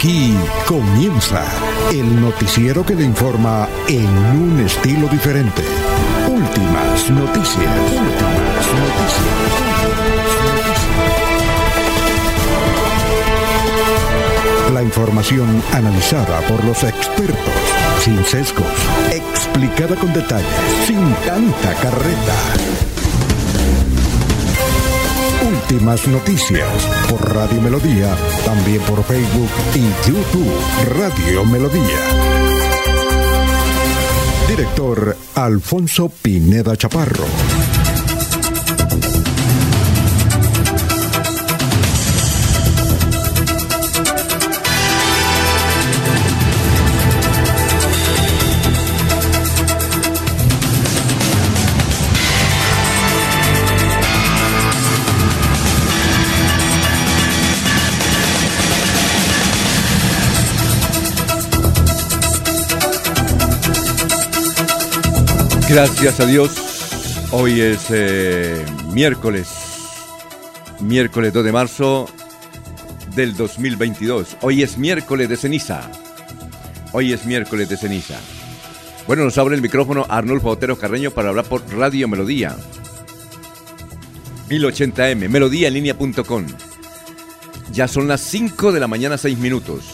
Aquí comienza el noticiero que le informa en un estilo diferente. Últimas noticias. La información analizada por los expertos, sin sesgos, explicada con detalles, sin tanta carreta. Últimas noticias por Radio Melodía, también por Facebook y YouTube Radio Melodía. Director Alfonso Pineda Chaparro. Gracias a Dios, hoy es miércoles 2 de marzo del 2022. Hoy es miércoles de ceniza. Bueno, nos abre el micrófono Arnulfo Otero Carreño para hablar por Radio Melodía 1080M, melodíaenlínea.com. Ya son las 5 de la mañana, 6 minutos.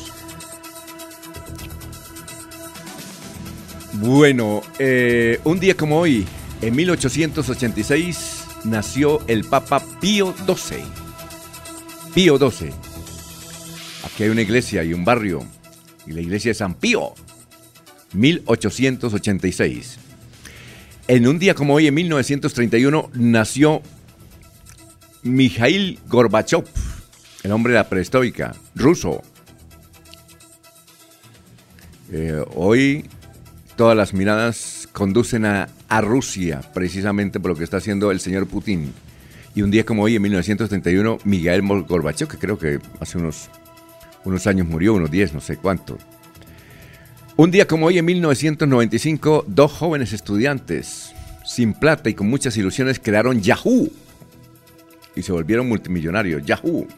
Bueno, un día como hoy, en 1886, nació el Papa Pío XII. Pío XII. Aquí hay una iglesia y un barrio, y la iglesia de San Pío. 1886. En un día como hoy, en 1931, nació Mikhail Gorbachev, el hombre de la perestroika, ruso. Hoy todas las miradas conducen a Rusia, precisamente por lo que está haciendo el señor Putin. Y un día como hoy, en 1931, Mikhail Gorbachev, que creo que hace unos años murió, unos 10, no sé cuánto. Un día como hoy, en 1995, dos jóvenes estudiantes, sin plata y con muchas ilusiones, crearon Yahoo. Y se volvieron multimillonarios, Yahoo.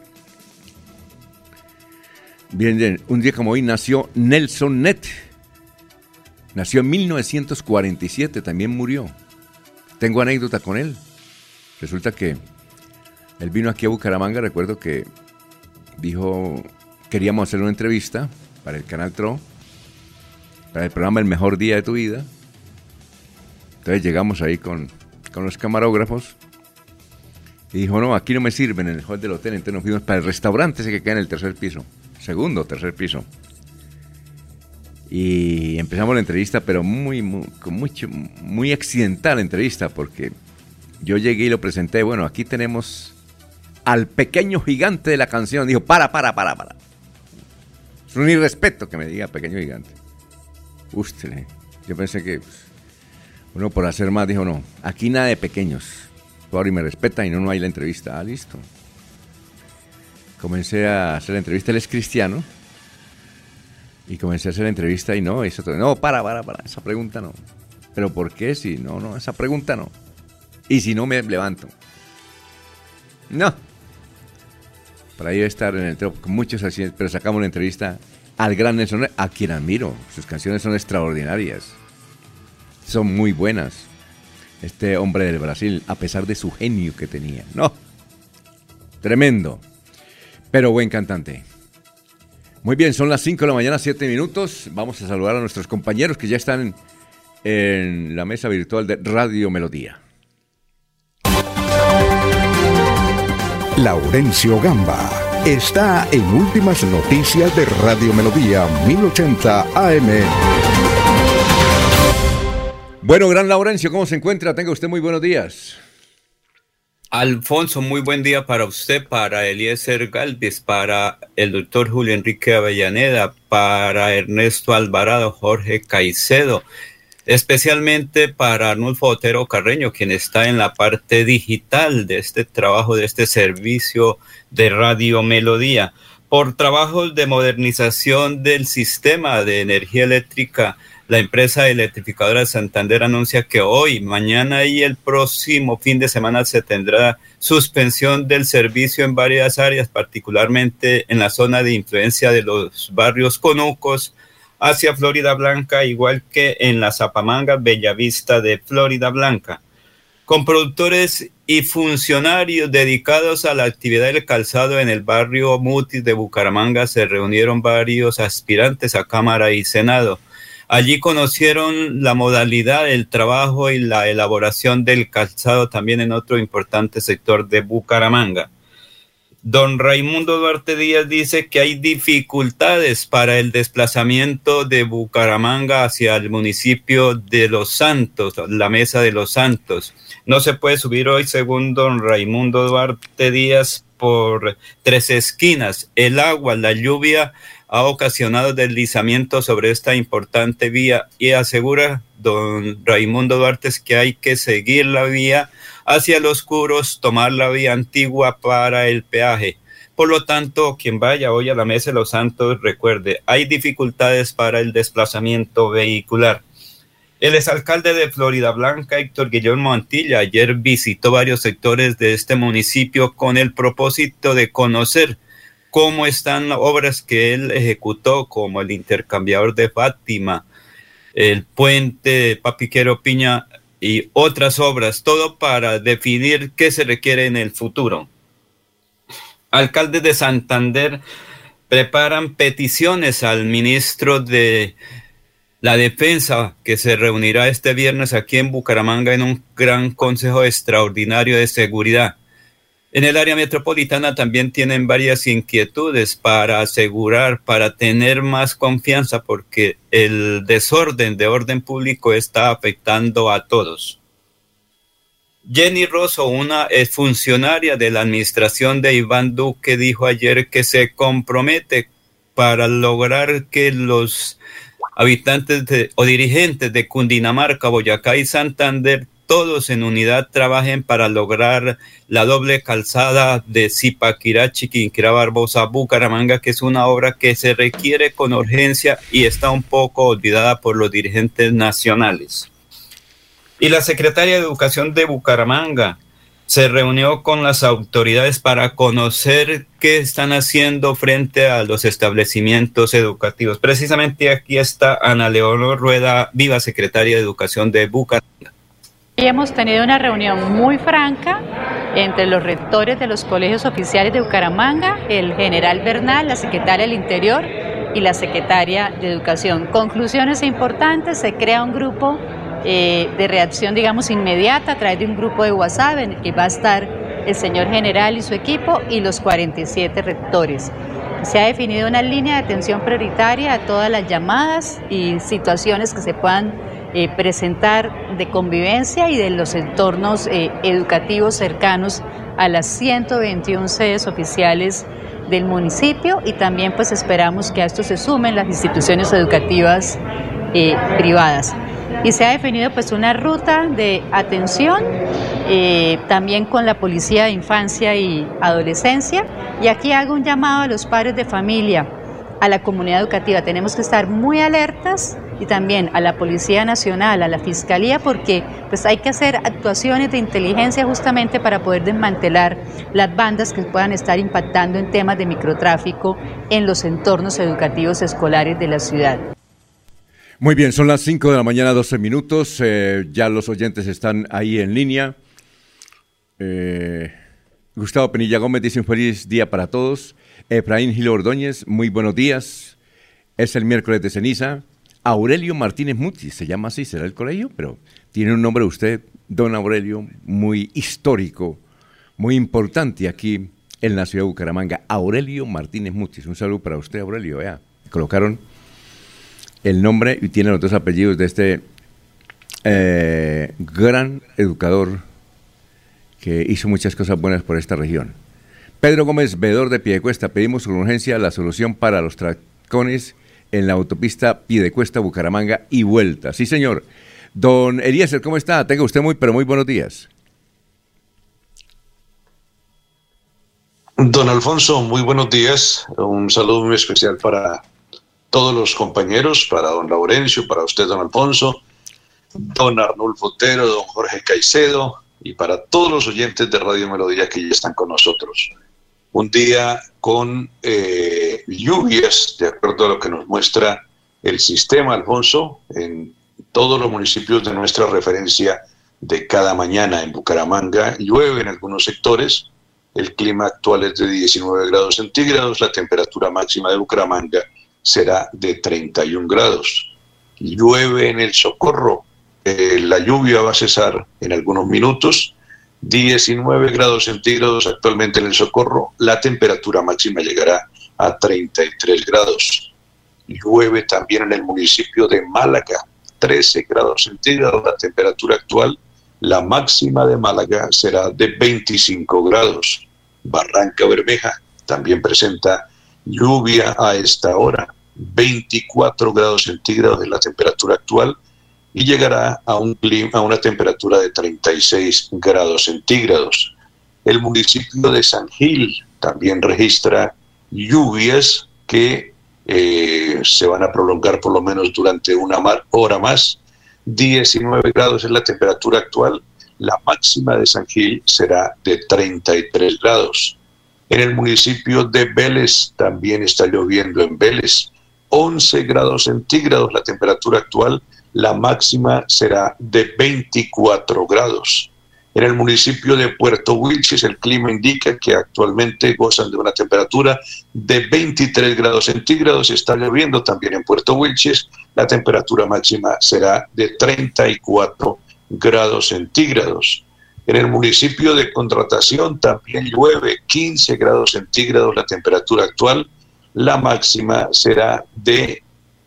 Bien, un día como hoy nació Nelson Ned. Nació en 1947, también murió. Tengo anécdota con él. Resulta que él vino aquí a Bucaramanga, recuerdo que dijo, queríamos hacer una entrevista para el Canal TRO, para el programa El Mejor Día de tu Vida. Entonces llegamos ahí con los camarógrafos y dijo, no, aquí no me sirven en el hall del hotel, entonces nos fuimos para el restaurante ese que queda en el tercer piso, segundo o tercer piso. Y empezamos la entrevista, pero muy accidental la entrevista, porque yo llegué y lo presenté. Bueno, aquí tenemos al pequeño gigante de la canción. Dijo, para. Es un irrespeto que me diga pequeño gigante. Usted, yo pensé que uno por hacer más dijo, no, aquí nada de pequeños. Por y me respeta y no hay la entrevista. Ah, listo. Comencé a hacer la entrevista, él es cristiano. Y comencé a hacer la entrevista y no, para, esa pregunta no. ¿Pero por qué? Si no, esa pregunta no. Y si no, me levanto. No. Por ahí debe estar en el top con muchos accidentes, pero sacamos la entrevista al gran Nelson, a quien admiro. Sus canciones son extraordinarias. Son muy buenas. Este hombre del Brasil, a pesar de su genio que tenía. No. Tremendo. Pero buen cantante. Muy bien, son las 5 de la mañana, 7 minutos. Vamos a saludar a nuestros compañeros que ya están en la mesa virtual de Radio Melodía. Laurencio Gamba está en Últimas Noticias de Radio Melodía 1080 AM. Bueno, gran Laurencio, ¿cómo se encuentra? Tenga usted muy buenos días. Alfonso, muy buen día para usted, para Eliezer Galvis, para el doctor Julio Enrique Avellaneda, para Ernesto Alvarado, Jorge Caicedo, especialmente para Arnulfo Otero Carreño, quien está en la parte digital de este trabajo, de este servicio de Radio Melodía, por trabajos de modernización del sistema de energía eléctrica. La empresa electrificadora de Santander anuncia que hoy, mañana y el próximo fin de semana se tendrá suspensión del servicio en varias áreas, particularmente en la zona de influencia de los barrios conucos hacia Florida Blanca, igual que en la Zapamanga, Bellavista de Florida Blanca. Con productores y funcionarios dedicados a la actividad del calzado en el barrio Mutis de Bucaramanga se reunieron varios aspirantes a Cámara y Senado. Allí conocieron la modalidad del trabajo y la elaboración del calzado también en otro importante sector de Bucaramanga. Don Raimundo Duarte Díaz dice que hay dificultades para el desplazamiento de Bucaramanga hacia el municipio de Los Santos, la Mesa de Los Santos. No se puede subir hoy, según don Raimundo Duarte Díaz, por 3 esquinas. El agua, la lluvia ha ocasionado deslizamientos sobre esta importante vía y asegura don Raimundo Duarte que hay que seguir la vía hacia Los Curos, tomar la vía antigua para el peaje. Por lo tanto, quien vaya hoy a la Mesa de Los Santos, recuerde, hay dificultades para el desplazamiento vehicular. El exalcalde de Florida Blanca, Héctor Guillermo Antilla, ayer visitó varios sectores de este municipio con el propósito de conocer cómo están las obras que él ejecutó, como el intercambiador de Fátima, el puente de Papiquero Piña y otras obras, todo para definir qué se requiere en el futuro. Alcaldes de Santander preparan peticiones al ministro de la Defensa, que se reunirá este viernes aquí en Bucaramanga en un gran consejo extraordinario de seguridad. En el área metropolitana también tienen varias inquietudes para asegurar, para tener más confianza, porque el desorden de orden público está afectando a todos. Jenny Rosso, una funcionaria de la administración de Iván Duque, dijo ayer que se compromete para lograr que los habitantes o dirigentes de Cundinamarca, Boyacá y Santander todos en unidad trabajen para lograr la doble calzada de Zipaquirá, Chiquinquirá, Barbosa, Bucaramanga, que es una obra que se requiere con urgencia y está un poco olvidada por los dirigentes nacionales. Y la secretaria de Educación de Bucaramanga se reunió con las autoridades para conocer qué están haciendo frente a los establecimientos educativos. Precisamente aquí está Ana Leonor Rueda Viva, secretaria de Educación de Bucaramanga. Hoy hemos tenido una reunión muy franca entre los rectores de los colegios oficiales de Bucaramanga, el general Bernal, la secretaria del Interior y la secretaria de Educación. Conclusiones importantes: se crea un grupo de reacción, digamos, inmediata a través de un grupo de WhatsApp en el que va a estar el señor general y su equipo y los 47 rectores. Se ha definido una línea de atención prioritaria a todas las llamadas y situaciones que se puedan presentar de convivencia y de los entornos educativos cercanos a las 121 sedes oficiales del municipio, y también pues esperamos que a esto se sumen las instituciones educativas privadas. Y se ha definido pues una ruta de atención también con la Policía de Infancia y Adolescencia, y aquí hago un llamado a los padres de familia, a la comunidad educativa. Tenemos que estar muy alertas, y también a la Policía Nacional, a la Fiscalía, porque pues hay que hacer actuaciones de inteligencia justamente para poder desmantelar las bandas que puedan estar impactando en temas de microtráfico en los entornos educativos escolares de la ciudad. Muy bien, son las 5 de la mañana, 12 minutos, ya los oyentes están ahí en línea. Gustavo Penilla Gómez dice un feliz día para todos. Efraín Gil Ordóñez, muy buenos días. Es el miércoles de ceniza. Aurelio Martínez Mutis, se llama así, será el colegio, pero tiene un nombre usted, don Aurelio, muy histórico, muy importante aquí en la ciudad de Bucaramanga. Aurelio Martínez Mutis, un saludo para usted, Aurelio. Vea, colocaron el nombre y tiene los dos apellidos de este gran educador que hizo muchas cosas buenas por esta región. Pedro Gómez, veedor de Piedecuesta, pedimos con urgencia la solución para los trancones en la autopista Piedecuesta, Bucaramanga y vuelta. Sí, señor. Don Eliezer, ¿cómo está? Tenga usted muy buenos días. Don Alfonso, muy buenos días. Un saludo muy especial para todos los compañeros, para don Laurencio, para usted, don Alfonso, don Arnulfo Otero, don Jorge Caicedo, y para todos los oyentes de Radio Melodía que ya están con nosotros. Un día con lluvias, de acuerdo a lo que nos muestra el sistema, Alfonso, en todos los municipios de nuestra referencia de cada mañana. En Bucaramanga llueve en algunos sectores, el clima actual es de 19 grados centígrados, la temperatura máxima de Bucaramanga será de 31 grados. Llueve en el Socorro, la lluvia va a cesar en algunos minutos, 19 grados centígrados actualmente en el Socorro, la temperatura máxima llegará a 33 grados. Llueve también en el municipio de Málaga, 13 grados centígrados la temperatura actual, la máxima de Málaga será de 25 grados. Barranca Bermeja también presenta lluvia a esta hora, 24 grados centígrados en la temperatura actual y llegará a una temperatura de 36 grados centígrados. El municipio de San Gil también registra lluvias que se van a prolongar por lo menos durante una hora más. 19 grados es la temperatura actual, la máxima de San Gil será de 33 grados. En el municipio de Vélez también está lloviendo en Vélez, 11 grados centígrados la temperatura actual, la máxima será de 24 grados. En el municipio de Puerto Wilches el clima indica que actualmente gozan de una temperatura de 23 grados centígrados, está lloviendo también en Puerto Wilches, la temperatura máxima será de 34 grados centígrados. En el municipio de Contratación también llueve, 15 grados centígrados la temperatura actual, la máxima será de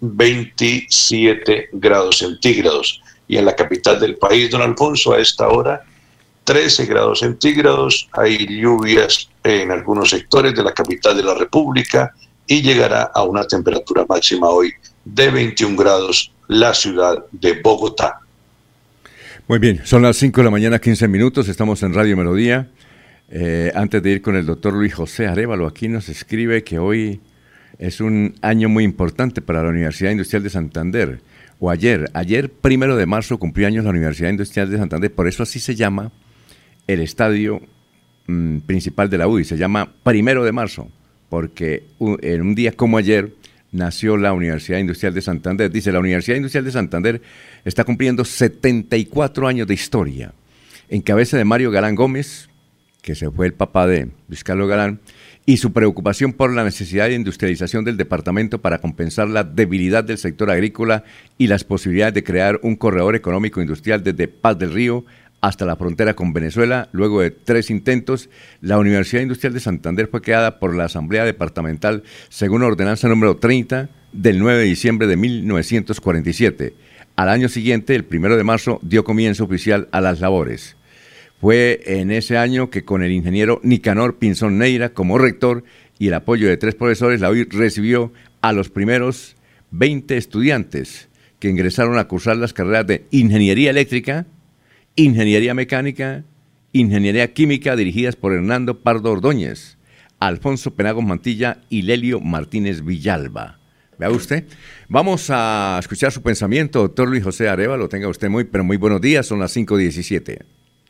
27 grados centígrados. Y en la capital del país, don Alfonso, a esta hora, 13 grados centígrados, hay lluvias en algunos sectores de la capital de la República y llegará a una temperatura máxima hoy de 21 grados la ciudad de Bogotá. Muy bien, son las 5 de la mañana, 15 minutos, estamos en Radio Melodía. Antes de ir con el doctor Luis José Arévalo, aquí nos escribe que hoy es un año muy importante para la Universidad Industrial de Santander. O ayer 1 de marzo cumplió años la Universidad Industrial de Santander, por eso así se llama el estadio principal de la UDI, se llama 1 de marzo, porque en un día como ayer nació la Universidad Industrial de Santander. Dice, la Universidad Industrial de Santander está cumpliendo 74 años de historia. En cabeza de Mario Galán Gómez, que se fue el papá de Luis Carlos Galán, y su preocupación por la necesidad de industrialización del departamento para compensar la debilidad del sector agrícola y las posibilidades de crear un corredor económico industrial desde Paz del Río hasta la frontera con Venezuela. Luego de 3 intentos, la Universidad Industrial de Santander fue creada por la Asamblea Departamental según ordenanza número 30 del 9 de diciembre de 1947. Al año siguiente, el 1 de marzo, dio comienzo oficial a las labores. Fue en ese año que con el ingeniero Nicanor Pinzón Neira como rector y el apoyo de 3 profesores, la UIR recibió a los primeros 20 estudiantes que ingresaron a cursar las carreras de Ingeniería Eléctrica, Ingeniería Mecánica, Ingeniería Química, dirigidas por Hernando Pardo Ordóñez, Alfonso Penagos Mantilla y Lelio Martínez Villalba. Vea usted. Vamos a escuchar su pensamiento, doctor Luis José Arévalo. Tenga usted muy buenos días, son las 5:17.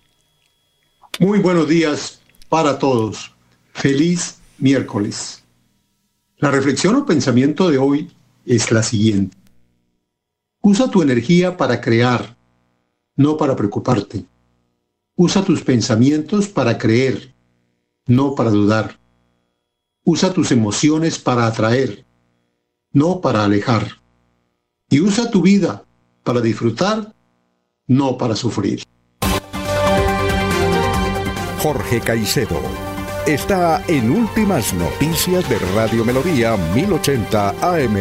Muy buenos días para todos. Feliz miércoles. La reflexión o pensamiento de hoy es la siguiente. Usa tu energía para crear, no para preocuparte. Usa tus pensamientos para creer, no para dudar. Usa tus emociones para atraer, no para alejar. Y usa tu vida para disfrutar, no para sufrir. Jorge Caicedo está en Últimas Noticias de Radio Melodía 1080 AM.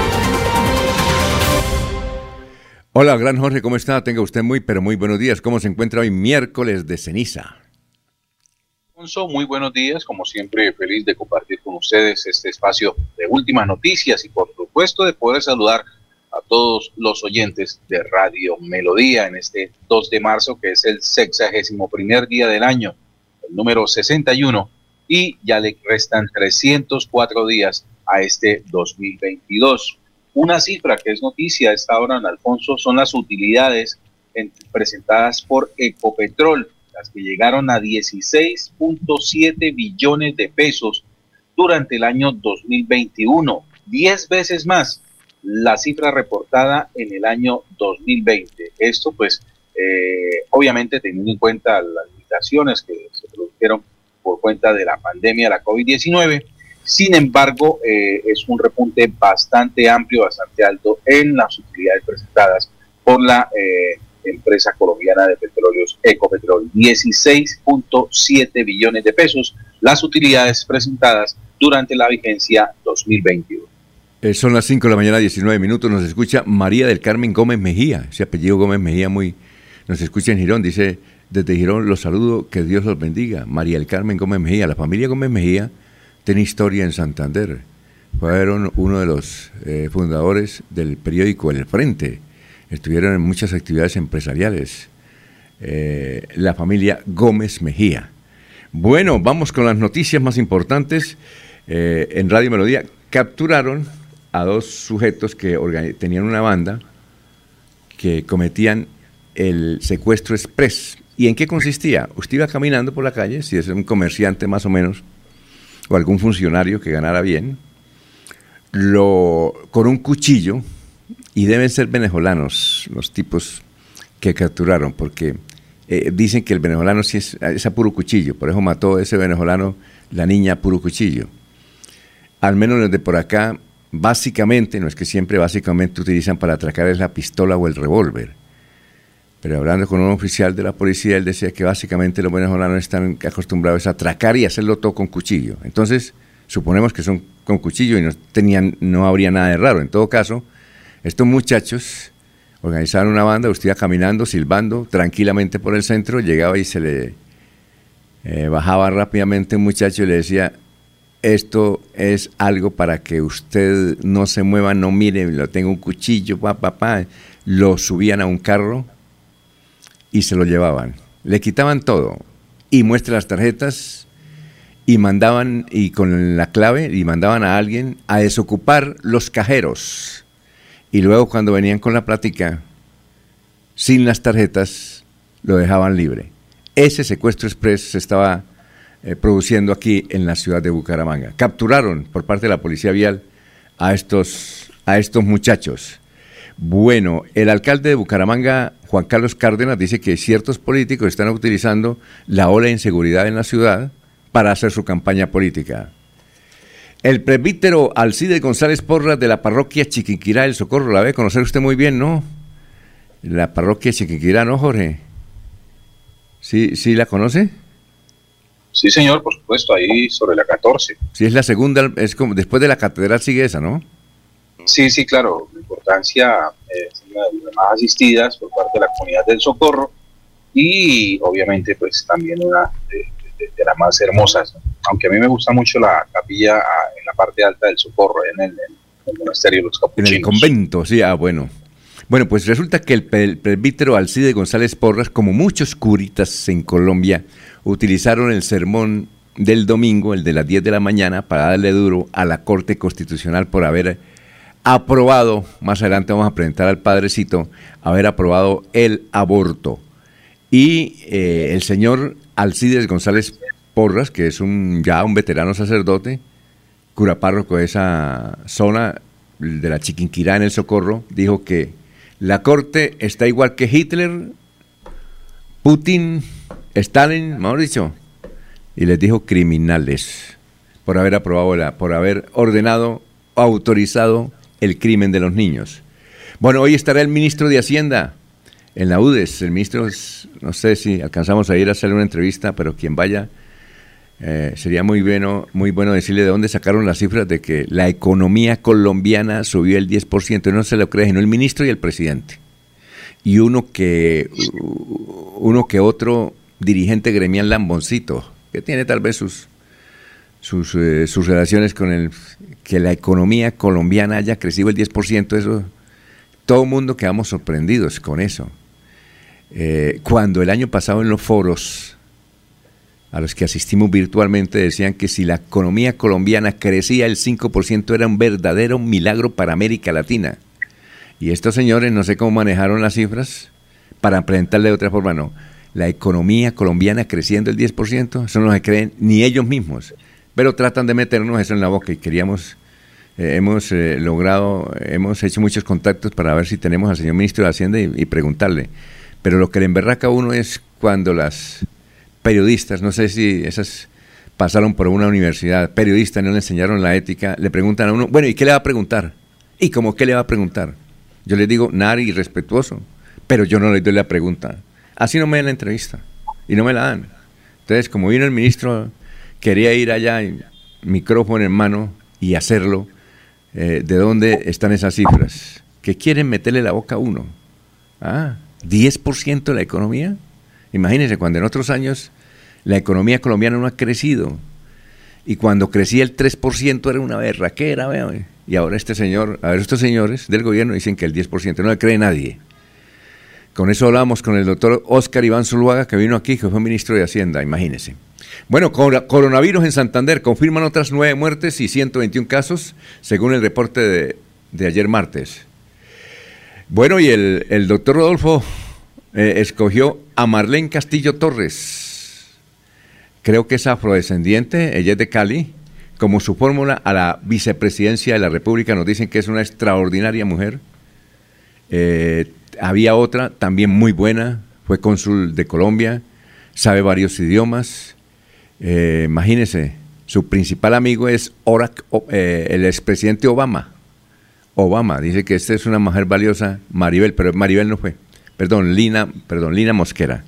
Hola, gran Jorge, ¿cómo está? Tenga usted muy buenos días. ¿Cómo se encuentra hoy miércoles de ceniza? Alfonso, muy buenos días. Como siempre, feliz de compartir con ustedes este espacio de Últimas Noticias y por supuesto de poder saludar a todos los oyentes de Radio Melodía en este 2 de marzo, que es el 61º día del año, el número 61, y ya le restan 304 días a este 2022. Una cifra que es noticia a esta hora, don Alfonso, son las utilidades presentadas por Ecopetrol, las que llegaron a 16.7 billones de pesos durante el año 2021, 10 veces más la cifra reportada en el año 2020. Esto pues obviamente teniendo en cuenta las limitaciones que se produjeron por cuenta de la pandemia de la COVID-19. Sin embargo, es un repunte bastante amplio, bastante alto en las utilidades presentadas por la empresa colombiana de petróleos Ecopetrol. 16.7 billones de pesos las utilidades presentadas durante la vigencia 2021. Son las 5 de la mañana, 19 minutos. Nos escucha María del Carmen Gómez Mejía. Ese apellido Gómez Mejía nos escucha en Girón. Dice, desde Girón los saludo, que Dios los bendiga. María del Carmen Gómez Mejía. La familia Gómez Mejía tiene historia en Santander. Fueron uno de los fundadores del periódico El Frente. Estuvieron en muchas actividades empresariales. La familia Gómez Mejía. Bueno, vamos con las noticias más importantes. En Radio Melodía capturaron a dos sujetos que tenían una banda que cometían el secuestro express. ¿Y en qué consistía? Usted iba caminando por la calle, si es un comerciante más o menos, o algún funcionario que ganara bien, con un cuchillo, y deben ser venezolanos los tipos que capturaron, porque dicen que el venezolano sí es a puro cuchillo, por eso mató ese venezolano la niña a puro cuchillo. Al menos los de por acá, básicamente, no es que siempre básicamente utilizan para atracar es la pistola o el revólver. Pero hablando con un oficial de la policía, él decía que básicamente los venezolanos están acostumbrados a atracar y hacerlo todo con cuchillo. Entonces, suponemos que son con cuchillo y no habría nada de raro. En todo caso, estos muchachos organizaron una banda, usted iba caminando, silbando tranquilamente por el centro, llegaba y se le bajaba rápidamente un muchacho y le decía: esto es algo para que usted no se mueva, no mire, lo tengo un cuchillo, papá. Lo subían a un carro y se lo llevaban. Le quitaban todo y muestra las tarjetas y mandaban, y con la clave, y mandaban a alguien a desocupar los cajeros. Y luego cuando venían con la plática, sin las tarjetas, lo dejaban libre. Ese secuestro express se estaba produciendo aquí en la ciudad de Bucaramanga. Capturaron por parte de la policía vial a estos muchachos. Bueno, el alcalde de Bucaramanga, Juan Carlos Cárdenas, dice que ciertos políticos están utilizando la ola de inseguridad en la ciudad para hacer su campaña política. El presbítero Alcides González Porras de la parroquia Chiquinquirá del Socorro, la debe conocer usted muy bien, ¿no? La parroquia Chiquinquirá, ¿no, Jorge? ¿Sí la conoce? Sí, señor, por supuesto, ahí sobre la 14. Sí, es la segunda, es como después de la catedral sigue esa, ¿no? Sí, claro, la importancia es una de las más asistidas por parte de la comunidad del Socorro y obviamente pues también una de las más hermosas, ¿no? Aunque a mí me gusta mucho la capilla en la parte alta del Socorro, en el monasterio de los Capuchinos. En el convento, sí, bueno. Bueno, pues resulta que el presbítero Alcides González Porras, como muchos curitas en Colombia, utilizaron el sermón del domingo, el de las 10 de la mañana, para darle duro a la Corte Constitucional por haber aprobado, más adelante vamos a presentar al padrecito, haber aprobado el aborto. Y el señor Alcides González Porras, que es ya un veterano sacerdote, cura párroco de esa zona de la Chiquinquirá en el Socorro, dijo que la Corte está igual que Hitler, Putin, Stalin, mejor dicho, y les dijo criminales por haber aprobado, por haber ordenado, autorizado el crimen de los niños. Bueno, hoy estará el ministro de Hacienda en la UDES. El ministro, no sé si alcanzamos a ir a hacerle una entrevista, pero quien vaya, sería muy bueno decirle de dónde sacaron las cifras de que la economía colombiana subió el 10%. No se lo cree, sino el ministro y el presidente. Y uno que otro dirigente gremial lamboncito, que tiene tal vez sus relaciones con que la economía colombiana haya crecido el 10%, eso, todo el mundo quedamos sorprendidos con eso. Cuando el año pasado en los foros a los que asistimos virtualmente, decían que si la economía colombiana crecía el 5% era un verdadero milagro para América Latina. Y estos señores no sé cómo manejaron las cifras para presentarle de otra forma, no. La economía colombiana creciendo el 10%, eso no se creen ni ellos mismos, pero tratan de meternos eso en la boca y queríamos, hemos hecho muchos contactos para ver si tenemos al señor ministro de Hacienda y preguntarle. Pero lo que le emberraca a uno es cuando las periodistas, no sé si esas pasaron por una universidad, periodistas no le enseñaron la ética, le preguntan a uno, bueno, ¿y qué le va a preguntar? ¿Y cómo qué le va a preguntar? Yo le digo, nada irrespetuoso, pero yo no le doy la pregunta. Así no me dan la entrevista y no me la dan. Entonces, como vino el ministro, quería ir allá, micrófono en mano y hacerlo. ¿De dónde están esas cifras? Que quieren meterle la boca a uno. 10% de la economía. Imagínense, cuando en otros años la economía colombiana no ha crecido y cuando crecía el 3% era una berraquera, veo. Y ahora estos señores del gobierno dicen que el 10% no le cree nadie. Con eso hablamos con el doctor Óscar Iván Zuluaga, que vino aquí, que fue ministro de Hacienda, imagínense. Bueno, coronavirus en Santander, confirman otras 9 muertes y 121 casos, según el reporte de ayer martes. Bueno, y el doctor Rodolfo escogió a Marlene Castillo Torres, creo que es afrodescendiente, ella es de Cali, como su fórmula a la vicepresidencia de la República. Nos dicen que es una extraordinaria mujer. Había otra también muy buena, fue cónsul de Colombia, sabe varios idiomas. Imagínese, su principal amigo es el expresidente Obama. Dice que esta es una mujer valiosa, Maribel, pero Maribel no fue. Lina Mosquera.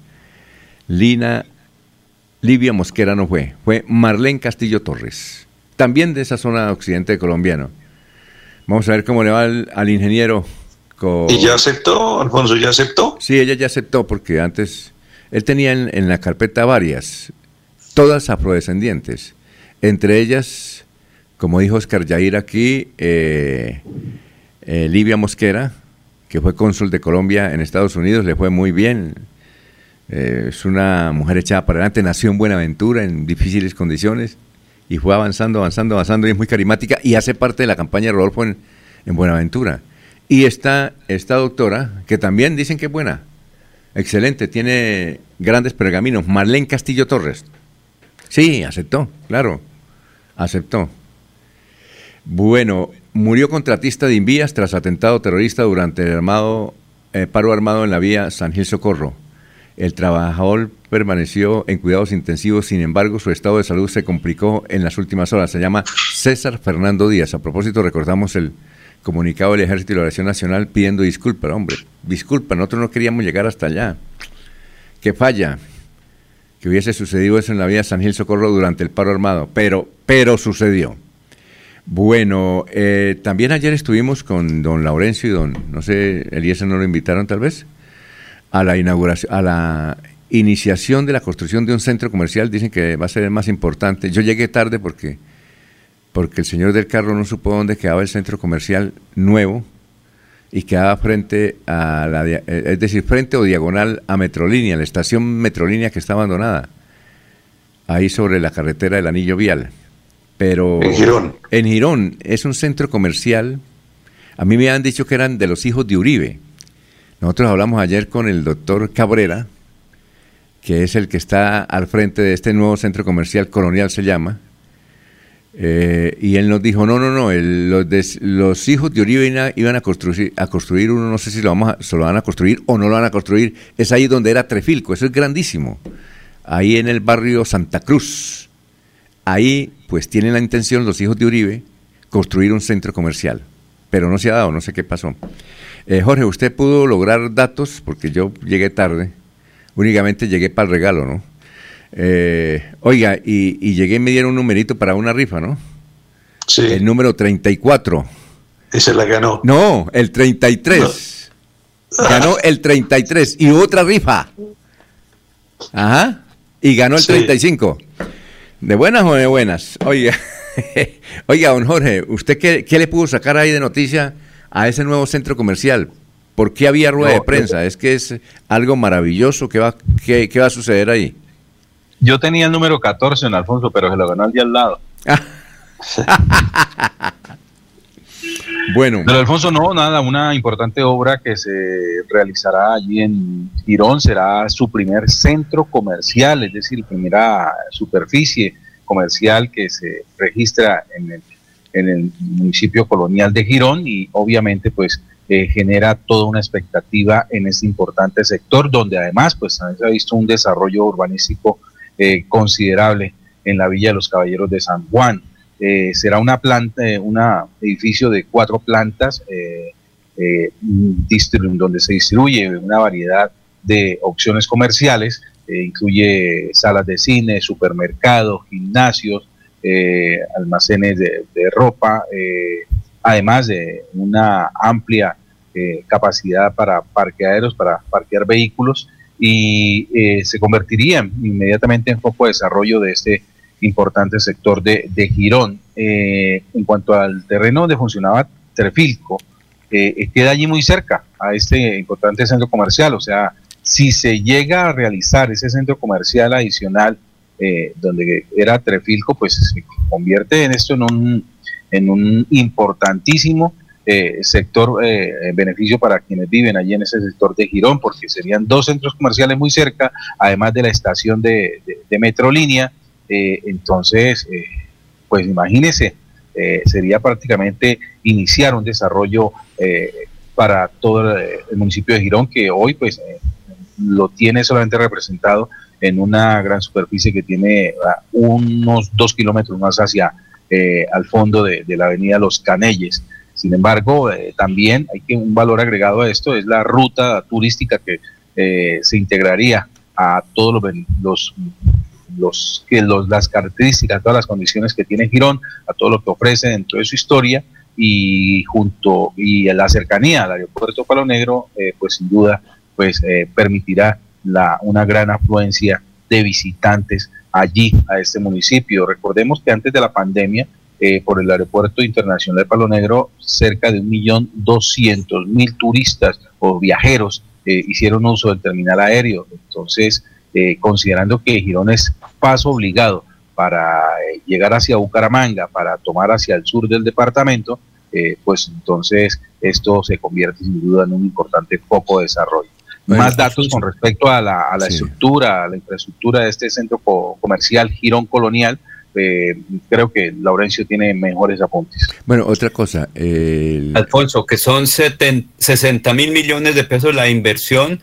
Livia Mosquera no fue Marlene Castillo Torres, también de esa zona occidente colombiano. Vamos a ver cómo le va al ingeniero. ¿Y ya aceptó, Alfonso, ya aceptó? Sí, ella ya aceptó porque antes él tenía en la carpeta varias, todas afrodescendientes, entre ellas, como dijo Oscar Yair aquí, Livia Mosquera, que fue cónsul de Colombia en Estados Unidos, le fue muy bien. Es una mujer echada para adelante, nació en Buenaventura en difíciles condiciones y fue avanzando y es muy carismática y hace parte de la campaña de Rodolfo en Buenaventura. Y esta doctora, que también dicen que es buena, excelente, tiene grandes pergaminos, Marlene Castillo Torres. Sí, aceptó, claro, aceptó. Bueno, murió contratista de Invías tras atentado terrorista durante el paro armado en la vía San Gil Socorro. El trabajador permaneció en cuidados intensivos, sin embargo, su estado de salud se complicó en las últimas horas. Se llama César Fernando Díaz. A propósito, recordamos el comunicado del Ejército y la Oración Nacional pidiendo disculpas. Hombre, disculpa, nosotros no queríamos llegar hasta allá. Qué falla que hubiese sucedido eso en la vía San Gil Socorro durante el paro armado, pero sucedió. Bueno, también ayer estuvimos con don Laurencio y no sé, Eliezer no lo invitaron tal vez, a la inauguración, a la iniciación de la construcción de un centro comercial. Dicen que va a ser el más importante. Yo llegué tarde porque el señor del carro no supo dónde quedaba el centro comercial nuevo y quedaba frente frente o diagonal a Metrolínea, la estación Metrolínea que está abandonada, ahí sobre la carretera del Anillo Vial. Pero en Girón es un centro comercial. A mí me han dicho que eran de los hijos de Uribe. Nosotros hablamos ayer con el doctor Cabrera, que es el que está al frente de este nuevo centro comercial, Colonial se llama, y él nos dijo, no, los hijos de Uribe iban a construir uno, no sé si lo van a construir o no lo van a construir, es ahí donde era Trefilco, eso es grandísimo, ahí en el barrio Santa Cruz, ahí pues tienen la intención los hijos de Uribe construir un centro comercial, pero no se ha dado, no sé qué pasó. Jorge, usted pudo lograr datos, porque yo llegué tarde, únicamente llegué para el regalo, ¿no? Oiga, y llegué y me dieron un numerito para una rifa, ¿no? Sí. El número 34. Ese la ganó. No, el 33. No. Ganó el 33 y otra rifa. Ajá. Y ganó el 35. ¿De buenas o de buenas? Oiga, don Jorge, ¿usted qué le pudo sacar ahí de noticia a ese nuevo centro comercial? ¿Por qué había rueda de prensa? Es que es algo maravilloso. ¿Qué va a suceder ahí? Yo tenía el número 14, don Alfonso, pero se lo ganó al de al lado. Bueno. Don Alfonso, no, nada, una importante obra que se realizará allí en Girón será su primer centro comercial, es decir, primera superficie comercial que se registra en el municipio colonial de Girón, y obviamente pues genera toda una expectativa en este importante sector, donde además pues se ha visto un desarrollo urbanístico considerable en la Villa de los Caballeros de San Juan. Será un edificio de 4 plantas donde se distribuye una variedad de opciones comerciales, incluye salas de cine, supermercados, gimnasios, almacenes de ropa, además de una amplia capacidad para parqueaderos, para parquear vehículos, y se convertiría inmediatamente en foco de desarrollo de este importante sector de Girón. En cuanto al terreno donde funcionaba Trefilco, queda allí muy cerca a este importante centro comercial. O sea, si se llega a realizar ese centro comercial adicional donde era Trefilco, pues se convierte en esto en un importantísimo sector, beneficio para quienes viven allí en ese sector de Girón, porque serían 2 centros comerciales muy cerca, además de la estación de Metrolínea. Entonces, pues imagínese, sería prácticamente iniciar un desarrollo para todo el municipio de Girón, que hoy pues lo tiene solamente representado en una gran superficie que tiene unos 2 kilómetros más hacia al fondo de la avenida Los Canelles. Sin embargo, también hay que un valor agregado a esto, es la ruta turística que se integraría a todos las características, todas las condiciones que tiene Girón, a todo lo que ofrece dentro de su historia, y la cercanía al aeropuerto Palo Negro, pues sin duda pues permitirá una gran afluencia de visitantes allí a este municipio. Recordemos que antes de la pandemia, por el aeropuerto internacional de Palo Negro, cerca de 1.200.000 turistas o viajeros hicieron uso del terminal aéreo. Entonces, considerando que Girón es paso obligado para llegar hacia Bucaramanga, para tomar hacia el sur del departamento, pues entonces esto se convierte sin duda en un importante foco de desarrollo. Bueno, más datos con respecto a la estructura, a la infraestructura de este centro comercial Girón Colonial. Creo que Laurencio tiene mejores apuntes. Bueno, otra cosa. Alfonso, que son 60.000 millones de pesos la inversión.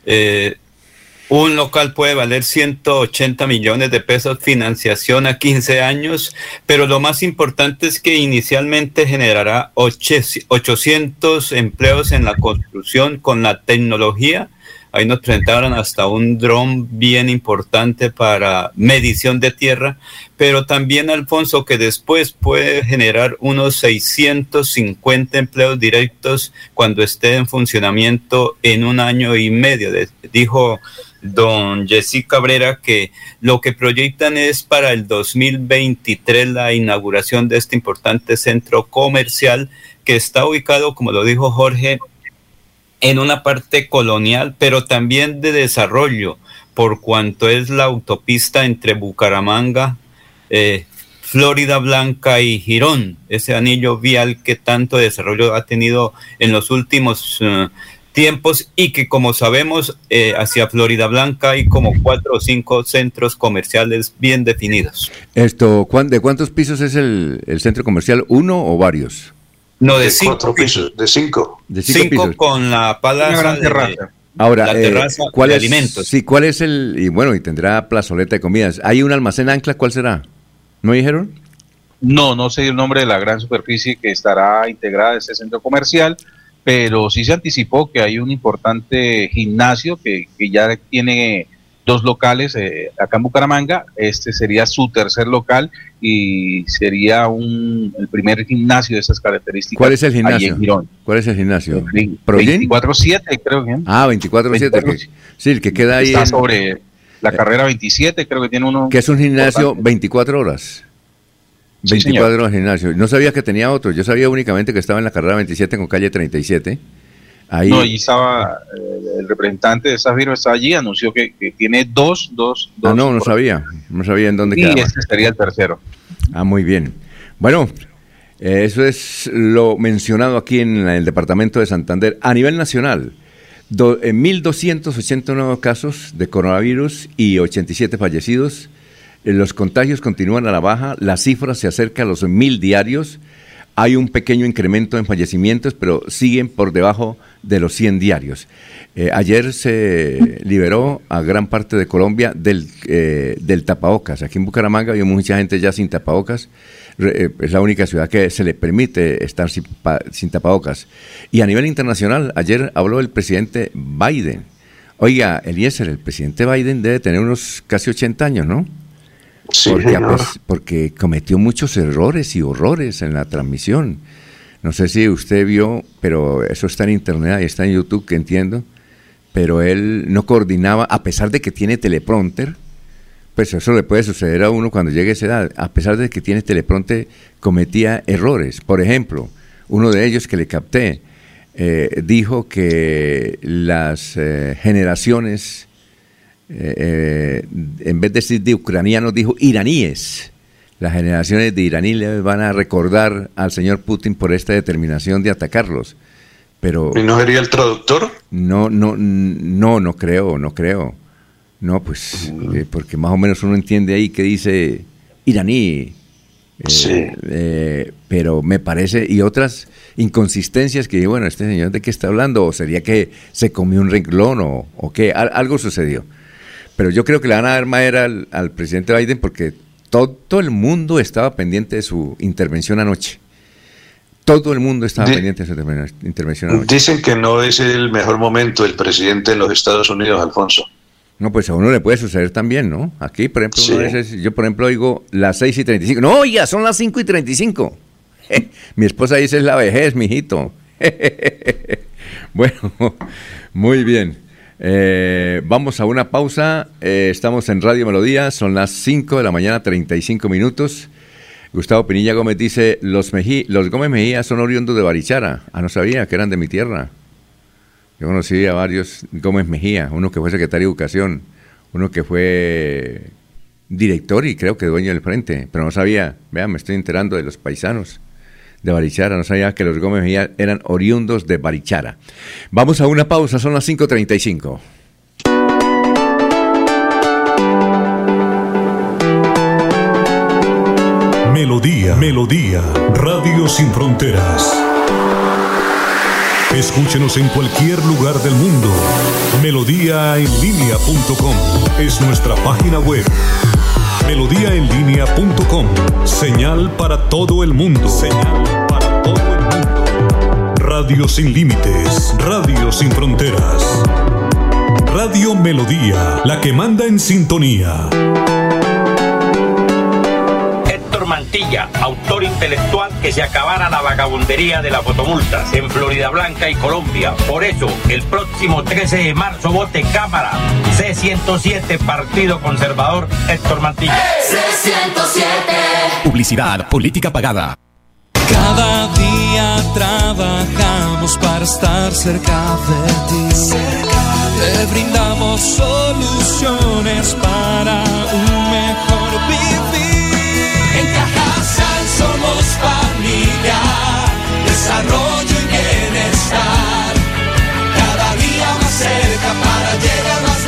Un local puede valer 180 millones de pesos, financiación a 15 años, pero lo más importante es que inicialmente generará 800 empleos en la construcción con la tecnología. Ahí nos presentaron hasta un dron bien importante para medición de tierra, pero también, Alfonso, que después puede generar unos 650 empleos directos cuando esté en funcionamiento en 1 año y medio. Dijo don Jessy Cabrera que lo que proyectan es para el 2023 la inauguración de este importante centro comercial que está ubicado, como lo dijo Jorge, en una parte colonial, pero también de desarrollo, por cuanto es la autopista entre Bucaramanga, Florida Blanca y Girón, ese anillo vial que tanto desarrollo ha tenido en los últimos tiempos, y que, como sabemos, hacia Florida Blanca hay como 4 o 5 centros comerciales bien definidos. ¿De cuántos pisos es el centro comercial? ¿1 o varios? No, de 5 pisos. De 5. De 5 pisos. Con la palaza Ahora, la terraza ¿cuál de es, alimentos. Sí, ¿cuál es y tendrá plazoleta de comidas? ¿Hay un almacén ancla? ¿Cuál será? ¿No dijeron? No sé el nombre de la gran superficie que estará integrada a este centro comercial, pero sí se anticipó que hay un importante gimnasio que ya tiene 2 locales acá en Bucaramanga. Este sería su tercer local y sería el primer gimnasio de esas características. ¿Cuál es el gimnasio? En Girón. ¿Cuál es el gimnasio? 24/7, creo que. 24/7. Sí, el que queda ahí. Está sobre la carrera 27, creo que tiene uno. Que es un gimnasio importante. 24 horas. 24 sí, horas gimnasio. No sabía que tenía otro. Yo sabía únicamente que estaba en la carrera 27 con calle 37. Ahí, no, allí estaba el representante de esas firmas, estaba allí, anunció que tiene dos. No sabía en dónde quedaba. Y este sería el tercero. Muy bien. Bueno, eso es lo mencionado aquí en el departamento de Santander. A nivel nacional, 1.289 casos de coronavirus y 87 fallecidos. Los contagios continúan a la baja, la cifra se acerca a los 1.000 diarios. Hay un pequeño incremento en fallecimientos, pero siguen por debajo de los 100 diarios. Ayer se liberó a gran parte de Colombia del tapabocas. Aquí en Bucaramanga hay mucha gente ya sin tapabocas. Es la única ciudad que se le permite estar sin tapabocas. Y a nivel internacional, ayer habló el presidente Biden. Oiga, Eliezer, el presidente Biden debe tener unos casi 80 años, ¿no? Sí, porque cometió muchos errores y horrores en la transmisión. No sé si usted vio, pero eso está en internet y está en YouTube, que entiendo, pero él no coordinaba, a pesar de que tiene teleprompter, pues eso le puede suceder a uno cuando llegue a esa edad, a pesar de que tiene teleprompter, cometía errores. Por ejemplo, uno de ellos que le capté, dijo que las generaciones... en vez de decir de ucranianos, dijo iraníes. Las generaciones de iraníes le van a recordar al señor Putin por esta determinación de atacarlos. Pero ¿y no sería el traductor? No creo. No, pues, porque más o menos uno entiende ahí que dice iraní. Sí. Pero me parece, y otras inconsistencias que, bueno, este señor ¿de qué está hablando? ¿O sería que se comió un renglón o qué? Algo sucedió. Pero yo creo que le van a dar madera al presidente Biden porque todo el mundo estaba pendiente de su intervención anoche. Todo el mundo estaba pendiente de su intervención anoche. Dicen que no es el mejor momento del presidente en los Estados Unidos, Alfonso. No, pues a uno le puede suceder también, ¿no? Aquí, por ejemplo, sí. Yo por ejemplo oigo las 6:35. No, ya son las 5:35. Mi esposa dice es la vejez, mijito. Bueno, muy bien. Vamos a una pausa. Estamos en Radio Melodía, son las 5 de la mañana, 35 minutos. Gustavo Pinilla Gómez dice, los Gómez Mejía son oriundos de Barichara. No sabía que eran de mi tierra. Yo conocí a varios Gómez Mejía, uno que fue secretario de Educación, uno que fue director y creo que dueño del Frente, pero no sabía, vean, me estoy enterando de los paisanos de Barichara, no sabía que los Gómez Mejía eran oriundos de Barichara. Vamos a una pausa, son las 5:35. Melodía, Radio Sin Fronteras. Escúchenos en cualquier lugar del mundo. Melodíaenlínea.com es nuestra página web. Melodíaenlínea.com. Señal para todo el mundo. Radio sin límites. Radio sin fronteras. Radio Melodía, la que manda en sintonía. Mantilla, autor intelectual que se acabara la vagabundería de las fotomultas en Florida Blanca y Colombia. Por eso, el próximo 13 de marzo vote Cámara C107, Partido Conservador, Héctor Mantilla. C107. Publicidad, política pagada. Cada día trabajamos para estar cerca de ti. Te brindamos soluciones para un mejor vivir. En Cajasal somos familia, desarrollo y bienestar. Cada día más cerca para llegar más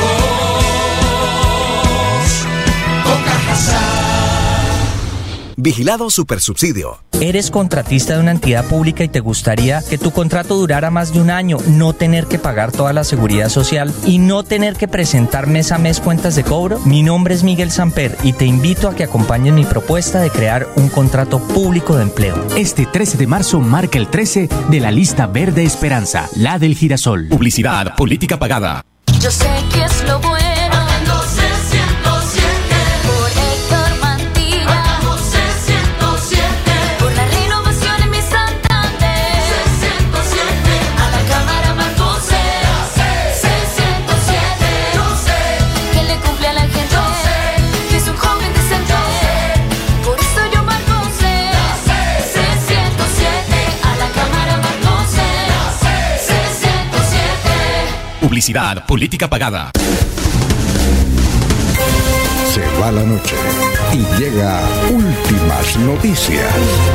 lejos. Con Cajasal. Vigilado Supersubsidio. ¿Eres contratista de una entidad pública y te gustaría que tu contrato durara más de un año, no tener que pagar toda la seguridad social y no tener que presentar mes a mes cuentas de cobro? Mi nombre es Miguel Samper y te invito a que acompañes mi propuesta de crear un contrato público de empleo. Este 13 de marzo marca el 13 de la lista Verde Esperanza, la del girasol. Publicidad, política pagada. Yo sé que es lo bueno. Publicidad, política pagada. Se va la noche y llega Últimas Noticias.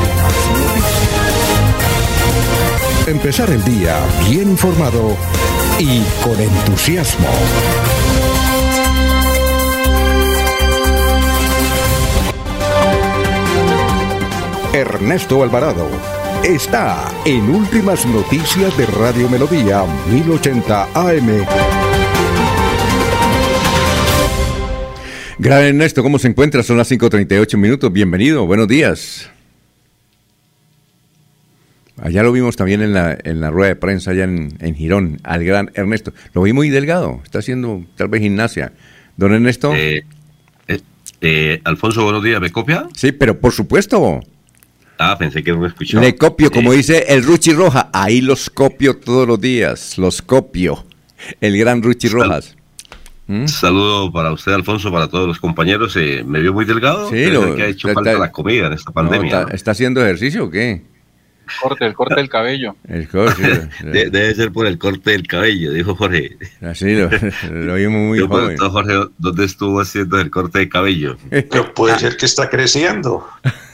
Empezar el día bien informado y con entusiasmo. Ernesto Alvarado está en Últimas Noticias de Radio Melodía 1080 AM. Gran Ernesto, ¿cómo se encuentra? Son las 5:38 minutos. Bienvenido, buenos días. Allá lo vimos también en la rueda de prensa allá en Girón, al gran Ernesto. Lo vi muy delgado, está haciendo tal vez gimnasia. Don Ernesto. Alfonso, buenos días, ¿me copia? Sí, pero por supuesto. Pensé que no me escuchaba. Le copio, como dice el Ruchi Roja, ahí los copio todos los días, los copio. El gran Ruchi Rojas. Saludo para usted, Alfonso, para todos los compañeros. ¿Me vio muy delgado? Sí, que ha hecho falta la comida en esta pandemia. No, ¿Está haciendo ejercicio o qué? El corte del cabello. El corte, Debe ser por el corte del cabello, dijo Jorge. Así lo vimos muy joven. Jorge, ¿dónde estuvo haciendo el corte de cabello? Pero puede ser que está creciendo.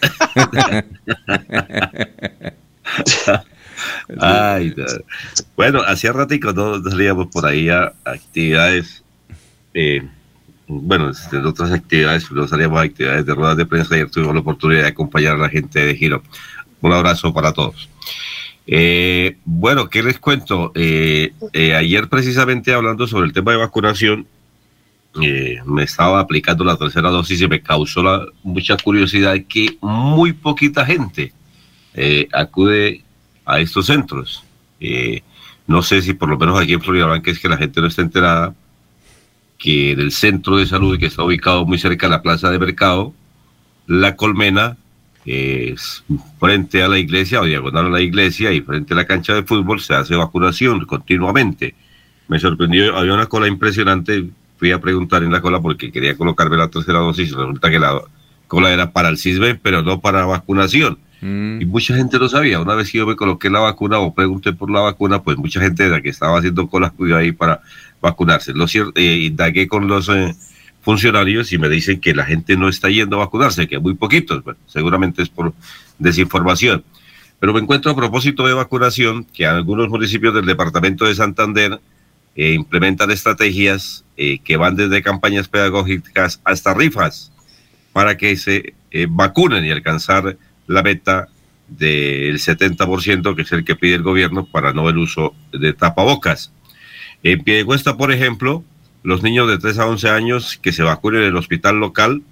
Ay, no. Bueno, hacía ratico no salíamos por ahí a actividades, en otras actividades, no salíamos a actividades de ruedas de prensa. Ayer tuvimos la oportunidad de acompañar a la gente de Giro. Un abrazo para todos. Bueno, ¿qué les cuento? Ayer precisamente hablando sobre el tema de vacunación, me estaba aplicando la tercera dosis y me causó mucha curiosidad que muy poquita gente acude a estos centros. No sé si por lo menos aquí en Florida Blanca es que la gente no está enterada que en el centro de salud, que está ubicado muy cerca de la plaza de mercado, La Colmena, frente a la iglesia o diagonal a la iglesia y frente a la cancha de fútbol, se hace vacunación continuamente. Me sorprendió, había una cola impresionante. Fui a preguntar en la cola porque quería colocarme la tercera dosis. Resulta que la cola era para el CISBEN, pero no para vacunación. Y mucha gente lo sabía. Una vez que yo me coloqué la vacuna o pregunté por la vacuna, pues mucha gente de la que estaba haciendo colas cuidó ahí para vacunarse. Lo cierto, indagué con los funcionarios y me dicen que la gente no está yendo a vacunarse, que muy poquitos. Bueno, seguramente es por desinformación. Pero me encuentro a propósito de vacunación que algunos municipios del departamento de Santander implementan estrategias que van desde campañas pedagógicas hasta rifas para que se vacunen y alcanzar la meta del 70%, que es el que pide el gobierno para no el uso de tapabocas. En Piedecuesta, por ejemplo, los niños de 3 a 11 años que se vacunen en el hospital local,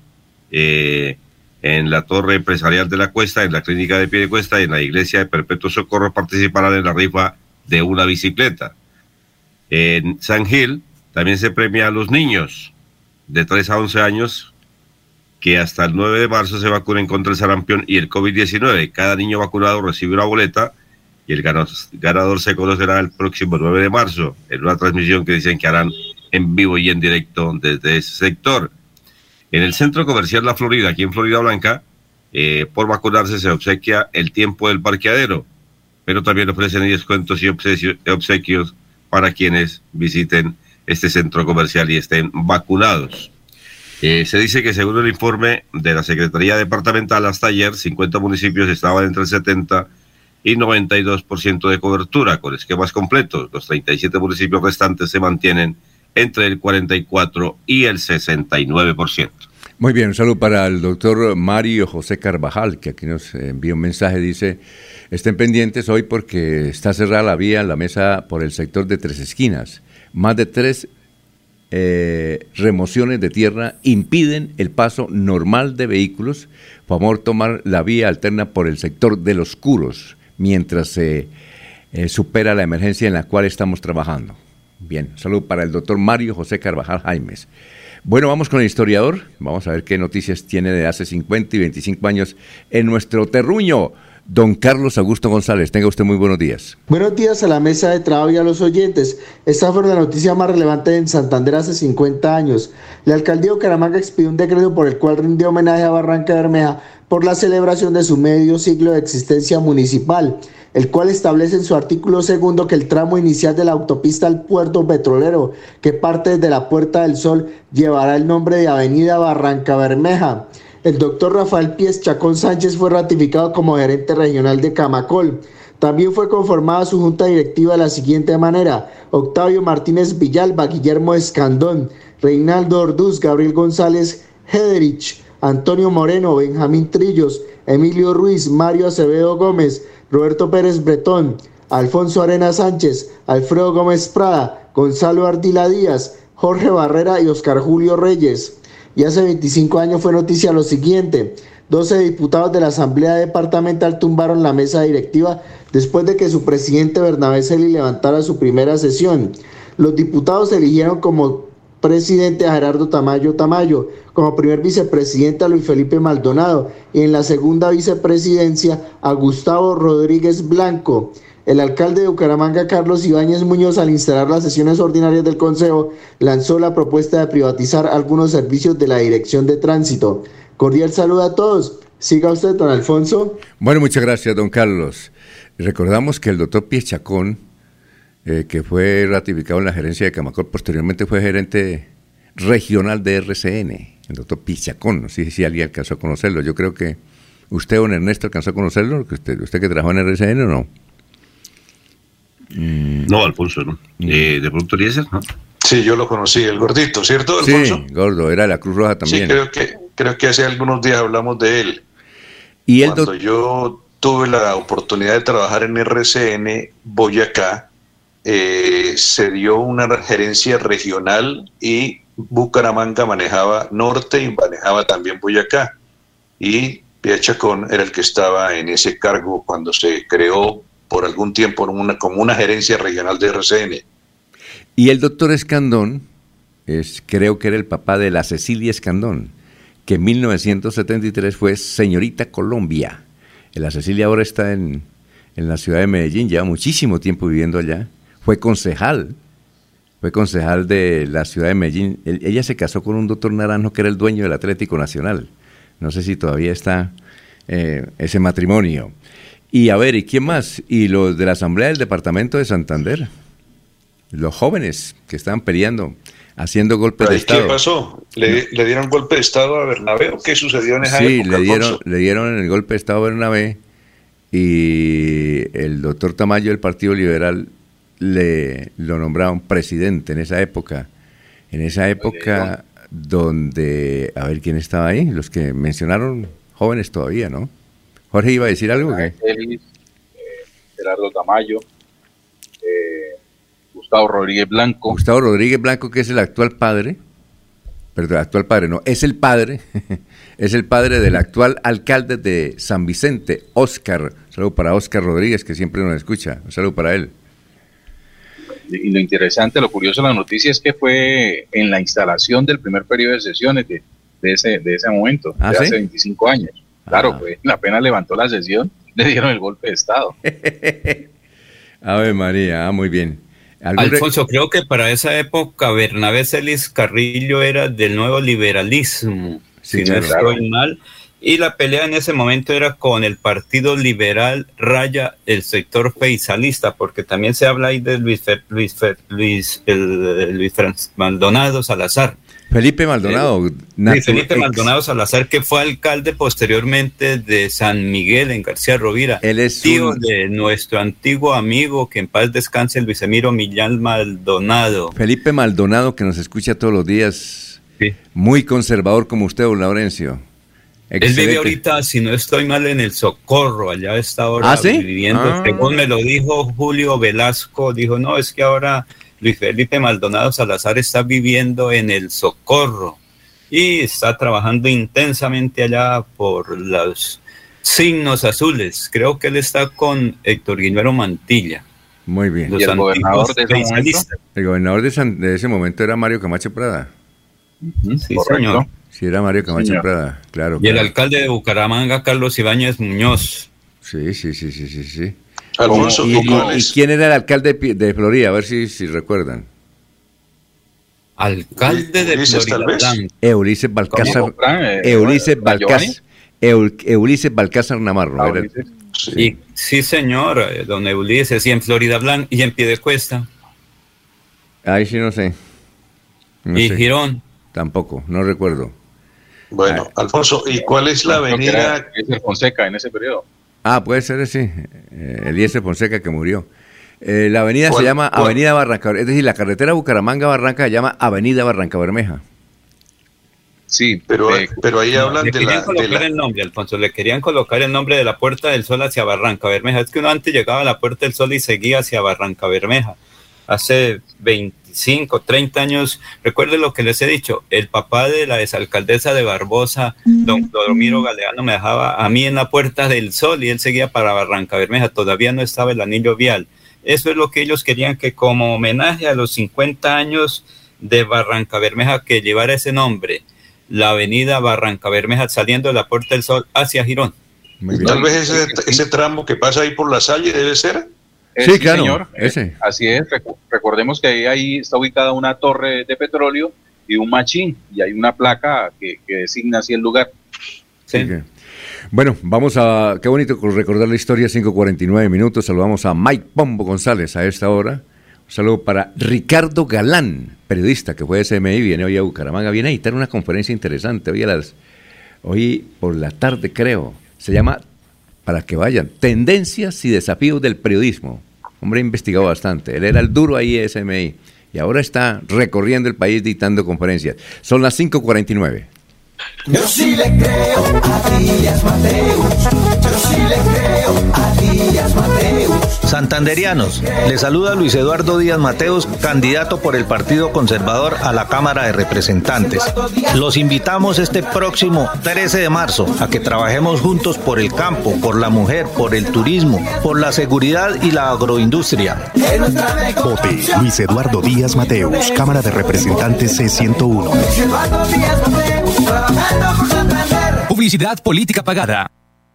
en la torre empresarial de la Cuesta, en la clínica de Piedecuesta y en la iglesia de Perpetuo Socorro participarán en la rifa de una bicicleta. En San Gil también se premia a los niños de 3 a 11 años que hasta el 9 de marzo se vacunen contra el sarampión y el COVID-19. Cada niño vacunado recibe una boleta y el ganador se conocerá el próximo 9 de marzo en una transmisión que dicen que harán en vivo y en directo desde ese sector. En el Centro Comercial La Florida, aquí en Florida Blanca, por vacunarse se obsequia el tiempo del parqueadero, pero también ofrecen descuentos y obsequios para quienes visiten este centro comercial y estén vacunados. Se dice que según el informe de la Secretaría Departamental, hasta ayer 50 municipios estaban entre el 70 y 92% de cobertura con esquemas completos. Los 37 municipios restantes se mantienen entre el 44 y el 69%. Muy bien, un saludo para el doctor Mario José Carvajal, que aquí nos envía un mensaje, dice: estén pendientes hoy porque está cerrada la vía, la mesa por el sector de Tres Esquinas. Más de 3 remociones de tierra impiden el paso normal de vehículos. Por favor, tomar la vía alterna por el sector de Los Curos, mientras se supera la emergencia en la cual estamos trabajando. Bien, salud para el doctor Mario José Carvajal Jaimes. Bueno, vamos con el historiador. Vamos a ver qué noticias tiene de hace 50 y 25 años en nuestro terruño. Don Carlos Augusto González, tenga usted muy buenos días. Buenos días a la mesa de trabajo y a los oyentes. Esta fue la noticia más relevante en Santander hace 50 años. La alcaldía de Bucaramanga expidió un decreto por el cual rindió homenaje a Barranca Bermeja por la celebración de su medio siglo de existencia municipal, el cual establece en su artículo 2 que el tramo inicial de la autopista al puerto petrolero, que parte desde la Puerta del Sol, llevará el nombre de Avenida Barranca Bermeja. El doctor Rafael Pies Chacón Sánchez fue ratificado como gerente regional de Camacol. También fue conformada su junta directiva de la siguiente manera: Octavio Martínez Villalba, Guillermo Escandón, Reinaldo Orduz, Gabriel González Hederich, Antonio Moreno, Benjamín Trillos, Emilio Ruiz, Mario Acevedo Gómez, Roberto Pérez Bretón, Alfonso Arena Sánchez, Alfredo Gómez Prada, Gonzalo Ardila Díaz, Jorge Barrera y Oscar Julio Reyes. Y hace 25 años fue noticia lo siguiente: 12 diputados de la Asamblea Departamental tumbaron la mesa directiva después de que su presidente Bernabé Celi levantara su primera sesión. Los diputados eligieron como presidente a Gerardo Tamayo, como primer vicepresidente a Luis Felipe Maldonado y en la segunda vicepresidencia a Gustavo Rodríguez Blanco. El alcalde de Bucaramanga, Carlos Ibáñez Muñoz, al instalar las sesiones ordinarias del Consejo, lanzó la propuesta de privatizar algunos servicios de la Dirección de Tránsito. Cordial saludo a todos. Siga usted, don Alfonso. Bueno, muchas gracias, don Carlos. Recordamos que el doctor Pies Chacón, que fue ratificado en la gerencia de Camacol, posteriormente fue gerente regional de RCN, el doctor Pies Chacón. No sé si alguien alcanzó a conocerlo. Yo creo que usted, don Ernesto, alcanzó a conocerlo, usted que trabajó en RCN, ¿o no? No, Alfonso, no. ¿De pronto Eliezer, no? Sí, yo lo conocí, el gordito, ¿cierto, Alfonso? Sí, gordo, era de la Cruz Roja también. Sí, creo que hace algunos días hablamos de él. Y cuando yo tuve la oportunidad de trabajar en RCN Boyacá, se dio una gerencia regional y Bucaramanga manejaba norte y manejaba también Boyacá. Y Pies Chacón era el que estaba en ese cargo cuando se creó por algún tiempo como una gerencia regional de RCN. Y el doctor Escandón, creo que era el papá de la Cecilia Escandón, que en 1973 fue señorita Colombia. La Cecilia ahora está en la ciudad de Medellín, lleva muchísimo tiempo viviendo allá. Fue concejal de la ciudad de Medellín. Ella se casó con un doctor Naranjo que era el dueño del Atlético Nacional. No sé si todavía está ese matrimonio. Y a ver, ¿y quién más? Y los de la Asamblea del Departamento de Santander, los jóvenes que estaban peleando, haciendo golpes de Estado. ¿Qué pasó? ¿Le dieron golpe de Estado a Bernabé o qué sucedió en esa época? Sí, le dieron el golpe de Estado a Bernabé y el doctor Tamayo del Partido Liberal lo nombraron presidente en esa época. En esa época donde, a ver quién estaba ahí, los que mencionaron jóvenes todavía, ¿no? Jorge, ¿iba a decir algo? Gerardo Tamayo, Gustavo Rodríguez Blanco. Gustavo Rodríguez Blanco, que es el actual padre, es el padre, es el padre del actual alcalde de San Vicente, Óscar. Un saludo para Óscar Rodríguez, que siempre nos escucha. Un saludo para él. Y lo interesante, lo curioso de la noticia es que fue en la instalación del primer periodo de sesiones de ese momento, de hace 25 años. Claro, pues apenas levantó la sesión, le dieron el golpe de Estado. Ave María, muy bien. Alfonso, creo que para esa época Bernabé Celis Carrillo era del nuevo liberalismo, si no estoy mal, y la pelea en ese momento era con el Partido Liberal raya el sector feisalista, porque también se habla ahí de Luis Maldonado Salazar. Felipe Maldonado. Felipe Maldonado Salazar, que fue alcalde posteriormente de San Miguel en García Rovira. Él es tío de nuestro antiguo amigo, que en paz descanse, Luis Emiro Millán Maldonado. Felipe Maldonado, que nos escucha todos los días. Sí. Muy conservador como usted, don Laurencio. Excelente. Él vive ahorita, si no estoy mal, en el Socorro, allá está ahora viviendo. Según me lo dijo Julio Velasco, dijo, no, es que ahora Luis Felipe Maldonado Salazar está viviendo en el Socorro y está trabajando intensamente allá por los signos azules. Creo que él está con Héctor Guillermo Mantilla. Muy bien. ¿Y el gobernador de ese momento? El gobernador de ese momento era Mario Camacho Prada. Sí, correcto. Señor. Sí, era Mario Camacho Prada, claro. Y el alcalde de Bucaramanga, Carlos Ibáñez Muñoz. Sí. Alfonso, ¿Y quién era el alcalde de Florida? A ver si recuerdan. Alcalde de Florida. Ulises Balcázar. Ulises Balcázar Navarro. Sí. Sí, señor, don Ulises. Y en Florida Blanca y en Piedecuesta. Ahí sí no sé. Girón. Tampoco, no recuerdo. Bueno, Alfonso, ¿y cuál es la avenida? Eliezer Fonseca en ese periodo. Puede ser, sí. Eliezer Fonseca que murió. La avenida se llama Avenida Barranca, es decir, la carretera Bucaramanga-Barranca se llama Avenida Barranca Bermeja. Sí, pero ahí hablan de el nombre, Alfonso, le querían colocar el nombre de la Puerta del Sol hacia Barranca Bermeja. Es que uno antes llegaba a la Puerta del Sol y seguía hacia Barranca Bermeja. Hace 25, 30 años, recuerden lo que les he dicho, el papá de la exalcaldesa de Barbosa, don Domiro Galeano, me dejaba a mí en la Puerta del Sol y él seguía para Barranca Bermeja, todavía no estaba el anillo vial. Eso es lo que ellos querían, que como homenaje a los 50 años de Barranca Bermeja, que llevara ese nombre, la avenida Barranca Bermeja saliendo de la Puerta del Sol hacia Girón. Tal vez ese tramo que pasa ahí por la Salle debe ser. Sí, claro, señor. Ese. Así es, recordemos que ahí está ubicada una torre de petróleo y un machín, y hay una placa que designa así el lugar. Sí. Bueno, vamos a... Qué bonito recordar la historia, 5:49 minutos. Saludamos a Mike Pombo González a esta hora. Un saludo para Ricardo Galán, periodista que fue de CMI, viene hoy a Bucaramanga, viene a editar una conferencia interesante. Hoy por la tarde, creo. Se llama, para que vayan, Tendencias y Desafíos del Periodismo. Hombre, ha investigado bastante. Él era el duro ahí de SMI y ahora está recorriendo el país dictando conferencias. Son las 5:49. Yo sí le creo a Díaz Mateus. Yo sí le creo a Díaz Mateus. Santanderianos, les saluda Luis Eduardo Díaz Mateus, candidato por el Partido Conservador a la Cámara de Representantes. Los invitamos este próximo 13 de marzo a que trabajemos juntos por el campo, por la mujer, por el turismo, por la seguridad y la agroindustria. Vote Luis Eduardo Díaz Mateus, Cámara de Representantes C101. Publicidad política pagada.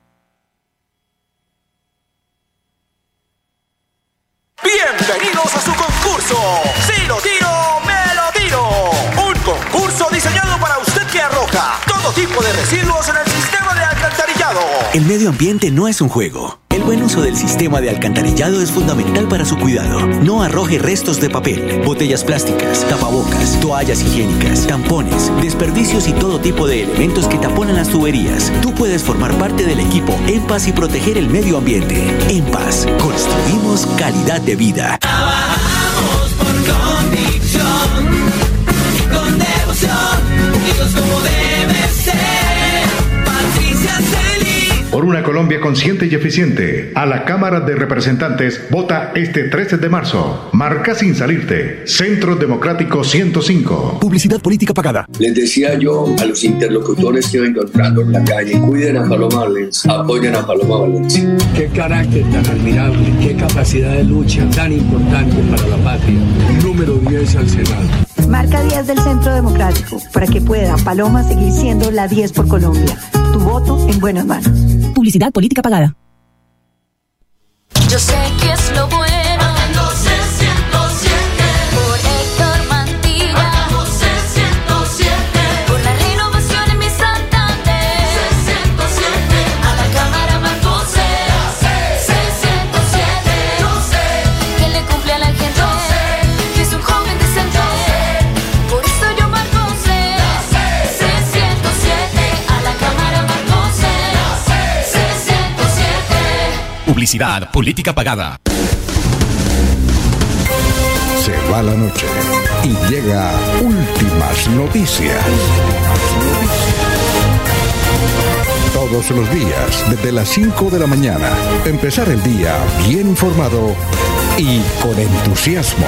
Bienvenidos a su concurso. Si lo tiro, me lo tiro. Un concurso diseñado para usted que arroja todo tipo de residuos en el sistema de alcantarillado. El medio ambiente no es un juego. El buen uso del sistema de alcantarillado es fundamental para su cuidado. No arroje restos de papel, botellas plásticas, tapabocas, toallas higiénicas, tampones, desperdicios y todo tipo de elementos que taponan las tuberías. Tú puedes formar parte del equipo En Paz y proteger el medio ambiente. En Paz, construimos calidad de vida. Trabajamos por convicción y con devoción, unidos como debe ser. Patricia Celis. Por una Colombia consciente y eficiente, a la Cámara de Representantes vota este 13 de marzo. Marca sin salirte. Centro Democrático 105. Publicidad política pagada. Les decía yo a los interlocutores que iba encontrando en la calle, cuiden a Paloma Valencia, apoyen a Paloma Valencia. Qué carácter tan admirable, qué capacidad de lucha tan importante para la patria. Número 10 al Senado. Marca 10 del Centro Democrático, para que pueda Paloma seguir siendo la 10 por Colombia. Tu voto en buenas manos. Publicidad política pagada. Yo sé que es lo bueno. Hagamos el 107. Por Héctor Mantilla. Hagamos el 107. Por la renovación en mi Santander. C107. A la Cámara marcó C107. Yo sé que le cumple a la gente. Yo sé que es un joven decente. Por eso yo marco C107. A la Cámara marcó C107. Publicidad política pagada. Se va la noche y llega Últimas Noticias. Todos los días, desde las 5 de la mañana, empezar el día bien informado y con entusiasmo.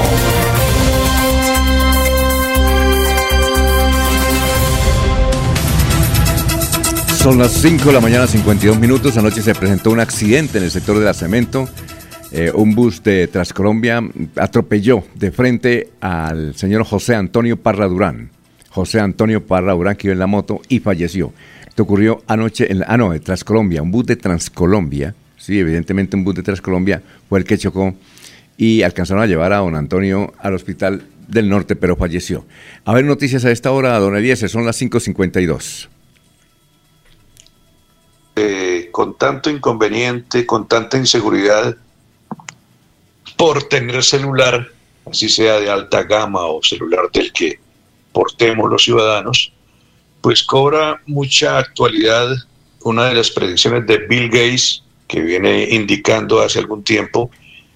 Son las 5 de la mañana, 52 minutos. Anoche se presentó un accidente en el sector de la Cemento. Un bus de Transcolombia atropelló de frente al señor José Antonio Parra Durán. José Antonio Parra Durán, que iba en la moto y falleció. Esto ocurrió anoche en Transcolombia. Un bus de Transcolombia Sí, evidentemente un bus de Transcolombia fue el que chocó y alcanzaron a llevar a don Antonio al hospital del norte, pero falleció. A ver, noticias a esta hora, don Eliezer, son las 5:52. Con tanto inconveniente, con tanta inseguridad, por tener celular, así sea de alta gama o celular del que portemos los ciudadanos, pues cobra mucha actualidad una de las predicciones de Bill Gates, que viene indicando hace algún tiempo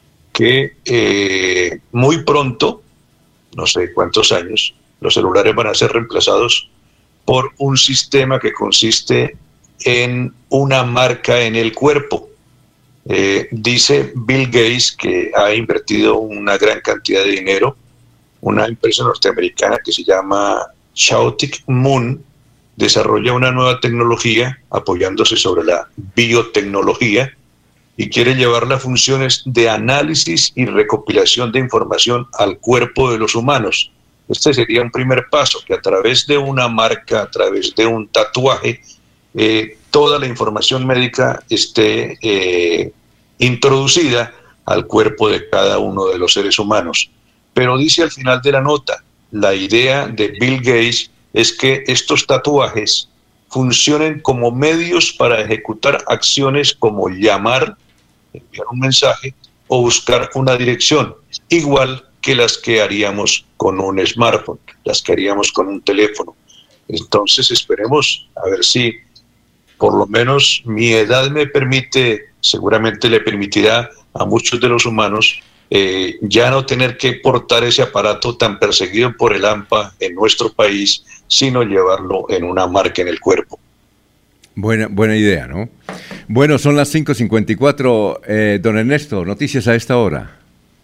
que muy pronto, no sé cuántos años, los celulares van a ser reemplazados por un sistema que consiste en una marca en el cuerpo. Dice Bill Gates que ha invertido una gran cantidad de dinero, una empresa norteamericana que se llama Chaotic Moon, desarrolla una nueva tecnología apoyándose sobre la biotecnología y quiere llevar las funciones de análisis y recopilación de información al cuerpo de los humanos. Este sería un primer paso, que a través de una marca, a través de un tatuaje, toda la información médica esté introducida al cuerpo de cada uno de los seres humanos. Pero dice al final de la nota, la idea de Bill Gates es que estos tatuajes funcionen como medios para ejecutar acciones como llamar, enviar un mensaje o buscar una dirección, igual que las que haríamos con un smartphone, las que haríamos con un teléfono. Entonces esperemos a ver si por lo menos mi edad me permite, seguramente le permitirá a muchos de los humanos ya no tener que portar ese aparato tan perseguido por el AMPA en nuestro país, sino llevarlo en una marca en el cuerpo. Buena idea, ¿no? Bueno, son las 5:54. Don Ernesto, noticias a esta hora.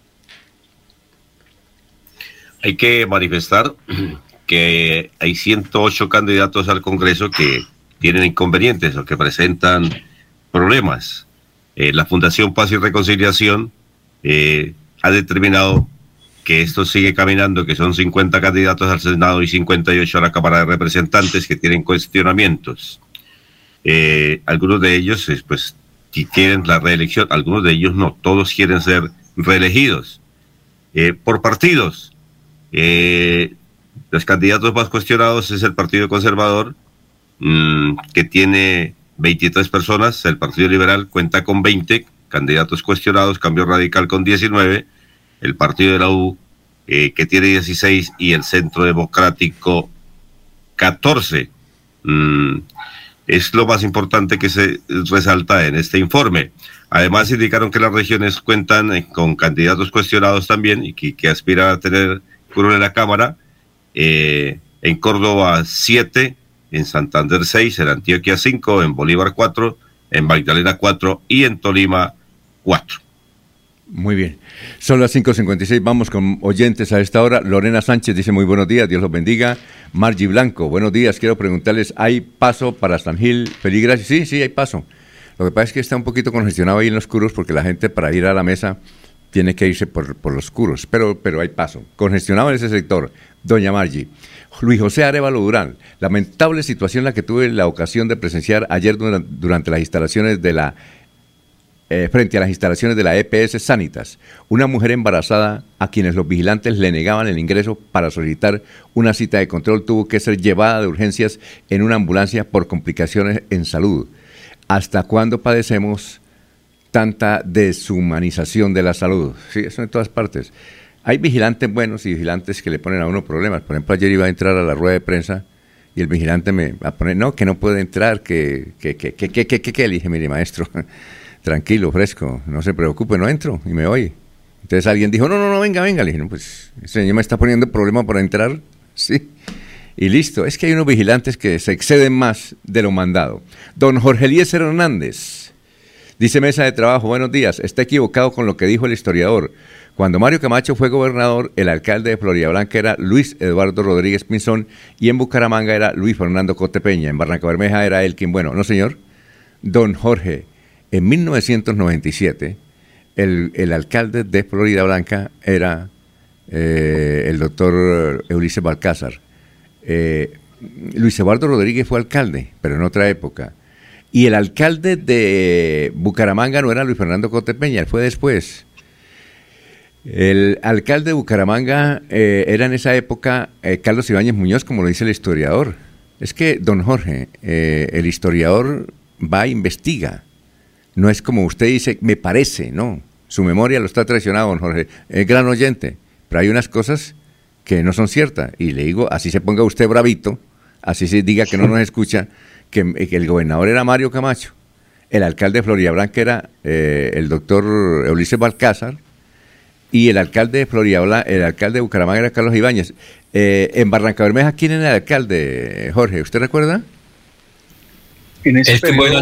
Hay que manifestar que hay 108 candidatos al Congreso que tienen inconvenientes o que presentan problemas. La Fundación Paz y Reconciliación ha determinado que esto sigue caminando, que son 50 candidatos al Senado y 58 a la Cámara de Representantes que tienen cuestionamientos. Algunos de ellos pues quieren la reelección, algunos de ellos no, todos quieren ser reelegidos por partidos. Los candidatos más cuestionados es el Partido Conservador, que tiene 23 personas, el Partido Liberal cuenta con 20 candidatos cuestionados, Cambio Radical con 19, el Partido de la U que tiene 16 y el Centro Democrático 14. Es lo más importante que se resalta en este informe. Además indicaron que las regiones cuentan con candidatos cuestionados también y que aspiran a tener curul en la Cámara. En Córdoba 7, en Santander 6, en Antioquia 5, en Bolívar 4, en Magdalena 4 y en Tolima 4. Muy bien. Son las 5:56. Vamos con oyentes a esta hora. Lorena Sánchez dice muy buenos días, Dios los bendiga. Margie Blanco, buenos días. Quiero preguntarles, ¿hay paso para San Gil? Feligracias. Sí, hay paso. Lo que pasa es que está un poquito congestionado ahí en los curos porque la gente para ir a la mesa tiene que irse por los curos, pero hay paso. Congestionado en ese sector. Doña Margie. Luis José Arévalo Durán, lamentable situación la que tuve la ocasión de presenciar ayer durante las instalaciones de la frente a las instalaciones de la EPS Sanitas, una mujer embarazada a quienes los vigilantes le negaban el ingreso para solicitar una cita de control tuvo que ser llevada de urgencias en una ambulancia por complicaciones en salud. ¿Hasta cuándo padecemos tanta deshumanización de la salud? Sí, eso en todas partes. Hay vigilantes buenos y vigilantes que le ponen a uno problemas. Por ejemplo, ayer iba a entrar a la rueda de prensa y el vigilante me va a poner, no, que no puede entrar, que le dije, mire, maestro, tranquilo, fresco, no se preocupe, no entro, y me voy. Entonces alguien dijo, no, venga, le dije, no, pues, el señor me está poniendo problema para entrar, sí, y listo. Es que hay unos vigilantes que se exceden más de lo mandado. Don Jorge Eliezer Hernández, dice Mesa de Trabajo, buenos días, está equivocado con lo que dijo el historiador. Cuando Mario Camacho fue gobernador, el alcalde de Floridablanca era Luis Eduardo Rodríguez Pinzón y en Bucaramanga era Luis Fernando Cote Peña, en Barrancabermeja era Elkin Bueno. No, señor. Don Jorge, en 1997, el alcalde de Floridablanca era el doctor Ulises Balcázar. Luis Eduardo Rodríguez fue alcalde, pero en otra época. Y el alcalde de Bucaramanga no era Luis Fernando Cote Peña, él fue después. El alcalde de Bucaramanga era en esa época Carlos Ibáñez Muñoz, como lo dice el historiador. Es que, don Jorge, el historiador va e investiga. No es como usted dice, me parece, no. Su memoria lo está traicionado, don Jorge. Es gran oyente, pero hay unas cosas que no son ciertas. Y le digo, así se ponga usted bravito, así se diga que no nos escucha, que el gobernador era Mario Camacho, el alcalde de Floridablanca era el doctor Ulises Balcázar, y el alcalde de Bucaramanga era Carlos Ibáñez. En Barrancabermeja, ¿quién era el alcalde, Jorge? ¿Usted recuerda? En ese periodo,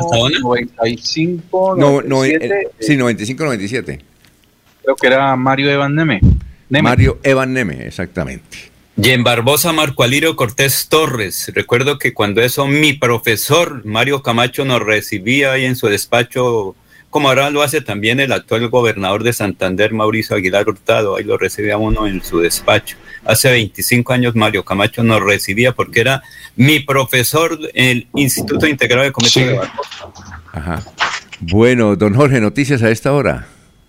95, 97. Sí, 95-97. Creo que era Mario Evan Neme. Mario Evan Neme, exactamente. Y en Barbosa, Marco Alirio Cortés Torres. Recuerdo que cuando eso mi profesor Mario Camacho nos recibía ahí en su despacho, como ahora lo hace también el actual gobernador de Santander, Mauricio Aguilar Hurtado, ahí lo recibía uno en su despacho. Hace 25 años Mario Camacho nos recibía porque era mi profesor en el Instituto Integrado de Comercio de Barbosa. Ajá. Bueno, don Jorge, noticias a esta hora.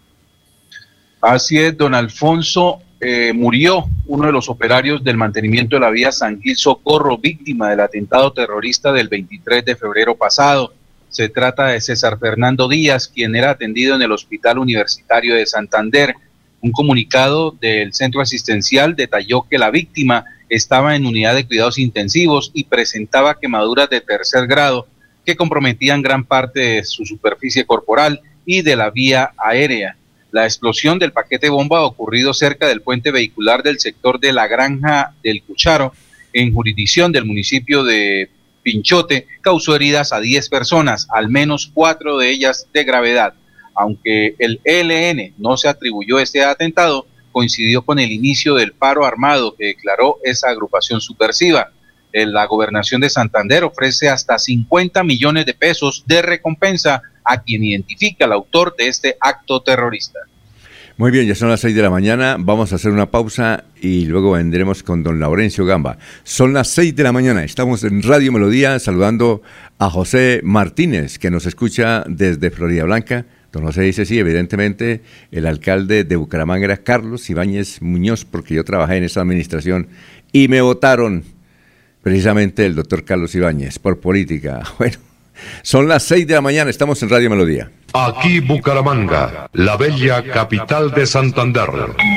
Así es, don Alfonso. Murió uno de los operarios del mantenimiento de la vía San Gil Socorro, víctima del atentado terrorista del 23 de febrero pasado. Se trata de César Fernando Díaz, quien era atendido en el Hospital Universitario de Santander. Un comunicado del centro asistencial detalló que la víctima estaba en unidad de cuidados intensivos y presentaba quemaduras de tercer grado que comprometían gran parte de su superficie corporal y de la vía aérea. La explosión del paquete bomba ocurrido cerca del puente vehicular del sector de la Granja del Cucharo, en jurisdicción del municipio de Pinchote, causó heridas a 10 personas, al menos 4 de ellas de gravedad. Aunque el ELN no se atribuyó este atentado, coincidió con el inicio del paro armado que declaró esa agrupación subversiva. La gobernación de Santander ofrece hasta 50 millones de pesos de recompensa a quien identifica al autor de este acto terrorista. Muy bien, ya son las 6 de la mañana, vamos a hacer una pausa y luego vendremos con don Laurencio Gamba. Son las 6 de la mañana, estamos en Radio Melodía saludando a José Martínez, que nos escucha desde Floridablanca. Don José dice, sí, evidentemente el alcalde de Bucaramanga era Carlos Ibáñez Muñoz, porque yo trabajé en esa administración y me votaron precisamente el doctor Carlos Ibáñez por política. Bueno, son las 6 de la mañana, estamos en Radio Melodía. Aquí Bucaramanga, la bella capital de Santander.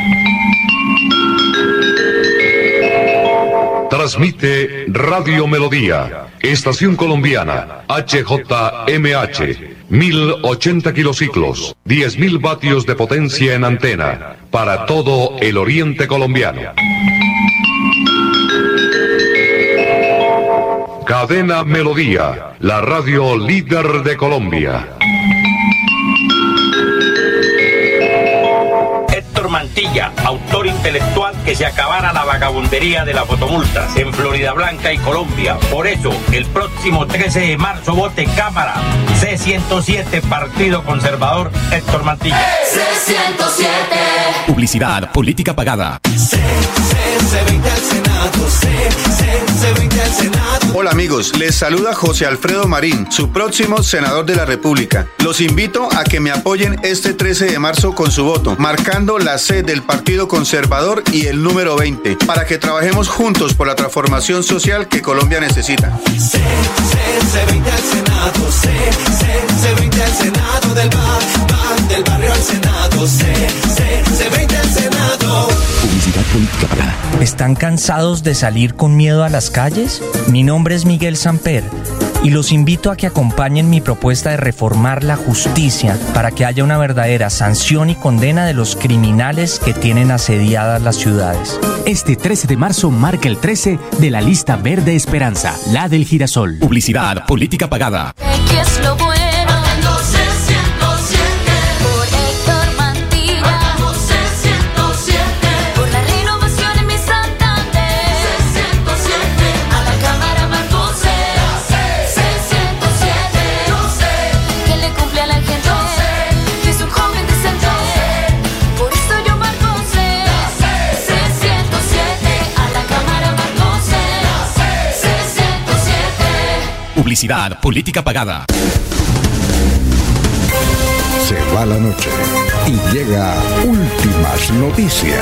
Transmite Radio Melodía, estación colombiana, HJMH, 1080 kilociclos, 10.000 vatios de potencia en antena, para todo el oriente colombiano. Cadena Melodía, la radio líder de Colombia. Héctor Mantilla, autor intelectual que se acabara la vagabundería de las fotomultas en Floridablanca y Colombia. Por eso, el próximo 13 de marzo vote Cámara C107, Partido Conservador, Héctor Mantilla. C107. Publicidad, política pagada. C20 al Senado, C20 al Senado. Hola amigos, les saluda José Alfredo Marín, su próximo senador de la República. Los invito a que me apoyen este 13 de marzo con su voto, marcando la C del Partido Conservador y el número 20, para que trabajemos juntos por la transformación social que Colombia necesita. C20 al Senado, C20 al Senado, del barrio al Senado, C20 al Senado. Publicidad política pagada. ¿Están cansados de salir con miedo a las calles? Mi nombre es Miguel Samper y los invito a que acompañen mi propuesta de reformar la justicia para que haya una verdadera sanción y condena de los criminales que tienen asediadas las ciudades. Este 13 de marzo marca el 13 de la lista verde Esperanza, la del girasol. Publicidad, política pagada. ¿Qué es lo bueno? Por Héctor Mantilla. Por la renovación en mi Santander. A la Cámara Marco C107. Que le cumple a la gente. Que es un joven decente. Por eso yo marco C107. A la Cámara Marco C107. Publicidad, política pagada. Se va la noche y llega Últimas Noticias.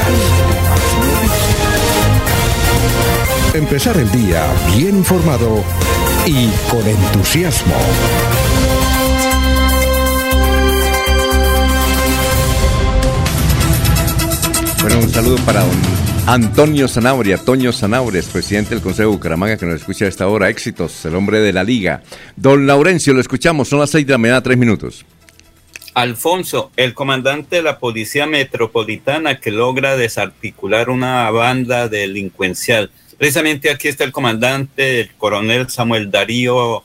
Empezar el día bien informado y con entusiasmo. Bueno, un saludo para don Antonio Zanabria, Toño Zanabres, presidente del Consejo de Bucaramanga, que nos escucha a esta hora. Éxitos, el hombre de la liga. Don Laurencio, lo escuchamos, son las 6 de la mañana, 3 minutos. Alfonso, el comandante de la Policía Metropolitana que logra desarticular una banda delincuencial. Precisamente aquí está el comandante, el coronel Samuel Darío,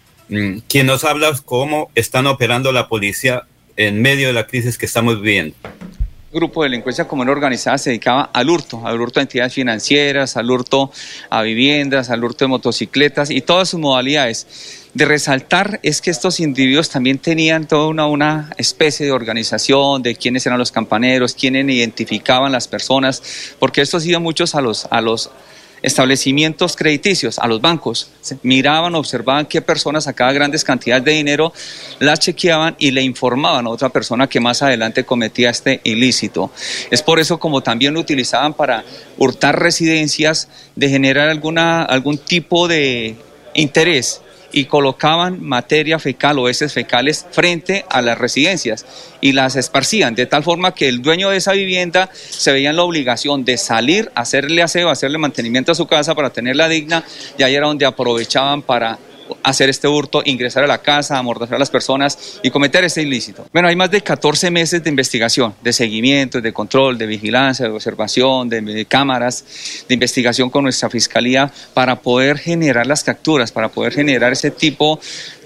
quien nos habla cómo están operando la policía en medio de la crisis que estamos viviendo. Grupo de delincuencia común organizada se dedicaba al hurto a entidades financieras, al hurto a viviendas, al hurto de motocicletas y todas sus modalidades. De resaltar es que estos individuos también tenían toda una especie de organización de quiénes eran los campaneros, quiénes identificaban las personas, porque estos iban muchos a los establecimientos crediticios, a los bancos, miraban, observaban qué personas sacaban grandes cantidades de dinero, las chequeaban y le informaban a otra persona que más adelante cometía este ilícito. Es por eso como también lo utilizaban para hurtar residencias, de generar algún tipo de interés, y colocaban materia fecal o heces fecales frente a las residencias y las esparcían, de tal forma que el dueño de esa vivienda se veía en la obligación de salir, hacerle aseo, hacerle mantenimiento a su casa para tenerla digna, y ahí era donde aprovechaban para hacer este hurto, ingresar a la casa, amordazar a las personas y cometer este ilícito. Bueno, hay más de 14 meses de investigación, de seguimiento, de control, de vigilancia, de observación, de cámaras, de investigación con nuestra fiscalía para poder generar las capturas, para poder generar ese tipo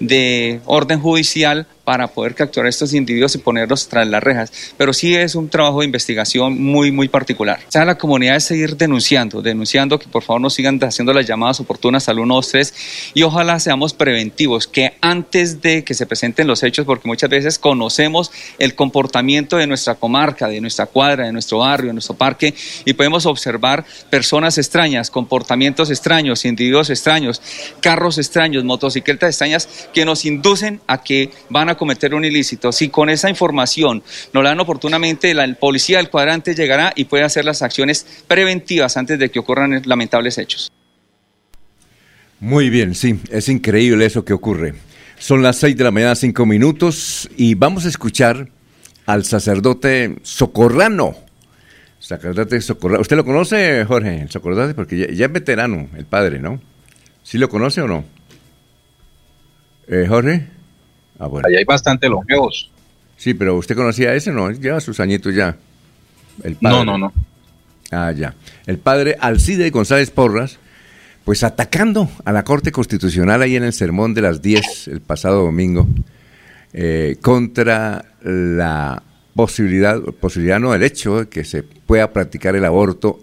de orden judicial para poder capturar a estos individuos y ponerlos tras las rejas. Pero sí es un trabajo de investigación muy, muy particular. O sea, la comunidad es seguir denunciando que por favor nos sigan haciendo las llamadas oportunas al 123 y ojalá seamos preventivos, que antes de que se presenten los hechos, porque muchas veces conocemos el comportamiento de nuestra comarca, de nuestra cuadra, de nuestro barrio, de nuestro parque, y podemos observar personas extrañas, comportamientos extraños, individuos extraños, carros extraños, motocicletas extrañas que nos inducen a que van a cometer un ilícito. Si con esa información nos la dan oportunamente, el policía del cuadrante llegará y puede hacer las acciones preventivas antes de que ocurran lamentables hechos. Muy bien, sí, es increíble eso que ocurre. Son las 6 de la mañana, 5 minutos, y vamos a escuchar al sacerdote Socorrano. Sacerdote Socorrano. ¿Usted lo conoce, Jorge, el sacerdote? Porque ya es veterano, el padre, ¿no? ¿Sí lo conoce o no? Jorge. Ah, bueno. Allá hay bastante longevos. Sí, pero ¿usted conocía a ese? No, lleva sus añitos ya. El padre. No. Ah, ya. El padre Alcide González Porras, pues atacando a la Corte Constitucional ahí en el sermón de las 10 el pasado domingo, contra la posibilidad no, el hecho de que se pueda practicar el aborto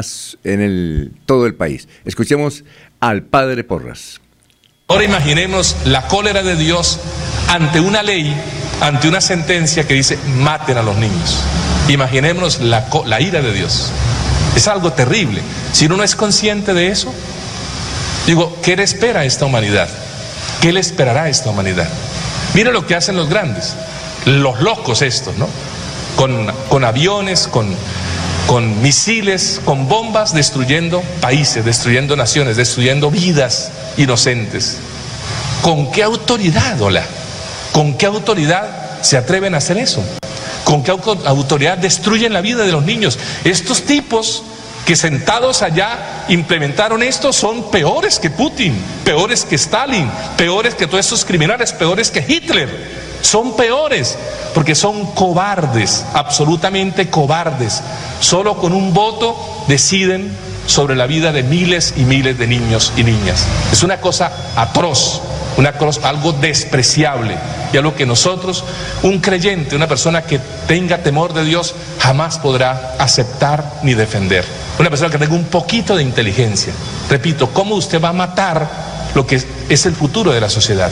en todo el país. Escuchemos al padre Porras. Ahora imaginemos la cólera de Dios ante una ley, ante una sentencia que dice maten a los niños. Imaginémonos la ira de Dios. Es algo terrible. Si uno no es consciente de eso, digo, ¿qué le espera a esta humanidad? ¿Qué le esperará a esta humanidad? Mire lo que hacen los grandes, los locos estos, ¿no? Con aviones, con misiles, con bombas, destruyendo países, destruyendo naciones, destruyendo vidas inocentes. ¿Con qué autoridad, ¿Con qué autoridad se atreven a hacer eso? ¿Con qué autoridad destruyen la vida de los niños? Estos tipos que sentados allá implementaron esto son peores que Putin, peores que Stalin, peores que todos estos criminales, peores que Hitler. Son peores porque son cobardes, absolutamente cobardes. Solo con un voto deciden sobre la vida de miles y miles de niños y niñas. Es una cosa atroz, algo despreciable, y algo que nosotros, un creyente, una persona que tenga temor de Dios, jamás podrá aceptar ni defender. Una persona que tenga un poquito de inteligencia. Repito, ¿cómo usted va a matar lo que es el futuro de la sociedad?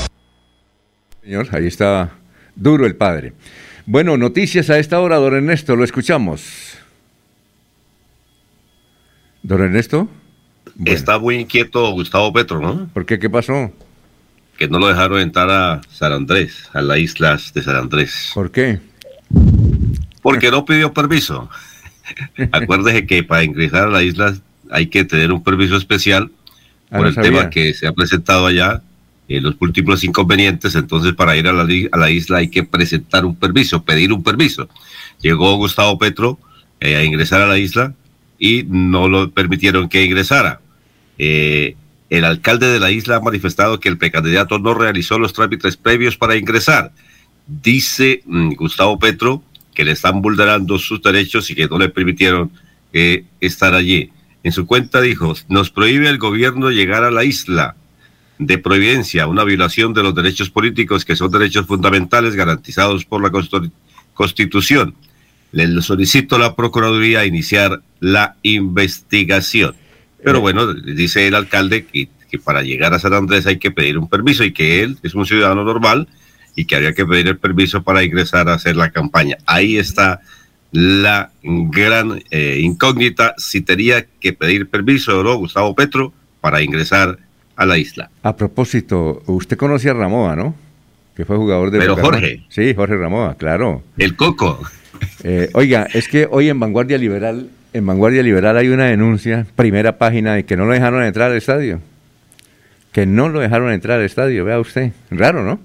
Señor, ahí está duro el padre. Bueno, noticias a esta hora, don Ernesto, lo escuchamos. ¿Don Ernesto? Bueno. Está muy inquieto Gustavo Petro, ¿no? ¿Por qué? ¿Qué pasó? que no lo dejaron entrar a San Andrés, a las islas de San Andrés. ¿Por qué? Porque no pidió permiso. Acuérdese que para ingresar a la isla hay que tener un permiso especial por el tema que se ha presentado allá, los múltiples inconvenientes. Entonces, para ir a la isla hay que presentar un permiso, pedir un permiso. Llegó Gustavo Petro a ingresar a la isla y no lo permitieron que ingresara. El alcalde de la isla ha manifestado que el precandidato no realizó los trámites previos para ingresar. Dice Gustavo Petro que le están vulnerando sus derechos y que no le permitieron estar allí. En su cuenta dijo: nos prohíbe el gobierno llegar a la isla de Providencia, una violación de los derechos políticos que son derechos fundamentales garantizados por la Constitución. Le solicito a la Procuraduría iniciar la investigación. Pero bueno, dice el alcalde que para llegar a San Andrés hay que pedir un permiso y que él es un ciudadano normal y que habría que pedir el permiso para ingresar a hacer la campaña. Ahí está la gran incógnita, si tenía que pedir permiso o no Gustavo Petro para ingresar a la isla. A propósito, usted conoce a Ramoa, ¿no? Que fue jugador de... Pero Bucaramanga. Jorge. Sí, Jorge Ramoa, claro. El Coco. Oiga, es que hoy en Vanguardia Liberal hay una denuncia, primera página, de que no lo dejaron entrar al estadio. Que no lo dejaron entrar al estadio, vea usted. Raro, ¿no?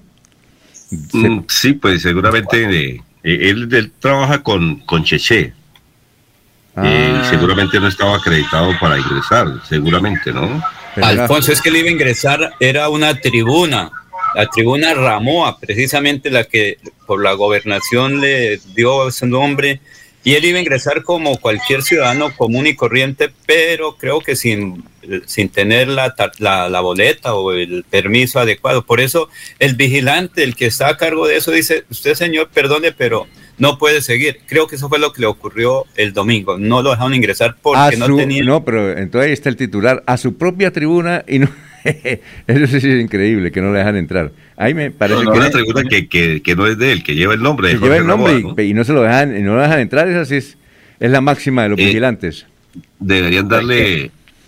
Sí, pues seguramente él trabaja con Cheche. Y seguramente no estaba acreditado para ingresar, seguramente, ¿no? Alfonso, es que él iba a ingresar, era una tribuna, la tribuna Ramoa, precisamente la que por la gobernación le dio ese nombre, y él iba a ingresar como cualquier ciudadano común y corriente, pero creo que sin tener la boleta o el permiso adecuado. Por eso el vigilante, el que está a cargo de eso, dice: usted, señor, perdone, pero no puede seguir. Creo que eso fue lo que le ocurrió el domingo. No lo dejaron ingresar porque no tenía... No, pero entonces ahí está el titular, a su propia tribuna, y no... Eso sí es increíble, que no le dejan entrar. Ahí me parece una tribuna que no es de él, que lleva el nombre. Que lleva el nombre y no se lo dejan, y no lo dejan entrar. Esa sí es la máxima de los vigilantes. Deberían darle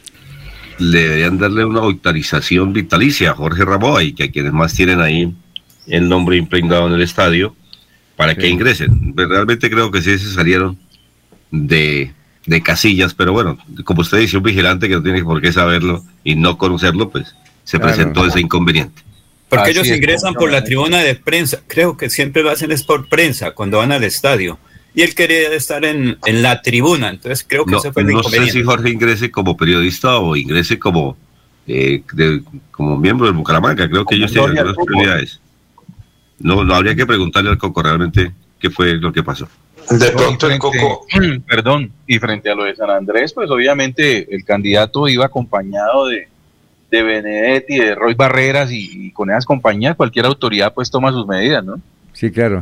una autorización vitalicia a Jorge Ramoa y que a quienes más tienen ahí el nombre impregnado en el estadio para que ingresen. Realmente creo que sí se salieron de casillas, pero bueno, como usted dice, un vigilante que no tiene por qué saberlo y no conocerlo, pues se presentó ese inconveniente. Porque ellos ingresan por la tribuna de prensa. Creo que siempre lo hacen es por prensa cuando van al estadio. Y él quería estar en la tribuna, entonces creo que ese fue el inconveniente. No sé si Jorge ingrese como periodista o ingrese como miembro del Bucaramanga. Creo que ellos tienen algunas prioridades. No habría que preguntarle al Coco realmente qué fue lo que pasó. De pronto el Coco... Perdón, y frente a lo de San Andrés, pues obviamente el candidato iba acompañado de Benedetti, de Roy Barreras, y con esas compañías cualquier autoridad pues toma sus medidas, ¿no? Sí, claro.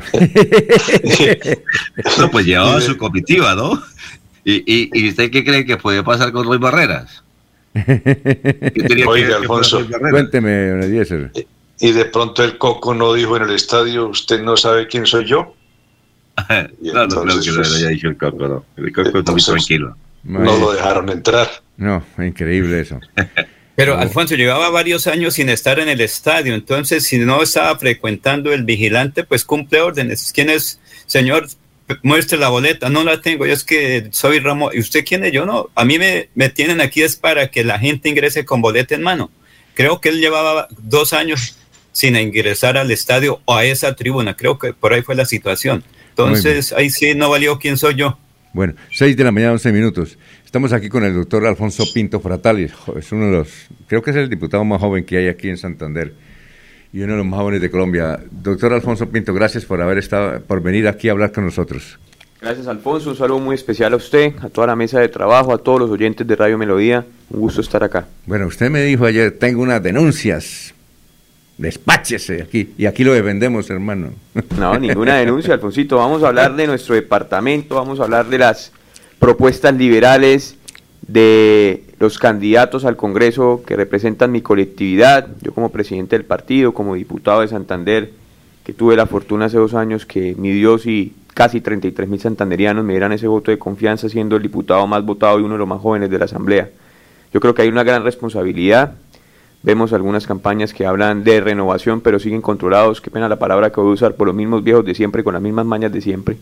No, pues llevaba su comitiva, ¿no? ¿Y usted qué cree que puede pasar con Roy Barreras? Oiga, Alfonso, cuénteme, don Eliezer. Y de pronto el Coco no dijo en el estadio: ¿usted no sabe quién soy yo? No creo que lo haya dicho el Coco, no. El Coco está muy tranquilo. No lo dejaron entrar. No, increíble eso. Pero Alfonso llevaba varios años sin estar en el estadio, entonces si no estaba frecuentando el vigilante, pues cumple órdenes. ¿Quién es, señor? Muestre la boleta. No la tengo, yo es que soy Ramón. ¿Y usted quién es? Yo no. A mí me tienen aquí es para que la gente ingrese con boleta en mano. Creo que él llevaba 2 años sin ingresar al estadio o a esa tribuna. Creo que por ahí fue la situación. Entonces ahí sí no valió quién soy yo. Bueno, 6 de la mañana, 11 minutos. Estamos aquí con el doctor Alfonso Pinto Fratali. Es uno de los, creo que es el diputado más joven que hay aquí en Santander y uno de los más jóvenes de Colombia. Doctor Alfonso Pinto, gracias por venir aquí a hablar con nosotros. Gracias, Alfonso. Un saludo muy especial a usted, a toda la mesa de trabajo, a todos los oyentes de Radio Melodía. Un gusto estar acá. Bueno, usted me dijo ayer, tengo unas denuncias. Despáchese aquí, y aquí lo defendemos, hermano. No, ninguna denuncia, Alfonsito. Vamos a hablar de nuestro departamento, vamos a hablar de las propuestas liberales, de los candidatos al Congreso que representan mi colectividad. Yo como presidente del partido, como diputado de Santander, que tuve la fortuna hace 2 años que mi Dios y casi 33.000 santanderianos me dieran ese voto de confianza, siendo el diputado más votado y uno de los más jóvenes de la Asamblea. Yo creo que hay una gran responsabilidad Vemos algunas campañas que hablan de renovación, pero siguen controlados, qué pena la palabra que voy a usar, por los mismos viejos de siempre, con las mismas mañas de siempre.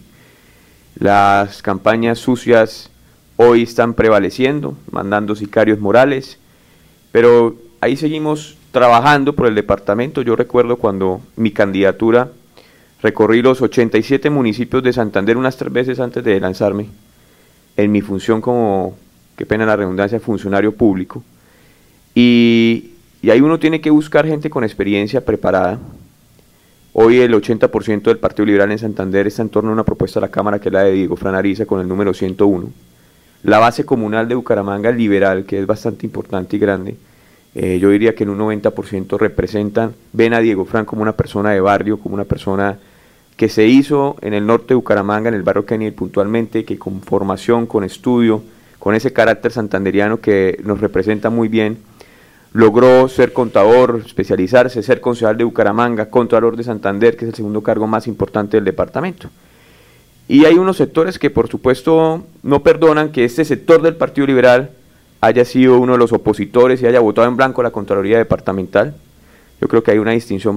Las campañas sucias hoy están prevaleciendo, mandando sicarios morales, pero ahí seguimos trabajando por el departamento. Yo recuerdo cuando mi candidatura, recorrí los 87 municipios de Santander unas 3 veces antes de lanzarme, en mi función como, qué pena la redundancia, funcionario público, y ahí uno tiene que buscar gente con experiencia preparada. Hoy el 80% del Partido Liberal en Santander está en torno a una propuesta de la Cámara, que es la de Diego Fran Ariza, con el número 101. La base comunal de Bucaramanga liberal, que es bastante importante y grande, yo diría que en un 90% ven a Diego Fran como una persona de barrio, como una persona que se hizo en el norte de Bucaramanga, en el barrio Kennedy puntualmente, que con formación, con estudio, con ese carácter santanderiano que nos representa muy bien, logró ser contador, especializarse, ser concejal de Bucaramanga, contralor de Santander, que es el segundo cargo más importante del departamento. Y hay unos sectores que por supuesto no perdonan que este sector del Partido Liberal haya sido uno de los opositores y haya votado en blanco la Contraloría Departamental. Yo creo que hay una distinción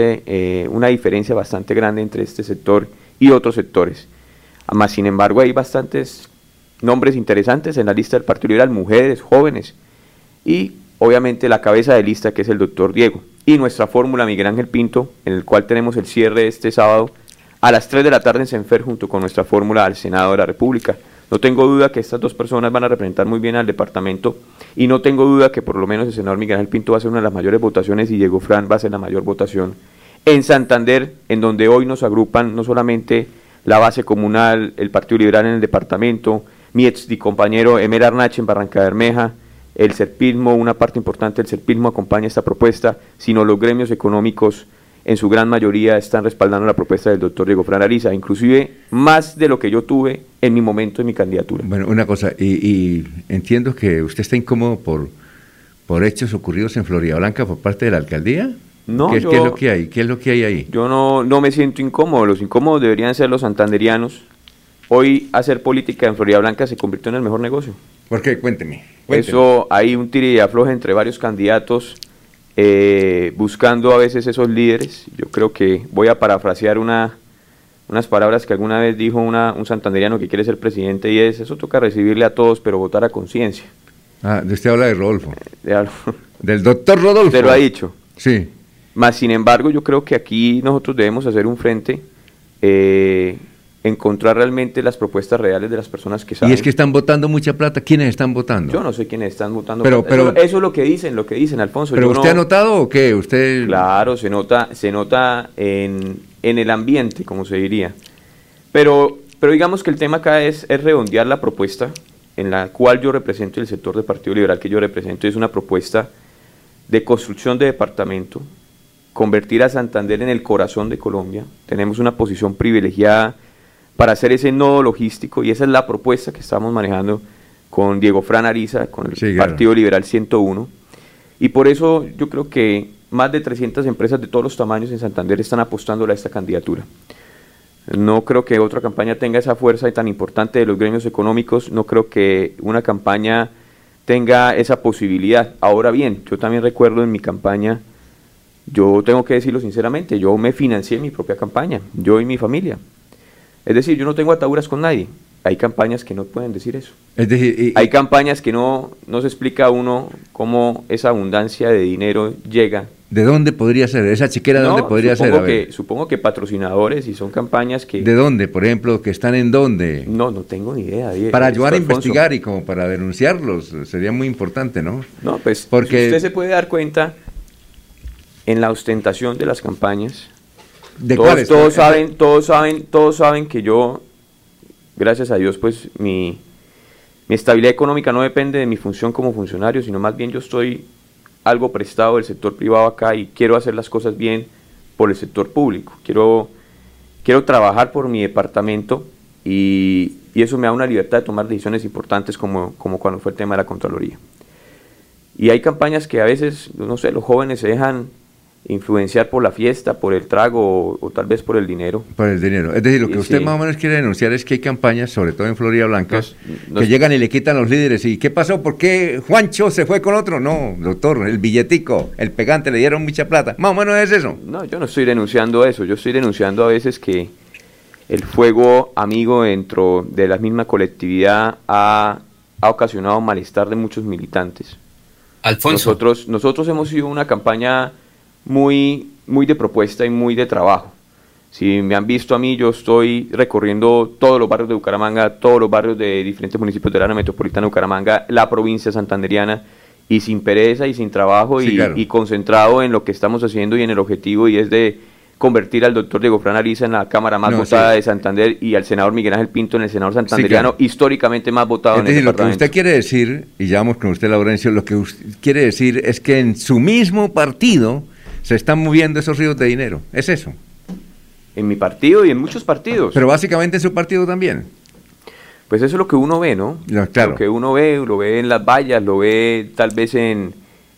una diferencia bastante grande entre este sector y otros sectores. Además, sin embargo, hay bastantes nombres interesantes en la lista del Partido Liberal, mujeres, jóvenes, y obviamente la cabeza de lista, que es el doctor Diego, y nuestra fórmula Miguel Ángel Pinto, en el cual tenemos el cierre este sábado a las 3 de la tarde en Senfer, junto con nuestra fórmula al Senado de la República. No tengo duda que estas dos personas van a representar muy bien al departamento, y no tengo duda que por lo menos el senador Miguel Ángel Pinto va a ser una de las mayores votaciones, y Diego Fran va a ser la mayor votación en Santander, en donde hoy nos agrupan no solamente la base comunal, el Partido Liberal en el departamento, mi ex compañero Emer Arnache en Barranca Bermeja, el serpismo, una parte importante del serpismo acompaña esta propuesta, sino los gremios económicos en su gran mayoría están respaldando la propuesta del doctor Diego Fran Ariza, inclusive más de lo que yo tuve en mi momento de mi candidatura. Bueno, una cosa, y entiendo que usted está incómodo por hechos ocurridos en Floridablanca por parte de la alcaldía. No, ¿Qué es lo que hay? ¿Qué es lo que hay ahí? Yo no me siento incómodo, los incómodos deberían ser los santanderianos. Hoy hacer política en Floridablanca se convirtió en el mejor negocio. ¿Por qué? Cuénteme. Eso, hay un tire y afloje entre varios candidatos, buscando a veces esos líderes. Yo creo que voy a parafrasear unas palabras que alguna vez dijo un santanderiano que quiere ser presidente, y eso toca recibirle a todos, pero votar a conciencia. Ah, usted habla de Rodolfo. Del doctor Rodolfo. Te lo ha dicho. Sí. Más sin embargo, yo creo que aquí nosotros debemos hacer un frente, encontrar realmente las propuestas reales de las personas que saben. Y es que están votando mucha plata. ¿Quiénes están votando? Yo no sé quiénes están votando. Pero eso es lo que dicen, Alfonso. ¿Pero usted ha notado o qué? Usted. Claro, se nota en el ambiente, como se diría. Pero digamos que el tema acá es redondear la propuesta en la cual yo represento, el sector del Partido Liberal que yo represento, es una propuesta de construcción de departamento, convertir a Santander en el corazón de Colombia. Tenemos una posición privilegiada para hacer ese nodo logístico, y esa es la propuesta que estamos manejando con Diego Fran Ariza, con el Partido Liberal 101, y por eso yo creo que más de 300 empresas de todos los tamaños en Santander están apostándole a esta candidatura. No creo que otra campaña tenga esa fuerza tan importante de los gremios económicos, no creo que una campaña tenga esa posibilidad. Ahora bien, yo también recuerdo en mi campaña, yo tengo que decirlo sinceramente, yo me financié mi propia campaña, yo y mi familia. Es decir, yo no tengo ataduras con nadie. Hay campañas que no pueden decir eso. Es decir, hay campañas que no se explica a uno cómo esa abundancia de dinero llega. ¿De dónde podría ser? ¿Esa chequera de dónde podría ser? Supongo que patrocinadores, y son campañas que... ¿De dónde, por ejemplo? ¿Que están en dónde? No tengo ni idea. Para ayudar a investigar y como para denunciarlos, sería muy importante, ¿no? No, pues porque usted se puede dar cuenta en la ostentación de las campañas. Todos saben que yo, gracias a Dios, pues mi estabilidad económica no depende de mi función como funcionario, sino más bien yo estoy algo prestado del sector privado acá, y quiero hacer las cosas bien por el sector público. Quiero trabajar por mi departamento, y eso me da una libertad de tomar decisiones importantes como cuando fue el tema de la Contraloría. Y hay campañas que a veces, no sé, los jóvenes se dejan influenciar por la fiesta, por el trago o tal vez por el dinero. Por el dinero. Es decir, lo que usted Sí. más o menos quiere denunciar es que hay campañas, sobre todo en Florida Blanca, que llegan y le quitan los líderes. ¿Y qué pasó? ¿Por qué Juancho se fue con otro? No, doctor, el billetico, el pegante, le dieron mucha plata. Más o menos es eso. No, yo no estoy denunciando eso. Yo estoy denunciando a veces que el fuego amigo dentro de la misma colectividad ha ocasionado malestar de muchos militantes. Alfonso. Nosotros hemos sido una campaña muy de propuesta y muy de trabajo. Si me han visto a mí, yo estoy recorriendo todos los barrios de Bucaramanga, todos los barrios de diferentes municipios del área metropolitana de Bucaramanga, la provincia santanderiana, y sin pereza y sin trabajo, Sí, claro. y concentrado en lo que estamos haciendo y en el objetivo, y es de convertir al doctor Diego Fran Ariza en la Cámara más votada de Santander y al senador Miguel Ángel Pinto en el senador santanderiano, claro. históricamente más votado Es en el decir, lo que departamento. usted quiere decir, y ya vamos con usted, Laurencio, lo que usted quiere decir es que en su mismo partido se están moviendo esos ríos de dinero. ¿Es eso? En mi partido y en muchos partidos. Pero básicamente en su partido también. Pues eso es lo que uno ve, ¿no? Claro. Lo que uno ve, lo ve en las vallas, lo ve tal vez en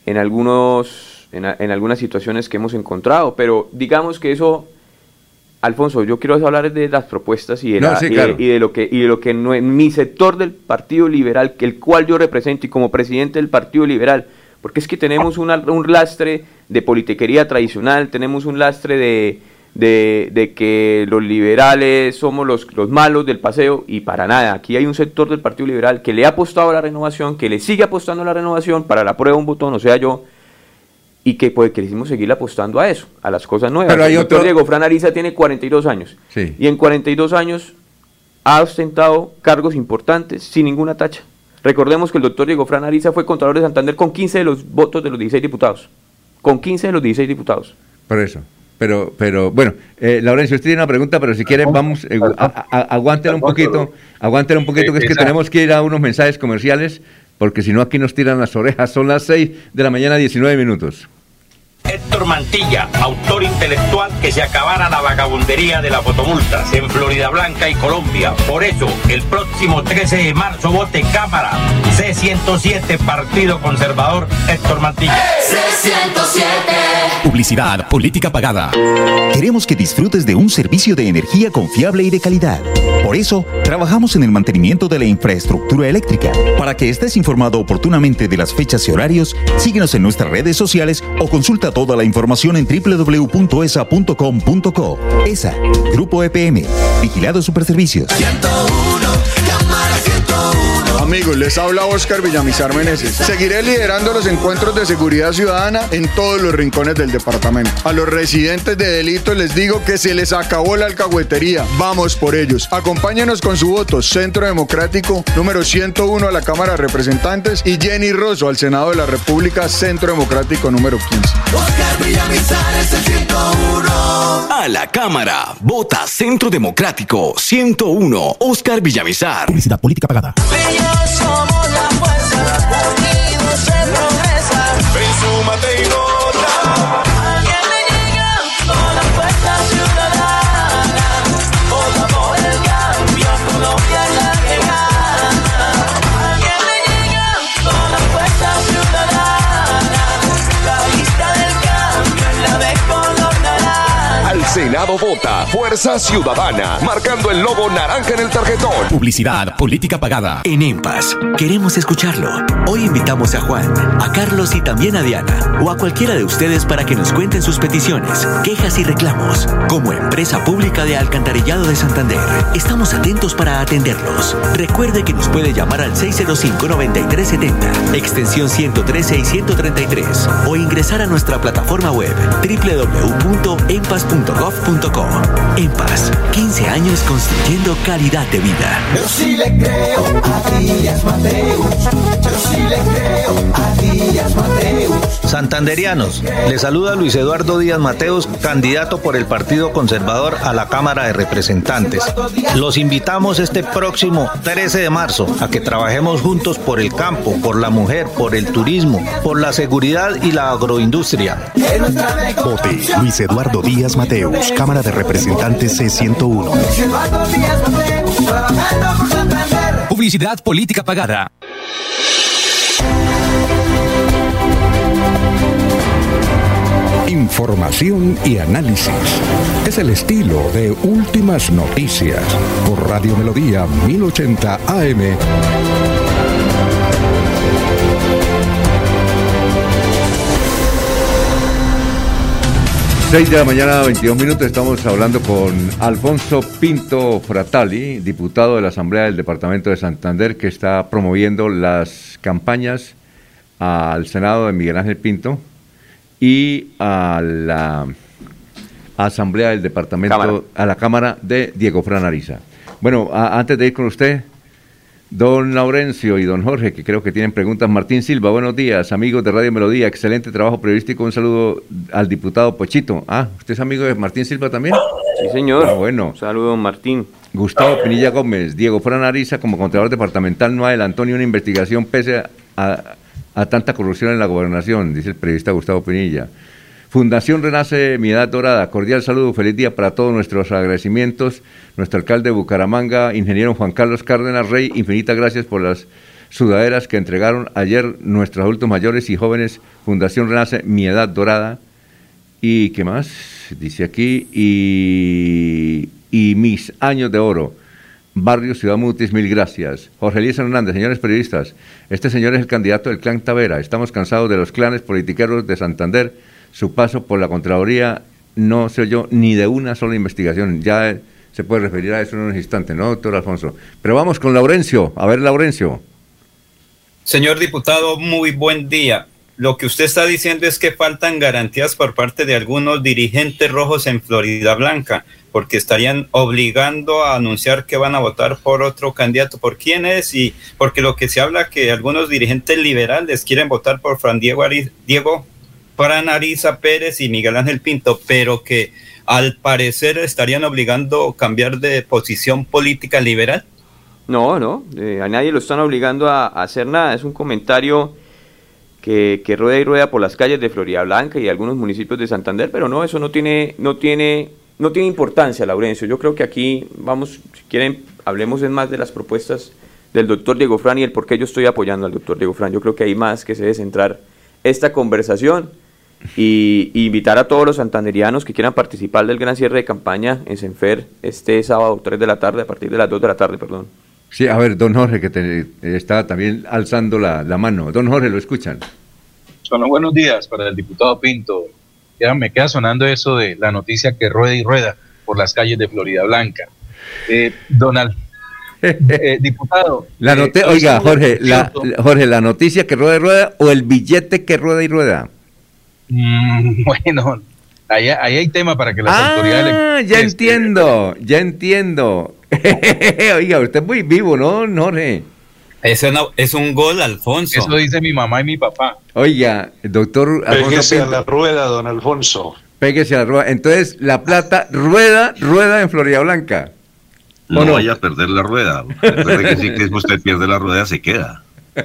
algunas situaciones que hemos encontrado, pero digamos que eso, Alfonso, yo quiero hablar de las propuestas y de, claro. y de lo que en mi sector del Partido Liberal, el cual yo represento y como presidente del Partido Liberal, porque es que tenemos un lastre de politiquería tradicional, tenemos un lastre de que los liberales somos los malos del paseo, y para nada. Aquí hay un sector del Partido Liberal que le ha apostado a la renovación, que le sigue apostando a la renovación, para la prueba un botón, o sea yo, y que pues quisimos seguir apostando a eso, a las cosas nuevas. Pero hay el doctor otro... Diego Fran Ariza tiene 42 años, Sí. y en 42 años ha ostentado cargos importantes sin ninguna tacha. Recordemos que el doctor Diego Fran Ariza fue Contralor de Santander con 15 de los votos de los 16 diputados. Con 15 de los 16 diputados. Por eso. Pero bueno, Laurencio, usted tiene una pregunta, pero si quiere vamos, aguántela un poquito, que es que tenemos que ir a unos mensajes comerciales, porque si no aquí nos tiran las orejas. Son las 6 de la mañana, 19 minutos. Héctor Mantilla, autor intelectual que se acabara la vagabundería de las fotomultas en Florida Blanca y Colombia. Por eso, el próximo 13 de marzo vote Cámara C107, Partido Conservador, Héctor Mantilla. C107. Publicidad, política pagada. Queremos que disfrutes de un servicio de energía confiable y de calidad. Por eso, trabajamos en el mantenimiento de la infraestructura eléctrica. Para que estés informado oportunamente de las fechas y horarios, síguenos en nuestras redes sociales o consulta toda la información en www.esa.com.co. ESA, Grupo EPM, Vigilado Superservicios. Amigos, les habla Oscar Villamizar Meneses. Seguiré liderando los encuentros de seguridad ciudadana en todos los rincones del departamento. A los residentes de delito les digo que se les acabó la alcahuetería. Vamos por ellos. Acompáñenos con su voto. Centro Democrático número 101 a la Cámara de Representantes y Jenny Rosso al Senado de la República, Centro Democrático número 15. Oscar Villamizar es el 101. A la Cámara, vota Centro Democrático 101, Oscar Villamizar. Publicidad política pagada. Somos la fuerza, unidos se progresa. Súmate y vota. Alguien le llega con la fuerza ciudadana. Vota por el cambio, Colombia es la que gana. Alguien le llega con la fuerza ciudadana. La lista del cambio es la de color naranja. Al Senado vota Fuerza Ciudadana, marcando el logo naranja en el tarjetón. Publicidad, política pagada. En EMPAS, queremos escucharlo. Hoy invitamos a Juan, a Carlos y también a Diana, o a cualquiera de ustedes para que nos cuenten sus peticiones, quejas y reclamos. Como empresa pública de Alcantarillado de Santander, estamos atentos para atenderlos. Recuerde que nos puede llamar al 605-9370, extensión 113 y 133, o ingresar a nuestra plataforma web www.empas.gov.co. EMPAS, 15 años construyendo calidad de vida. Yo sí le creo a Díaz Mateus. Yo sí le creo a Díaz Mateus. Santanderianos, les saluda Luis Eduardo Díaz Mateus, candidato por el Partido Conservador a la Cámara de Representantes. Los invitamos este próximo 13 de marzo a que trabajemos juntos por el campo, por la mujer, por el turismo, por la seguridad y la agroindustria. Vote Luis Eduardo Díaz Mateus, Cámara de Representantes C101. Publicidad política pagada. Información y análisis. Es el estilo de Últimas Noticias por Radio Melodía 1080 AM. 6 de la mañana, 22 minutos, estamos hablando con Alfonso Pinto Fratali, diputado de la Asamblea del Departamento de Santander, que está promoviendo las campañas al Senado de Miguel Ángel Pinto y a la Asamblea del Departamento, a la Cámara de Diego Fran Ariza. Bueno, antes de ir con usted, don Laurencio y don Jorge, que creo que tienen preguntas. Martín Silva, buenos días, amigos de Radio Melodía, excelente trabajo periodístico, un saludo al diputado Pochito. ¿Usted es amigo de Martín Silva también? Sí, señor. Bueno. Un saludo, Martín. Gustavo Pinilla Gómez, Diego Fran Ariza, como contralor departamental, no adelantó ni una investigación pese a tanta corrupción en la gobernación, dice el periodista Gustavo Pinilla. Fundación Renace Mi Edad Dorada, cordial saludo, feliz día para todos, nuestros agradecimientos. Nuestro alcalde de Bucaramanga, ingeniero Juan Carlos Cárdenas Rey, infinitas gracias por las sudaderas que entregaron ayer nuestros adultos mayores y jóvenes. Fundación Renace Mi Edad Dorada. ¿Y qué más? Dice aquí, y mis años de oro. Barrio Ciudad Mutis, mil gracias. Jorge Elías Hernández, señores periodistas, este señor es el candidato del clan Tavera. Estamos cansados de los clanes politiqueros de Santander. Su paso por la Contraloría no se oyó ni de una sola investigación. Ya se puede referir a eso en unos instantes, ¿no, doctor Alfonso? Pero vamos con Laurencio. A ver, Laurencio. Señor diputado, muy buen día. Lo que usted está diciendo es que faltan garantías por parte de algunos dirigentes rojos en Florida Blanca, porque estarían obligando a anunciar que van a votar por otro candidato. ¿Por quién es? Y porque lo que se habla que algunos dirigentes liberales quieren votar por Diego Fran Ariza Pérez y Miguel Ángel Pinto, pero que al parecer estarían obligando a cambiar de posición política liberal. No, a nadie lo están obligando a hacer nada. Es un comentario que rueda y rueda por las calles de Florida Blanca y algunos municipios de Santander, pero no, eso no tiene importancia, Laurencio. Yo creo que aquí vamos, si quieren, hablemos más de las propuestas del doctor Diego Fran y el por qué yo estoy apoyando al doctor Diego Fran. Yo creo que hay más que se debe centrar esta conversación y invitar a todos los santanderianos que quieran participar del gran cierre de campaña en Senfer este sábado 3 de la tarde, a partir de las 2 de la tarde, perdón. Sí, a ver, don Jorge, que te está también alzando la mano. Don Jorge, ¿lo escuchan? Bueno, buenos días para el diputado Pinto. Ya me queda sonando eso de la noticia que rueda y rueda por las calles de Florida Blanca. Diputado. Oiga, Jorge, la noticia que rueda y rueda o el billete que rueda y rueda. Bueno, ahí hay tema para que las autoridades... Ya entiendo. Oiga, usted es muy vivo, ¿no, Jorge? Es un gol, Alfonso. Eso dice mi mamá y mi papá. Oiga, doctor Alfonso Péguese Pinto, a la rueda, don Alfonso. Péguese a la rueda. Entonces, la plata rueda en Florida Blanca. No vaya a perder la rueda. Recuerde que si usted pierde la rueda, se queda.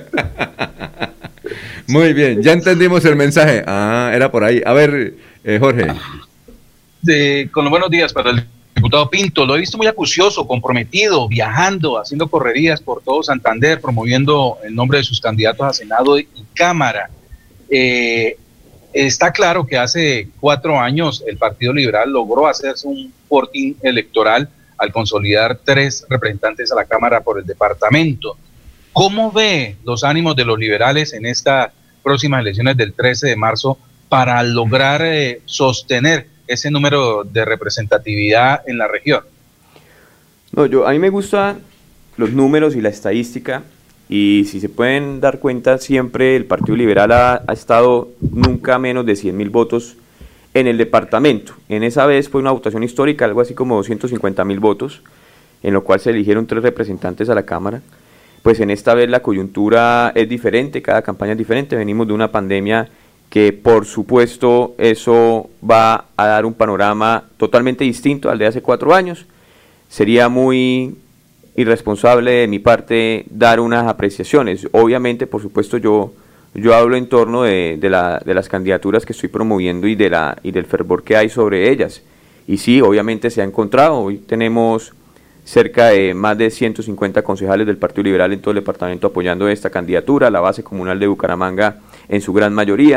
Muy bien, ya entendimos el mensaje. Era por ahí. A ver, Jorge. Con los buenos días para el diputado Pinto. Lo he visto muy acucioso, comprometido, viajando, haciendo correrías por todo Santander, promoviendo el nombre de sus candidatos a Senado y Cámara. Está claro que hace 4 años el Partido Liberal logró hacerse un fortín electoral al consolidar 3 representantes a la Cámara por el departamento. ¿Cómo ve los ánimos de los liberales en estas próximas elecciones del 13 de marzo para lograr sostener ese número de representatividad en la región? A mí me gustan los números y la estadística, y si se pueden dar cuenta, siempre el Partido Liberal ha estado nunca menos de 100.000 votos en el departamento. En esa vez fue una votación histórica, algo así como 250.000 votos, en lo cual se eligieron 3 representantes a la Cámara. Pues en esta vez la coyuntura es diferente, cada campaña es diferente, venimos de una pandemia que por supuesto eso va a dar un panorama totalmente distinto al de hace 4 años. Sería muy irresponsable de mi parte dar unas apreciaciones. Obviamente, por supuesto, yo hablo en torno de las candidaturas que estoy promoviendo y del fervor que hay sobre ellas. Y sí, obviamente se ha encontrado. Hoy tenemos cerca de más de 150 concejales del Partido Liberal en todo el departamento apoyando esta candidatura, la base comunal de Bucaramanga en su gran mayoría.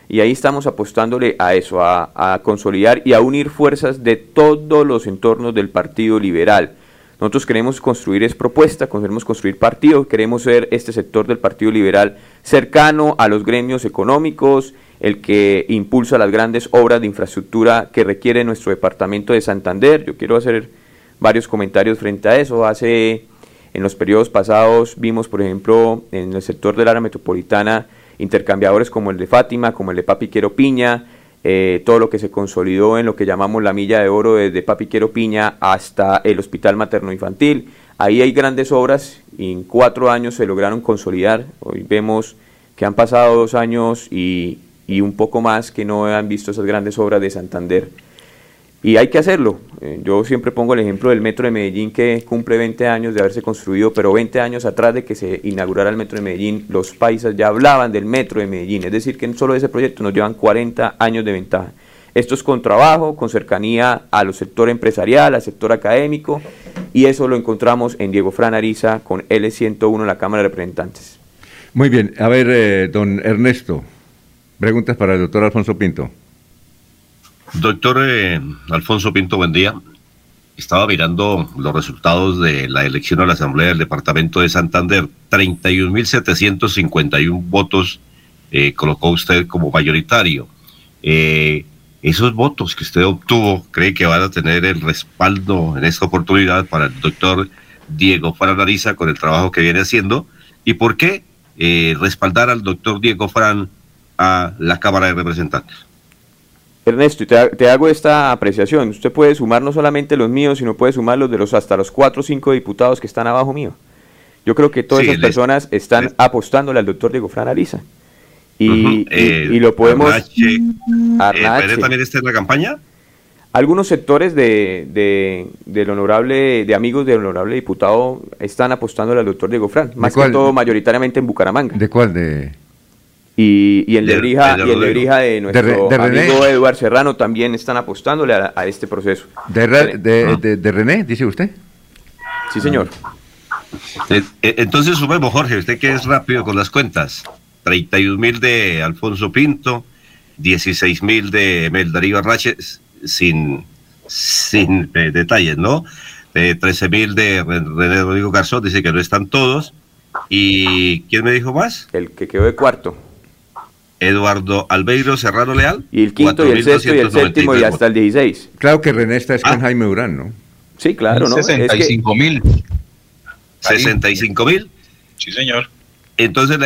Y ahí estamos apostándole a eso, a consolidar y a unir fuerzas de todos los entornos del Partido Liberal. Nosotros queremos construir propuesta, queremos construir partido, queremos ser este sector del Partido Liberal cercano a los gremios económicos, el que impulsa las grandes obras de infraestructura que requiere nuestro departamento de Santander. Yo quiero hacer varios comentarios frente a eso. En los periodos pasados vimos, por ejemplo, en el sector del área metropolitana, intercambiadores como el de Fátima, como el de Papiquero Piña, todo lo que se consolidó en lo que llamamos la milla de oro desde Papiquero Piña hasta el Hospital Materno Infantil. Ahí hay grandes obras y en 4 años se lograron consolidar. Hoy vemos que han pasado 2 años y un poco más que no han visto esas grandes obras de Santander. Y hay que hacerlo. Yo siempre pongo el ejemplo del Metro de Medellín, que cumple 20 años de haberse construido, pero 20 años atrás de que se inaugurara el Metro de Medellín, los paisas ya hablaban del Metro de Medellín. Es decir, que solo ese proyecto nos llevan 40 años de ventaja. Esto es con trabajo, con cercanía al sector empresarial, al sector académico, y eso lo encontramos en Diego Fran Ariza con L101 en la Cámara de Representantes. Muy bien. A ver, don Ernesto, preguntas para el doctor Alfonso Pinto. Doctor Alfonso Pinto, buen día. Estaba mirando los resultados de la elección a la Asamblea del Departamento de Santander. 31.751 votos colocó usted como mayoritario. Esos votos que usted obtuvo, ¿cree que van a tener el respaldo en esta oportunidad para el doctor Diego Fran Ariza con el trabajo que viene haciendo? ¿Y por qué respaldar al doctor Diego Fran a la Cámara de Representantes? Ernesto, y te hago esta apreciación. Usted puede sumar no solamente los míos, sino puede sumar los de hasta los 4 o 5 diputados que están abajo mío. Yo creo que todas esas personas están apostándole al doctor Diego Fran Ariza. Y lo podemos... ¿Arnache también está en la campaña? Algunos sectores del honorable, de amigos del honorable diputado, están apostándole al doctor Diego Fran, más que todo mayoritariamente en Bucaramanga. ¿De cuál? Y en Lebrija de nuestro amigo Eduardo Serrano también están apostándole a este proceso. ¿De René, dice usted? Sí, señor. Entonces sumemos, Jorge, usted que es rápido con las cuentas. 31.000 de Alfonso Pinto, 16.000 de Meldarío Arrache, sin detalles, ¿no? 13.000 de René Rodrigo Garzón, dice que no están todos. ¿Y quién me dijo más? El que quedó de cuarto. Eduardo Albeiro Serrano Leal. Y el quinto y el sexto y el séptimo y hasta el 16. Claro que René está con Jaime Urán, ¿no? Sí, claro, ¿no? 65.000. 65.000. Sí, señor. Entonces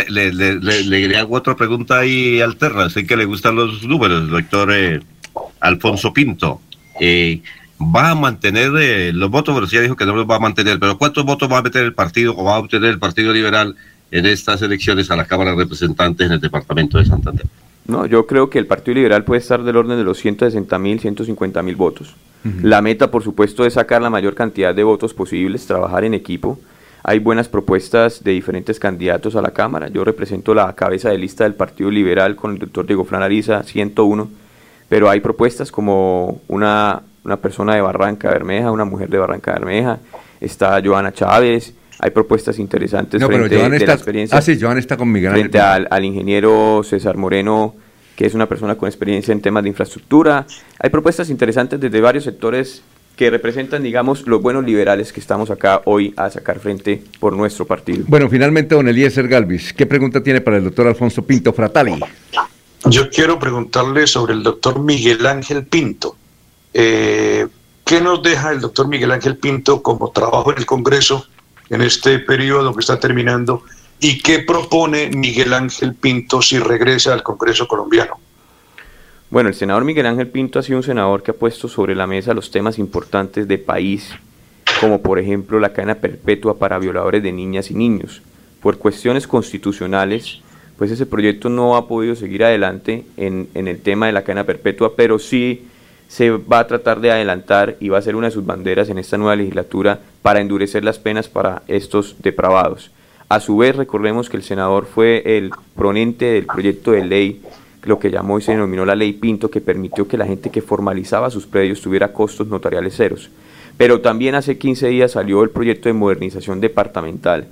le hago otra pregunta ahí alterna. Sé que le gustan los números, doctor Alfonso Pinto. ¿Va a mantener los votos? Pero sí ya dijo que no los va a mantener. Pero ¿cuántos votos va a meter el partido o va a obtener el Partido Liberal en estas elecciones a la Cámara de Representantes en el departamento de Santander? No, yo creo que el Partido Liberal puede estar del orden de los 160.000, 150.000 votos. La meta, por supuesto, es sacar la mayor cantidad de votos posibles, trabajar en equipo. Hay buenas propuestas de diferentes candidatos a la Cámara. Yo represento la cabeza de lista del Partido Liberal con el doctor Diego Fran Ariza, 101, pero hay propuestas como una persona de Barranca Bermeja, una mujer de Barranca Bermeja, está Joana Chávez. Hay propuestas interesantes frente a la experiencia. Sí, Joan está con Miguel frente al ingeniero César Moreno, que es una persona con experiencia en temas de infraestructura. Hay propuestas interesantes desde varios sectores que representan, digamos, los buenos liberales que estamos acá hoy a sacar frente por nuestro partido. Bueno, finalmente, don Eliezer Galvis, ¿qué pregunta tiene para el doctor Alfonso Pinto Fratali? Yo quiero preguntarle sobre el doctor Miguel Ángel Pinto. ¿Qué nos deja el doctor Miguel Ángel Pinto como trabajo en el Congreso en este periodo que está terminando? ¿Y qué propone Miguel Ángel Pinto si regresa al Congreso colombiano? Bueno, el senador Miguel Ángel Pinto ha sido un senador que ha puesto sobre la mesa los temas importantes de país, como por ejemplo la cadena perpetua para violadores de niñas y niños. Por cuestiones constitucionales, pues ese proyecto no ha podido seguir adelante en el tema de la cadena perpetua, pero sí se va a tratar de adelantar y va a ser una de sus banderas en esta nueva legislatura para endurecer las penas para estos depravados. A su vez, recordemos que el senador fue el ponente del proyecto de ley, lo que llamó y se denominó la Ley Pinto, que permitió que la gente que formalizaba sus predios tuviera costos notariales ceros. Pero también hace 15 días salió el proyecto de modernización departamental,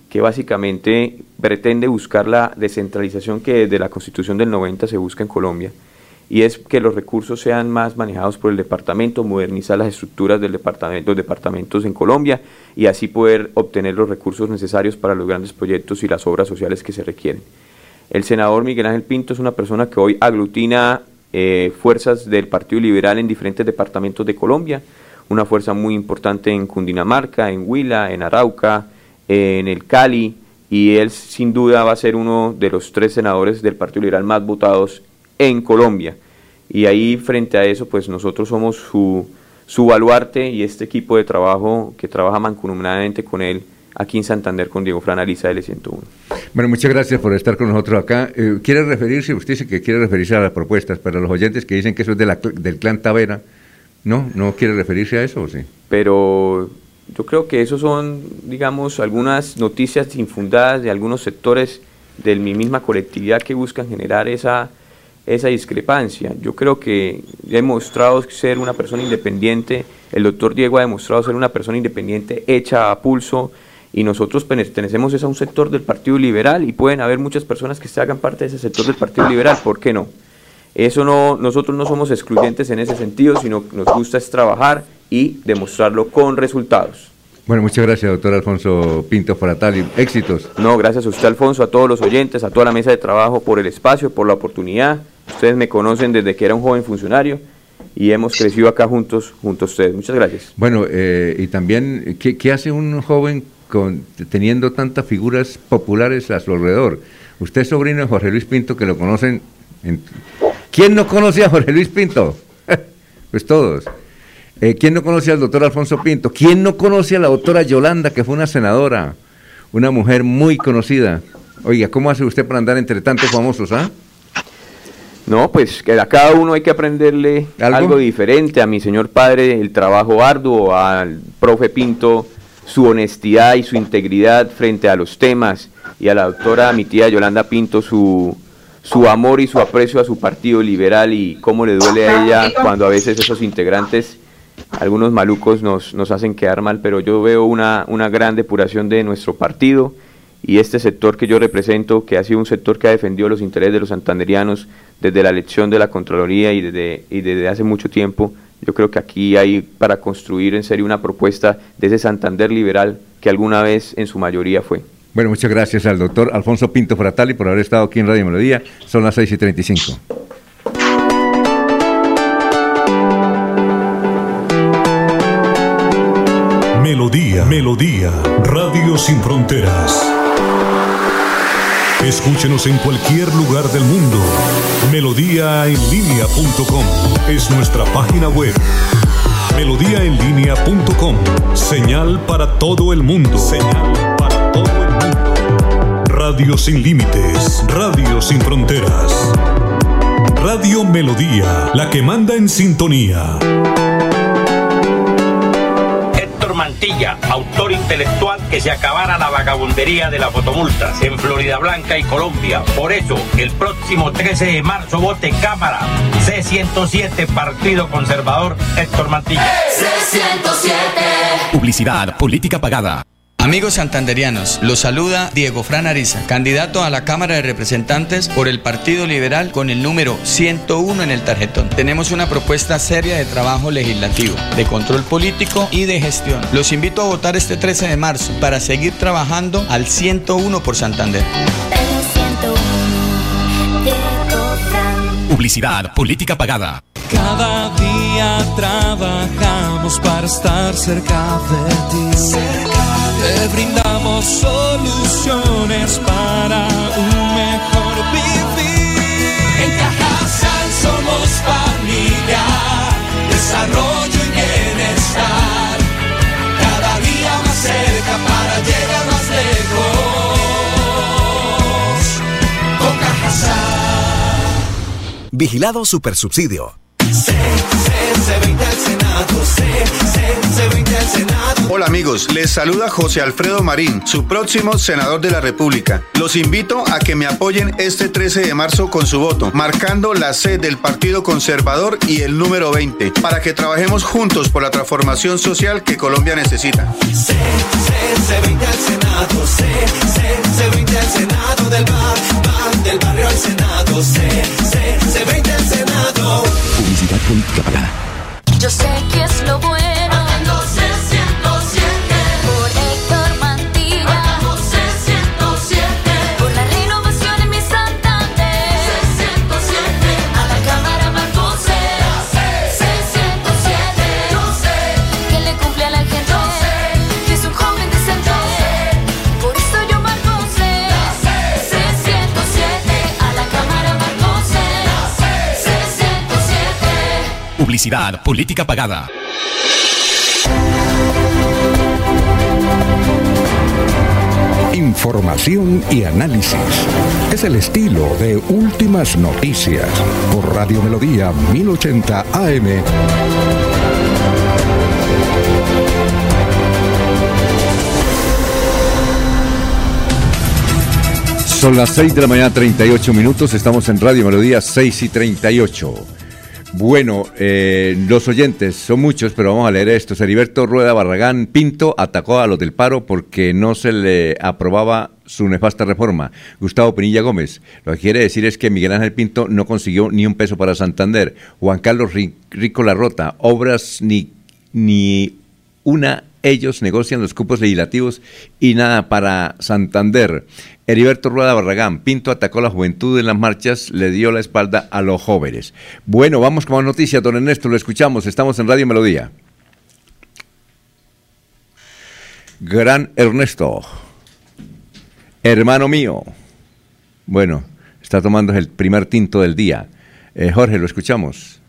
que básicamente pretende buscar la descentralización que desde la Constitución del 90 se busca en Colombia, y es que los recursos sean más manejados por el departamento, modernizar las estructuras del departamento, los departamentos en Colombia, y así poder obtener los recursos necesarios para los grandes proyectos y las obras sociales que se requieren. El senador Miguel Ángel Pinto es una persona que hoy aglutina fuerzas del Partido Liberal en diferentes departamentos de Colombia, una fuerza muy importante en Cundinamarca, en Huila, en Arauca, en el Cali, y él sin duda va a ser uno de los 3 senadores del Partido Liberal más votados en Colombia. Y ahí frente a eso, pues nosotros somos su baluarte, y este equipo de trabajo que trabaja mancomunadamente con él aquí en Santander con Diego Fran Ariza L101. Bueno, muchas gracias por estar con nosotros acá. ¿Quiere referirse, usted dice que quiere referirse a las propuestas, para los oyentes que dicen que eso es del clan Tavera, ¿no quiere referirse a eso o sí? Pero yo creo que eso son, digamos, algunas noticias infundadas de algunos sectores de mi misma colectividad que buscan generar esa discrepancia. Yo creo que he demostrado ser una persona independiente, el doctor Diego ha demostrado ser una persona independiente hecha a pulso, y nosotros pertenecemos a un sector del Partido Liberal, y pueden haber muchas personas que se hagan parte de ese sector del Partido Liberal, ¿por qué no? Eso no, nosotros no somos excluyentes en ese sentido, sino que nos gusta es trabajar y demostrarlo con resultados. Bueno, muchas gracias, doctor Alfonso Pinto Faratali. Éxitos. No, gracias a usted, Alfonso, a todos los oyentes, a toda la mesa de trabajo por el espacio, por la oportunidad. Ustedes me conocen desde que era un joven funcionario y hemos crecido acá juntos a ustedes. Muchas gracias. Bueno, y también, ¿qué hace un joven teniendo tantas figuras populares a su alrededor? Usted es sobrino de Jorge Luis Pinto, que lo conocen. ¿Quién no conoce a Jorge Luis Pinto? Pues todos. ¿Quién no conoce al doctor Alfonso Pinto? ¿Quién no conoce a la doctora Yolanda, que fue una senadora, una mujer muy conocida? Oiga, ¿cómo hace usted para andar entre tantos famosos, ah? No, pues que a cada uno hay que aprenderle algo diferente. A mi señor padre el trabajo arduo, al profe Pinto su honestidad y su integridad frente a los temas, y a la doctora, mi tía Yolanda Pinto, su amor y su aprecio a su Partido Liberal, y cómo le duele a ella cuando a veces esos integrantes, algunos malucos, nos hacen quedar mal, pero yo veo una gran depuración de nuestro partido, y este sector que yo represento, que ha sido un sector que ha defendido los intereses de los santanderianos desde la elección de la Contraloría y desde hace mucho tiempo. Yo creo que aquí hay para construir en serio una propuesta de ese Santander liberal que alguna vez en su mayoría fue. Bueno, muchas gracias al doctor Alfonso Pinto Faratali por haber estado aquí en Radio Melodía. Son las 6:35. Melodía, Radio Sin Fronteras. Escúchenos en cualquier lugar del mundo. Melodíaenlínea.com es nuestra página web. Melodíaenlínea.com. Señal para todo el mundo. Radio sin límites, Radio sin fronteras. Radio Melodía, la que manda en sintonía. Mantilla, autor intelectual que se acabara la vagabundería de las fotomultas en Florida Blanca y Colombia. Por eso, el próximo 13 de marzo vote Cámara C107, Partido Conservador, Héctor Mantilla. C107. Publicidad, política pagada. Amigos santanderianos, los saluda Diego Fran Ariza, candidato a la Cámara de Representantes por el Partido Liberal con el número 101 en el tarjetón. Tenemos una propuesta seria de trabajo legislativo, de control político y de gestión. Los invito a votar este 13 de marzo para seguir trabajando al 101 por Santander. Publicidad, política pagada. Cada día trabajamos para estar cerca de ti. Te brindamos soluciones para un mejor vivir. En Cajasal somos familia, desarrollo y bienestar. Cada día más cerca para llegar más lejos. Con Cajasal. Vigilado Supersubsidio. C20 al Senado, C20 al Senado. Hola, amigos, les saluda José Alfredo Marín, su próximo senador de la República. Los invito a que me apoyen este 13 de marzo con su voto, marcando la C del Partido Conservador y el número 20, para que trabajemos juntos por la transformación social que Colombia necesita. C20 al Senado, C20 al Senado, del barrio al Senado, C20 al Senado. Publicidad política pagada. Yo sé que es lo bueno. Bajando C107. Por Héctor Mantilla. Bajando C107. Por la renovación en mi Santander. C107. A la Cámara marcó C. C107. Yo sé que le cumple a la gente. Yo sé que es un joven decente. Por eso yo marco C. C107. A la Cámara marcó C. C107. Publicidad política pagada. Información y análisis. Es el estilo de Últimas Noticias por Radio Melodía 1080 AM. Son las 6 de la mañana, 38 minutos. Estamos en Radio Melodía 6:38. Bueno, los oyentes son muchos, pero vamos a leer esto. Heriberto Rueda Barragán Pinto atacó a los del paro porque no se le aprobaba su nefasta reforma. Gustavo Pinilla Gómez, lo que quiere decir es que Miguel Ángel Pinto no consiguió ni un peso para Santander. Juan Carlos Rico Larrota, obras ni una, ellos negocian los cupos legislativos y nada para Santander. Heriberto Rueda Barragán, Pinto atacó a la juventud en las marchas, le dio la espalda a los jóvenes. Bueno, vamos con más noticias, don Ernesto, lo escuchamos, estamos en Radio Melodía. Gran Ernesto, hermano mío. Bueno, está tomando el primer tinto del día. Jorge, lo escuchamos.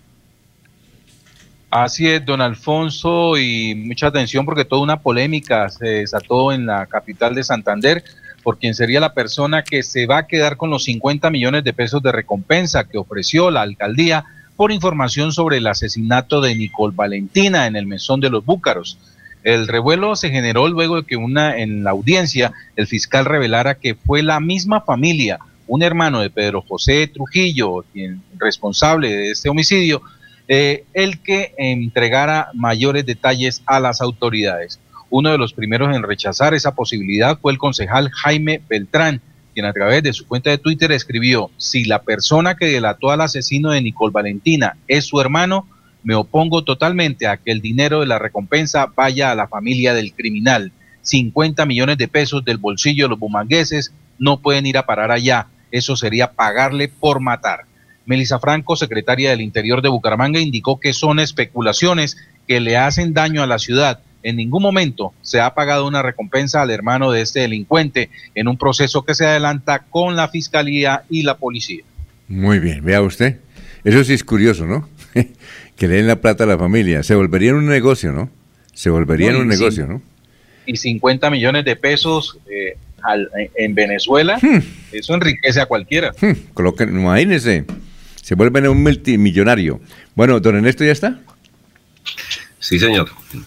Así es, don Alfonso, y mucha atención porque toda una polémica se desató en la capital de Santander por quien sería la persona que se va a quedar con los 50 millones de pesos de recompensa que ofreció la alcaldía por información sobre el asesinato de Nicole Valentina en el Mesón de los Búcaros. El revuelo se generó luego de que en la audiencia el fiscal revelara que fue la misma familia, un hermano de Pedro José Trujillo, quien responsable de este homicidio, el que entregara mayores detalles a las autoridades. Uno de los primeros en rechazar esa posibilidad fue el concejal Jaime Beltrán, quien a través de su cuenta de Twitter escribió: si la persona que delató al asesino de Nicole Valentina es su hermano, me opongo totalmente a que el dinero de la recompensa vaya a la familia del criminal. 50 millones de pesos del bolsillo de los bumangueses no pueden ir a parar allá, eso sería pagarle por matar. Melissa Franco, secretaria del Interior de Bucaramanga, indicó que son especulaciones que le hacen daño a la ciudad. En ningún momento se ha pagado una recompensa al hermano de este delincuente en un proceso que se adelanta con la Fiscalía y la Policía. Muy bien, vea usted. Eso sí es curioso, ¿no? Que le den la plata a la familia. Se volvería un negocio, ¿no? Se volvería un negocio, ¿no? Y 50 millones de pesos en Venezuela, eso enriquece a cualquiera. Coloquen, imagínense, se vuelven un multimillonario. Bueno, don Ernesto, ¿ya está? Sí, señor.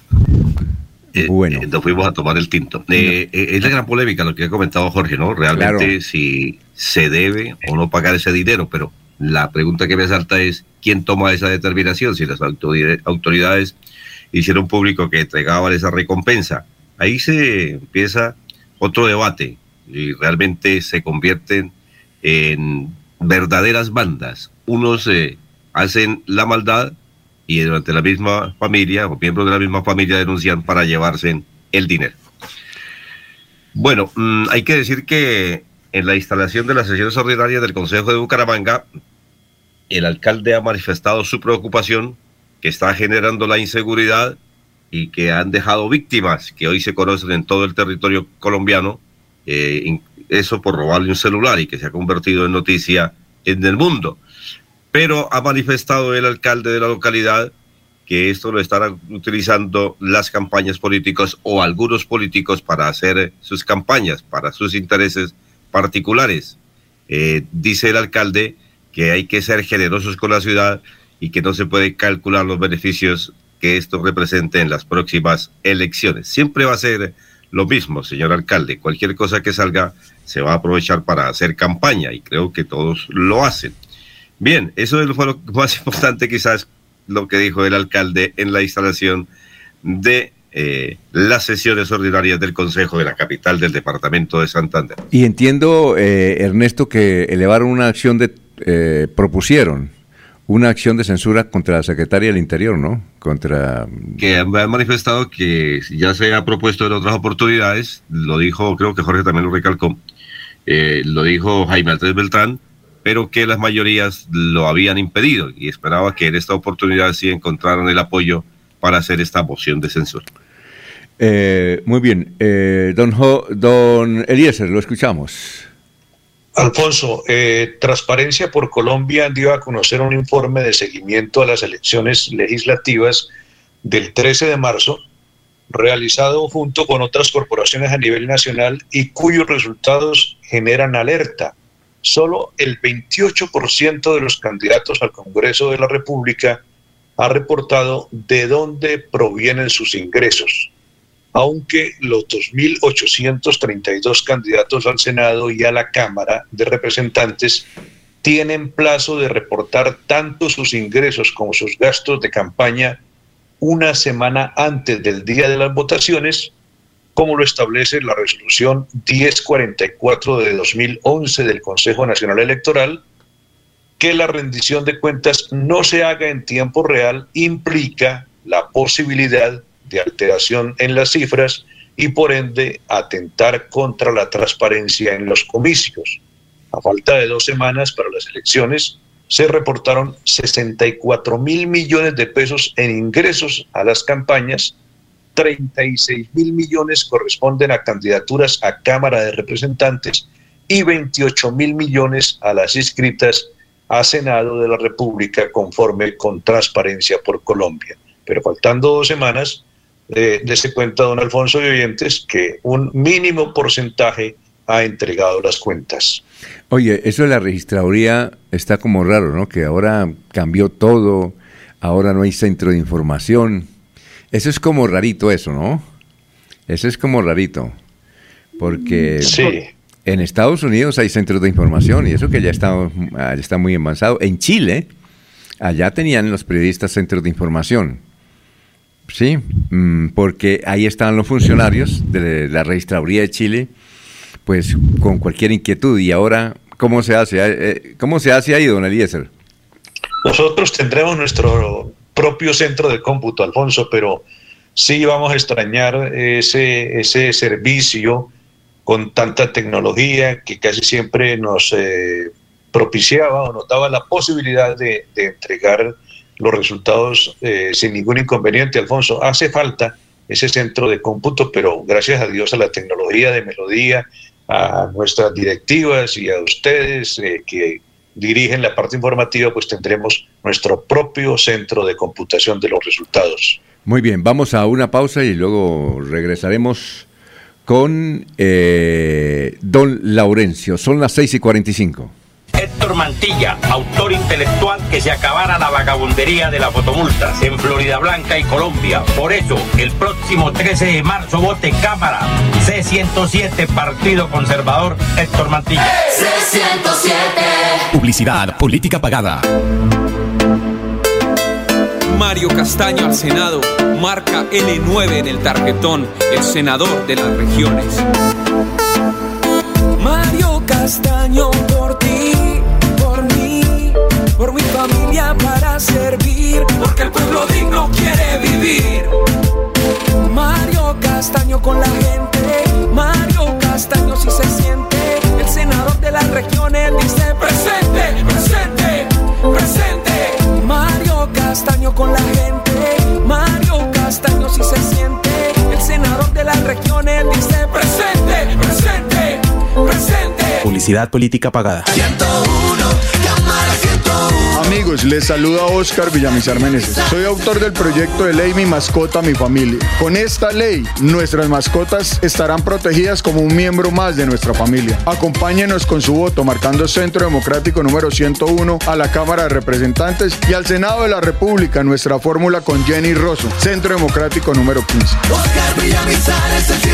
Bueno. Nos fuimos a tomar el tinto. Es la gran polémica lo que ha comentado Jorge, ¿no? Realmente claro, si se debe o no pagar ese dinero, pero la pregunta que me salta es ¿quién toma esa determinación? Si las autoridades hicieron público que entregaban esa recompensa. Ahí se empieza otro debate y realmente se convierten en verdaderas bandas. Unos hacen la maldad y durante la misma familia o miembros de la misma familia denuncian para llevarse el dinero. Bueno, hay que decir que en la instalación de las sesiones ordinarias del Consejo de Bucaramanga, el alcalde ha manifestado su preocupación que está generando la inseguridad y que han dejado víctimas que hoy se conocen en todo el territorio colombiano, eso por robarle un celular y que se ha convertido en noticia en el mundo. Pero ha manifestado el alcalde de la localidad que esto lo estarán utilizando las campañas políticas o algunos políticos para hacer sus campañas, para sus intereses particulares. Dice el alcalde que hay que ser generosos con la ciudad y que no se puede calcular los beneficios que esto represente en las próximas elecciones. Siempre va a ser lo mismo, señor alcalde. Cualquier cosa que salga se va a aprovechar para hacer campaña y creo que todos lo hacen. Bien, eso fue lo más importante, quizás lo que dijo el alcalde en la instalación de las sesiones ordinarias del Consejo de la capital del departamento de Santander. Y entiendo, Ernesto, que elevaron una acción propusieron una acción de censura contra la secretaria del Interior, ¿no? Que han manifestado que ya se ha propuesto en otras oportunidades, lo dijo, creo que Jorge también lo recalcó, lo dijo Jaime Andrés Beltrán, pero que las mayorías lo habían impedido y esperaba que en esta oportunidad sí encontraran el apoyo para hacer esta moción de censura. Muy bien, don Eliezer, lo escuchamos. Alfonso, Transparencia por Colombia dio a conocer un informe de seguimiento a las elecciones legislativas del 13 de marzo, realizado junto con otras corporaciones a nivel nacional y cuyos resultados generan alerta. Solo el 28% de los candidatos al Congreso de la República ha reportado de dónde provienen sus ingresos, aunque los 2.832 candidatos al Senado y a la Cámara de Representantes tienen plazo de reportar tanto sus ingresos como sus gastos de campaña una semana antes del día de las votaciones, como lo establece la resolución 1044 de 2011 del Consejo Nacional Electoral. Que la rendición de cuentas no se haga en tiempo real implica la posibilidad de alteración en las cifras y por ende atentar contra la transparencia en los comicios. A falta de 2 semanas para las elecciones, se reportaron 64.000 millones de pesos en ingresos a las campañas, 36.000 millones corresponden a candidaturas a Cámara de Representantes y 28.000 millones a las inscritas a Senado de la República conforme con Transparencia por Colombia. Pero faltando 2 semanas, dése cuenta, don Alfonso y oyentes, que un mínimo porcentaje ha entregado las cuentas. Oye, eso de la registraduría está como raro, ¿no? Que ahora cambió todo, ahora no hay centro de información. Eso es como rarito eso, ¿no? Eso es como rarito, porque sí. En Estados Unidos hay centros de información y eso que ya está muy avanzado. En Chile, allá tenían los periodistas centros de información. Sí, porque ahí estaban los funcionarios de la registraduría de Chile, pues con cualquier inquietud. Y ahora, ¿cómo se hace ahí, don Eliezer? Nosotros tendremos nuestro propio centro de cómputo, Alfonso, pero sí vamos a extrañar ese servicio con tanta tecnología que casi siempre nos propiciaba o nos daba la posibilidad de entregar los resultados sin ningún inconveniente. Alfonso, hace falta ese centro de cómputo, pero gracias a Dios, a la tecnología de Melodía, a nuestras directivas y a ustedes que dirigen la parte informativa, pues tendremos nuestro propio centro de computación de los resultados. Muy bien, vamos a una pausa y luego regresaremos con don Laurencio. Son las 6:45. Héctor Mantilla, autor intelectual que se acabara la vagabundería de las fotomultas en Florida Blanca y Colombia. Por eso, el próximo 13 de marzo vote Cámara C107, Partido Conservador, Héctor Mantilla. C107. Publicidad, política pagada. Mario Castaño al Senado, marca L9 en el tarjetón, el senador de las regiones. Mario Castaño, por ti, por mí, por mi familia para servir, porque el pueblo digno quiere vivir. Mario Castaño con la gente, Mario Castaño si se siente, el senador de las regiones dice presente, presente, presente. Mario Castaño con la gente, Mario Castaño si se siente, el senador de las regiones dice presente, presente, presente. Publicidad política pagada. 101, Cámara 101. Amigos, les saluda Oscar Villamizar Meneses. Soy autor del proyecto de ley Mi Mascota, Mi Familia. Con esta ley, nuestras mascotas estarán protegidas como un miembro más de nuestra familia. Acompáñenos con su voto marcando Centro Democrático número 101 a la Cámara de Representantes y al Senado de la República, nuestra fórmula con Jenny Rosso, Centro Democrático número 15. Oscar Villamizar es el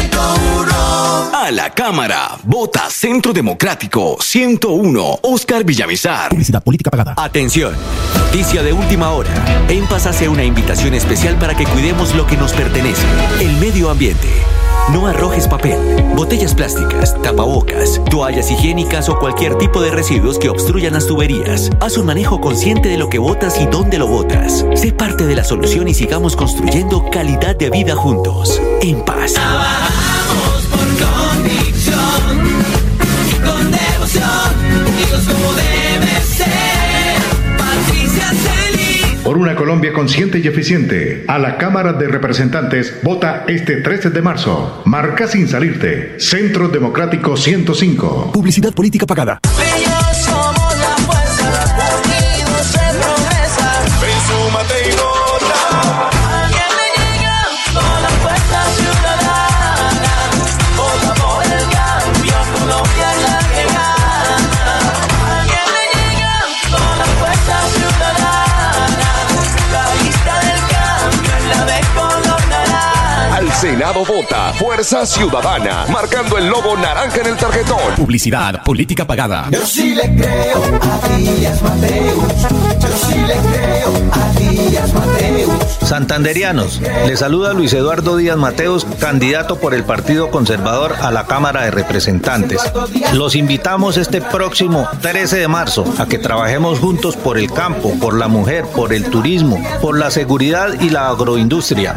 101. A la Cámara, vota Centro Democrático 101, Oscar Villamizar. Publicidad política pagada. Atención, noticia de última hora. En Paz hace una invitación especial para que cuidemos lo que nos pertenece, el medio ambiente. No arrojes papel, botellas plásticas, tapabocas, toallas higiénicas o cualquier tipo de residuos que obstruyan las tuberías. Haz un manejo consciente de lo que botas y dónde lo botas. Sé parte de la solución y sigamos construyendo calidad de vida juntos. En Paz. Trabajamos por convicción y con devoción, unidos como debe ser. Patricia Celis. Por una Colombia consciente y eficiente, a la Cámara de Representantes vota este 13 de marzo. Marca sin salirte. Centro Democrático 105. Publicidad política pagada. Ellos somos la fuerza, unidos se progresa. Ven, súmate y vota. Alguien le llega con la fuerza ciudadana. Vota por el cambio, Colombia es la que gana. Alguien le llega con la fuerza ciudadana. La lista del cambio es la de color naranja. Al Senado vota Fuerza Ciudadana, marcando el logo naranja en el tarjetón. Publicidad política pagada. Yo sí le creo a Díaz Mateus. Yo sí le creo a Díaz Mateus. Santanderianos, les saluda Luis Eduardo Díaz Mateos, candidato por el Partido Conservador a la Cámara de Representantes. Los invitamos este próximo 13 de marzo a que trabajemos juntos por el campo, por la mujer, por el turismo, por la seguridad y la agroindustria.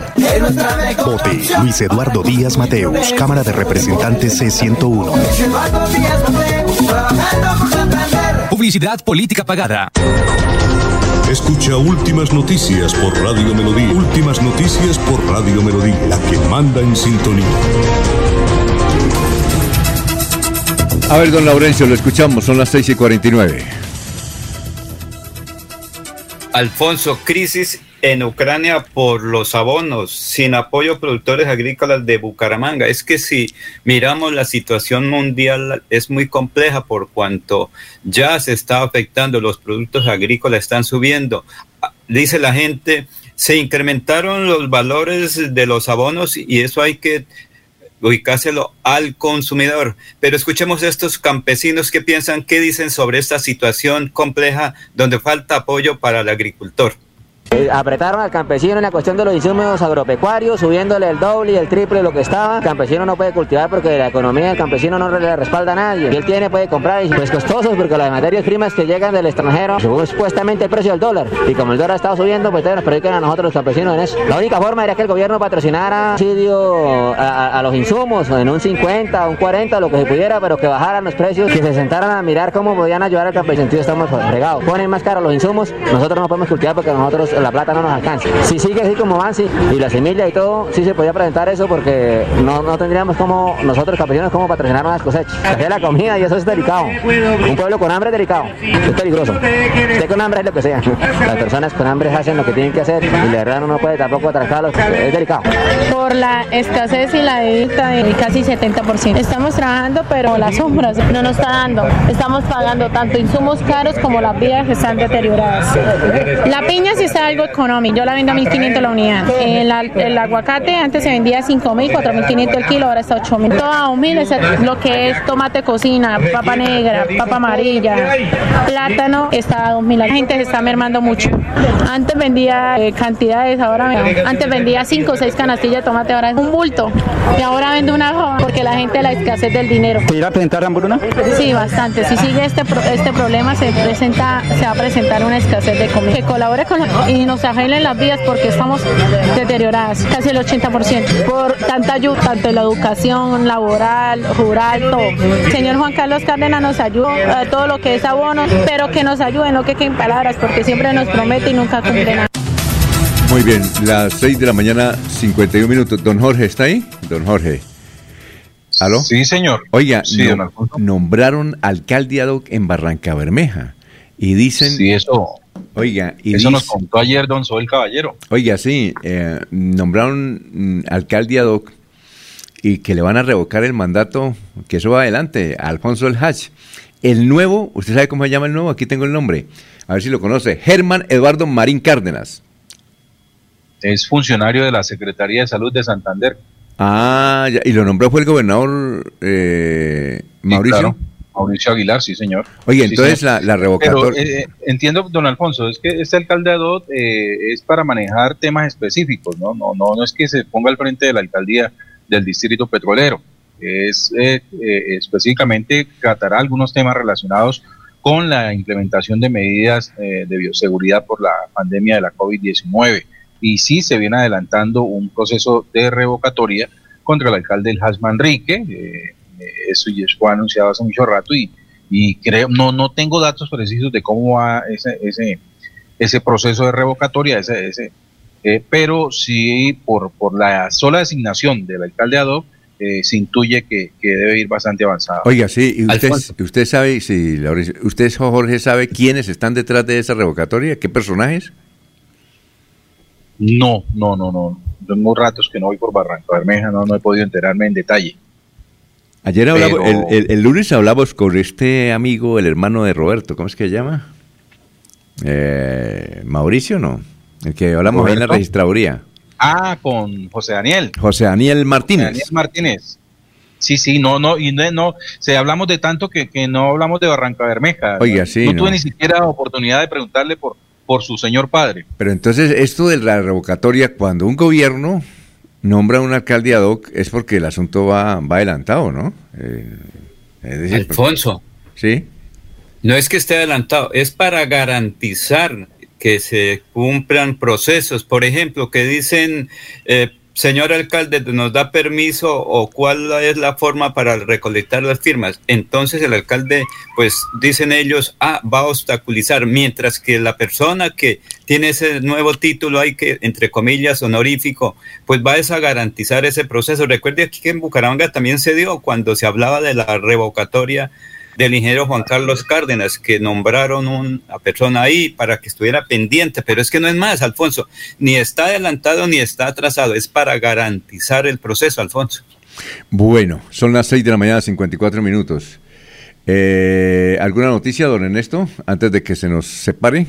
Vote Luis Eduardo Díaz Mateus, Cámara de Representantes C101. Publicidad política pagada. Escucha Últimas Noticias por Radio Melodía. Últimas Noticias por Radio Melodía, la que manda en sintonía. A ver, don Laurencio, lo escuchamos, son las 6:49. Alfonso, crisis en Ucrania por los abonos, sin apoyo a productores agrícolas de Bucaramanga. Es que si miramos la situación mundial es muy compleja por cuanto ya se está afectando, los productos agrícolas están subiendo. Dice la gente, se incrementaron los valores de los abonos y eso hay que ubicárselo al consumidor. Pero escuchemos a estos campesinos que piensan, qué dicen sobre esta situación compleja donde falta apoyo para el agricultor. Apretaron al campesino en la cuestión de los insumos agropecuarios, subiéndole el doble y el triple de lo que estaba. El campesino no puede cultivar porque la economía del campesino no le respalda a nadie. Y él tiene, puede comprar, y pues costosos porque las materias primas que llegan del extranjero suben supuestamente el precio del dólar. Y como el dólar ha estado subiendo, pues nos perjudican a nosotros los campesinos en eso. La única forma era que el gobierno patrocinara subsidio a los insumos en un 50, un 40, lo que se pudiera, pero que bajaran los precios, que se sentaran a mirar cómo podían ayudar al campesino. Estamos fregados. Ponen más caros los insumos, nosotros no podemos cultivar porque nosotros la plata no nos alcanza. Si sigue así como van, sí, y la semilla y todo, sí se podía presentar eso porque no tendríamos como nosotros campesinos como patrocinar las cosechas. Hacer la comida y eso es delicado. Un pueblo con hambre es delicado, es peligroso. Usted con hambre es lo que sea. Las personas con hambre hacen lo que tienen que hacer y la verdad no puede tampoco atracarlos, es delicado. Por la escasez y la deuda de casi 70%. Estamos trabajando, pero las sombras no nos está dando. Estamos pagando tanto insumos caros como las vías que están deterioradas. La piña sí está algo económico. Yo la vendo a 1.500 la unidad. El aguacate antes se vendía a 5.000, 4.500 el kilo, ahora está 8.000. Todo a 1.000, lo que es tomate cocina, papa negra, papa amarilla, plátano está a 2.000. La gente se está mermando mucho. Antes vendía cantidades, antes vendía 5 o 6 canastillas de tomate, ahora es un bulto. Y ahora vende una hoja porque la gente la escasez del dinero. ¿Se irá a presentar hambruna? Sí, bastante. Si sigue este problema, se va a presentar una escasez de comida. Que colabore con y nos arreglen las vías porque estamos deterioradas, casi el 80%, por tanta ayuda, tanto en la educación, laboral, rural, todo. Señor Juan Carlos Cárdenas nos ayuda a todo lo que es abonos, pero que nos ayuden, no que queden palabras, porque siempre nos promete y nunca cumple nada. Muy bien, las 6 de la mañana, 51 minutos. Don Jorge, ¿está ahí? Don Jorge. ¿Aló? Sí, señor. Oiga, sí, nombraron alcalde ad hoc en Barranca Bermeja y dicen sí, eso Oiga, y eso nos contó ayer don Soel Caballero. Oiga, sí, nombraron alcalde ad hoc y que le van a revocar el mandato, que eso va adelante, a Alfonso El Hach. El nuevo, ¿usted sabe cómo se llama el nuevo? Aquí tengo el nombre, a ver si lo conoce, Germán Eduardo Marín Cárdenas. Es funcionario de la Secretaría de Salud de Santander. Ah, ya, y lo nombró fue el gobernador Mauricio. Claro, Mauricio Aguilar, sí señor. Oye, sí, entonces señor. la revocatoria... Pero entiendo, don Alfonso, es que este alcalde ad hoc es para manejar temas específicos, no es que se ponga al frente de la alcaldía del distrito petrolero, es específicamente tratará algunos temas relacionados con la implementación de medidas de bioseguridad por la pandemia de la COVID-19. Y sí se viene adelantando un proceso de revocatoria contra el alcalde El Hach Manrique, eso ya fue anunciado hace mucho rato y creo, no tengo datos precisos de cómo va ese proceso de revocatoria, pero sí por la sola designación del alcalde ad hoc, se intuye que debe ir bastante avanzado. Oiga, sí, y usted sabe, sí, usted, Jorge, sabe quiénes están detrás de esa revocatoria, qué personajes. No. Tengo ratos que no voy por Barranca Bermeja, no he podido enterarme en detalle. Ayer hablamos, el lunes hablamos con este amigo, el hermano de Roberto, ¿cómo es que se llama? Mauricio, ¿no? El que hablamos ahí en la registraduría. Ah, con José Daniel. José Daniel Martínez. José Daniel Martínez. Sí, no, hablamos de tanto que no hablamos de Barranca Bermeja. Oiga, sí. No tuve ni siquiera oportunidad de preguntarle por su señor padre. Pero entonces esto de la revocatoria, cuando un gobierno nombra un alcalde ad hoc, es porque el asunto va adelantado, ¿no? Es decir, Alfonso. ¿Sí? No es que esté adelantado, es para garantizar que se cumplan procesos. Por ejemplo, que dicen, señor alcalde, ¿nos da permiso o cuál es la forma para recolectar las firmas? Entonces el alcalde, pues dicen ellos, va a obstaculizar, mientras que la persona que tiene ese nuevo título, hay que, entre comillas, honorífico, pues va a garantizar ese proceso. Recuerde aquí que en Bucaramanga también se dio cuando se hablaba de la revocatoria del ingeniero Juan Carlos Cárdenas, que nombraron una persona ahí para que estuviera pendiente, pero es que no es más, Alfonso, ni está adelantado ni está atrasado, es para garantizar el proceso, Alfonso. Bueno, son las 6 de la mañana, 54 minutos. ¿Alguna noticia, don Ernesto, antes de que se nos separe?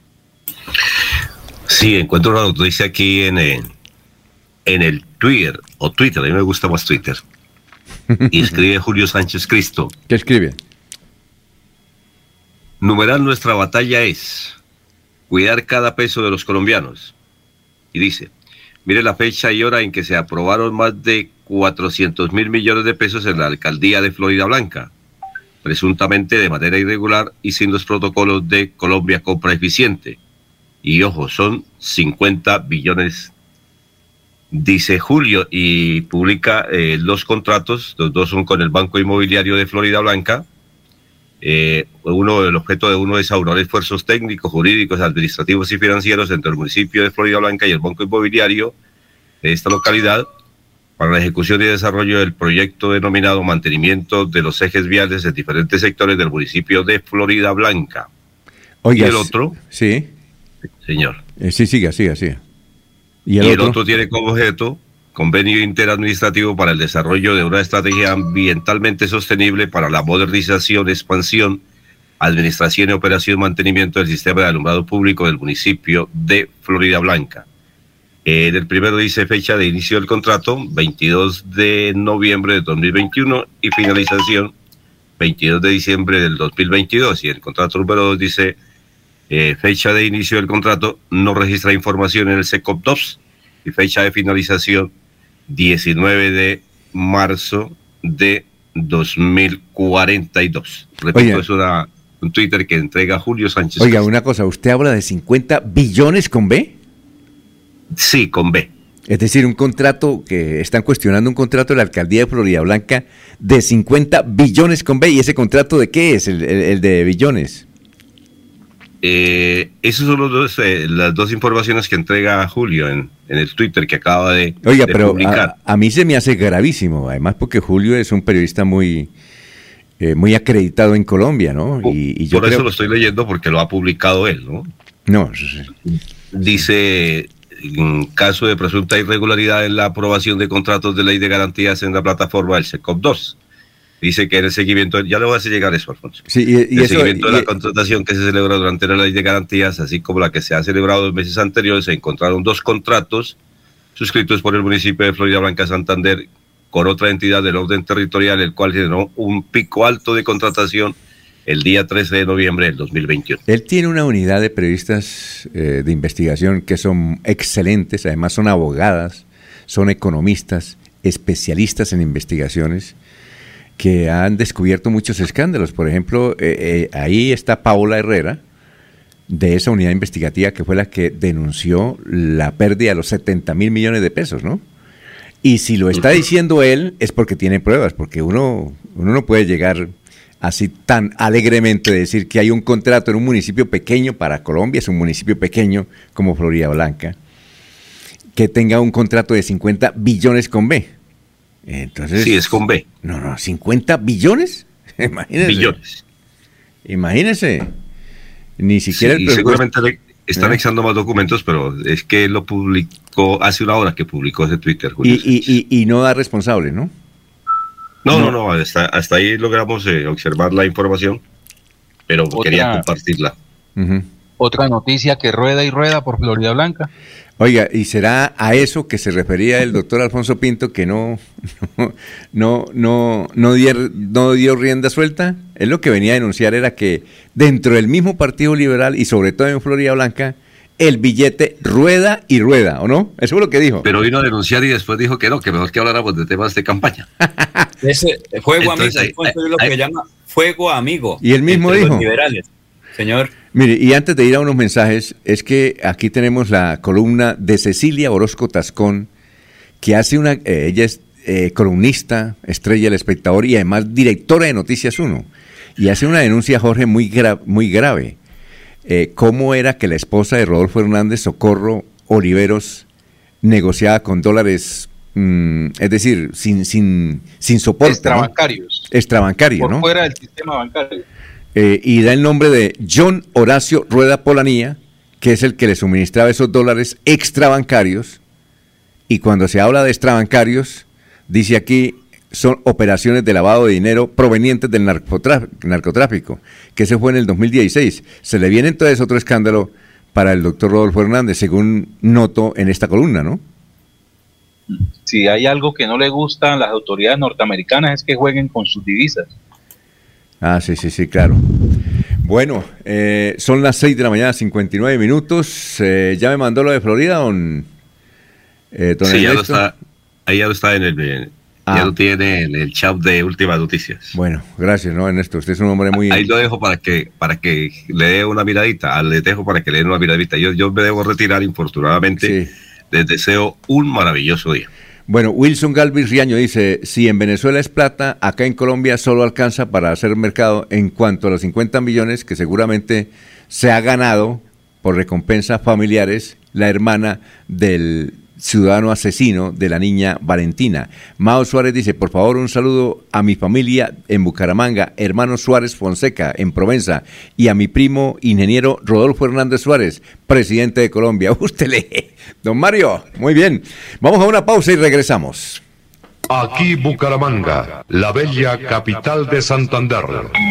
Sí, encuentro una noticia aquí en el Twitter, a mí me gusta más Twitter, y escribe Julio Sánchez Cristo. ¿Qué escribe? Numeral nuestra batalla es cuidar cada peso de los colombianos. Y dice, mire la fecha y hora en que se aprobaron más de 400.000 millones de pesos en la alcaldía de Florida Blanca, presuntamente de manera irregular y sin los protocolos de Colombia Compra Eficiente. Y ojo, son 50 billones, dice Julio, y publica los contratos, los dos son con el Banco Inmobiliario de Florida Blanca. El objeto de uno es aunar esfuerzos técnicos, jurídicos, administrativos y financieros entre el municipio de Florida Blanca y el Banco Inmobiliario de esta localidad para la ejecución y desarrollo del proyecto denominado Mantenimiento de los ejes viales en diferentes sectores del municipio de Florida Blanca. Oiga, y el otro, sí, señor. Sí, siga. Y el otro tiene como objeto convenio interadministrativo para el desarrollo de una estrategia ambientalmente sostenible para la modernización, expansión, administración y operación y mantenimiento del sistema de alumbrado público del municipio de Florida Blanca. En el primero dice fecha de inicio del contrato, 22 de noviembre de 2021 y finalización, 22 de diciembre del 2022. Y el contrato número 2 dice fecha de inicio del contrato, no registra información en el SECOP2 y fecha de finalización, 19 de marzo de 2042. Repito, es un Twitter que entrega Julio Sánchez. Oiga, una cosa, ¿usted habla de 50 billones con B? Sí, con B. Es decir, un contrato que están cuestionando, un contrato de la alcaldía de Florida Blanca de 50 billones con B. ¿Y ese contrato de qué es, el de billones? Esos son las dos informaciones que entrega Julio en el Twitter que acaba de publicar. A mí se me hace gravísimo, además porque Julio es un periodista muy acreditado en Colombia, ¿no? Y yo por eso lo estoy leyendo, porque lo ha publicado él, ¿no? No, eso sí. Dice, en caso de presunta irregularidad en la aprobación de contratos de ley de garantías en la plataforma del SECOP 2. Dice que en el seguimiento, ya le voy a hacer llegar eso, Alfonso. Sí, el eso, seguimiento de la contratación que se celebra durante la ley de garantías, así como la que se ha celebrado 2 meses anteriores, se encontraron 2 contratos suscritos por el municipio de Florida Blanca, Santander, con otra entidad del orden territorial, el cual generó un pico alto de contratación el día 13 de noviembre del 2021. Él tiene una unidad de periodistas de investigación que son excelentes, además son abogadas, son economistas, especialistas en investigaciones, que han descubierto muchos escándalos. Por ejemplo, ahí está Paola Herrera, de esa unidad investigativa, que fue la que denunció la pérdida de los 70.000 millones de pesos, ¿no? Y si lo está diciendo él, es porque tiene pruebas, porque uno no puede llegar así tan alegremente a decir que hay un contrato en un municipio pequeño, para Colombia es un municipio pequeño como Florida Blanca, que tenga un contrato de 50 billones con B. Entonces, sí, es con B. No, 50 billones. Imagínense. Billones. Imagínense. Ni siquiera sí, el seguramente está anexando más documentos, pero es que lo publicó hace una hora que publicó ese Twitter. Y no da responsable, ¿no? No, hasta ahí logramos observar la información, pero quería compartirla. Otra noticia que rueda y rueda por Florida Blanca. Oiga, ¿y será a eso que se refería el doctor Alfonso Pinto, que no dio rienda suelta? Él lo que venía a denunciar era que dentro del mismo Partido Liberal y sobre todo en Florida Blanca, el billete rueda y rueda, ¿o no? Eso es lo que dijo. Pero vino a denunciar y después dijo que no, que mejor que habláramos de temas de campaña. Ese fuego amigo, es lo que llama fuego amigo. Y él mismo dijo. Los liberales. Señor. Mire, y antes de ir a unos mensajes, es que aquí tenemos la columna de Cecilia Orozco Tascón, que hace ella es columnista, estrella del Espectador y además directora de Noticias 1, y hace una denuncia, Jorge, muy grave. ¿Cómo era que la esposa de Rodolfo Hernández, Socorro Oliveros, negociaba con dólares, es decir, sin soporte? Extrabancarios. ¿No? Extrabancario, ¿no? Por fuera del sistema bancario. Y da el nombre de John Horacio Rueda Polanía, que es el que le suministraba esos dólares extrabancarios. Y cuando se habla de extrabancarios, dice aquí, son operaciones de lavado de dinero provenientes del narcotráfico, que ese fue en el 2016. Se le viene entonces otro escándalo para el doctor Rodolfo Hernández, según noto en esta columna, ¿no? Si hay algo que no le gustan las autoridades norteamericanas es que jueguen con sus divisas. Ah, sí, claro. Bueno, son las 6 de la mañana, 59 minutos. ¿Ya me mandó lo de Florida, don sí, ya lo está, ahí ya lo está ya lo tiene en el chat de Últimas Noticias. Bueno, gracias, ¿no, Ernesto? Usted es un hombre muy... Ahí lo dejo para que le dé una miradita. Le dejo para que le dé una miradita. Yo me debo retirar, infortunadamente. Sí. Les deseo un maravilloso día. Bueno, Wilson Galvis Riaño dice, si en Venezuela es plata, acá en Colombia solo alcanza para hacer mercado en cuanto a los 50 millones que seguramente se ha ganado por recompensas familiares la hermana del ciudadano asesino de la niña Valentina. Mao Suárez dice, por favor, un saludo a mi familia en Bucaramanga, hermano Suárez Fonseca en Provenza, y a mi primo ingeniero Rodolfo Hernández Suárez, presidente de Colombia. Usted lee, don Mario, muy bien. Vamos a una pausa y regresamos. Aquí Bucaramanga, la bella capital de Santander.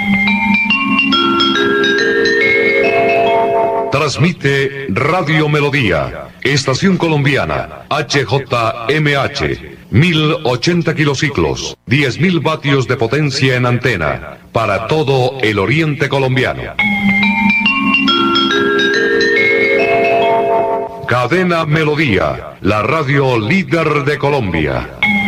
Transmite Radio Melodía, Estación Colombiana, HJMH, 1080 kilociclos, 10.000 vatios de potencia en antena, para todo el oriente colombiano. Cadena Melodía, la radio líder de Colombia.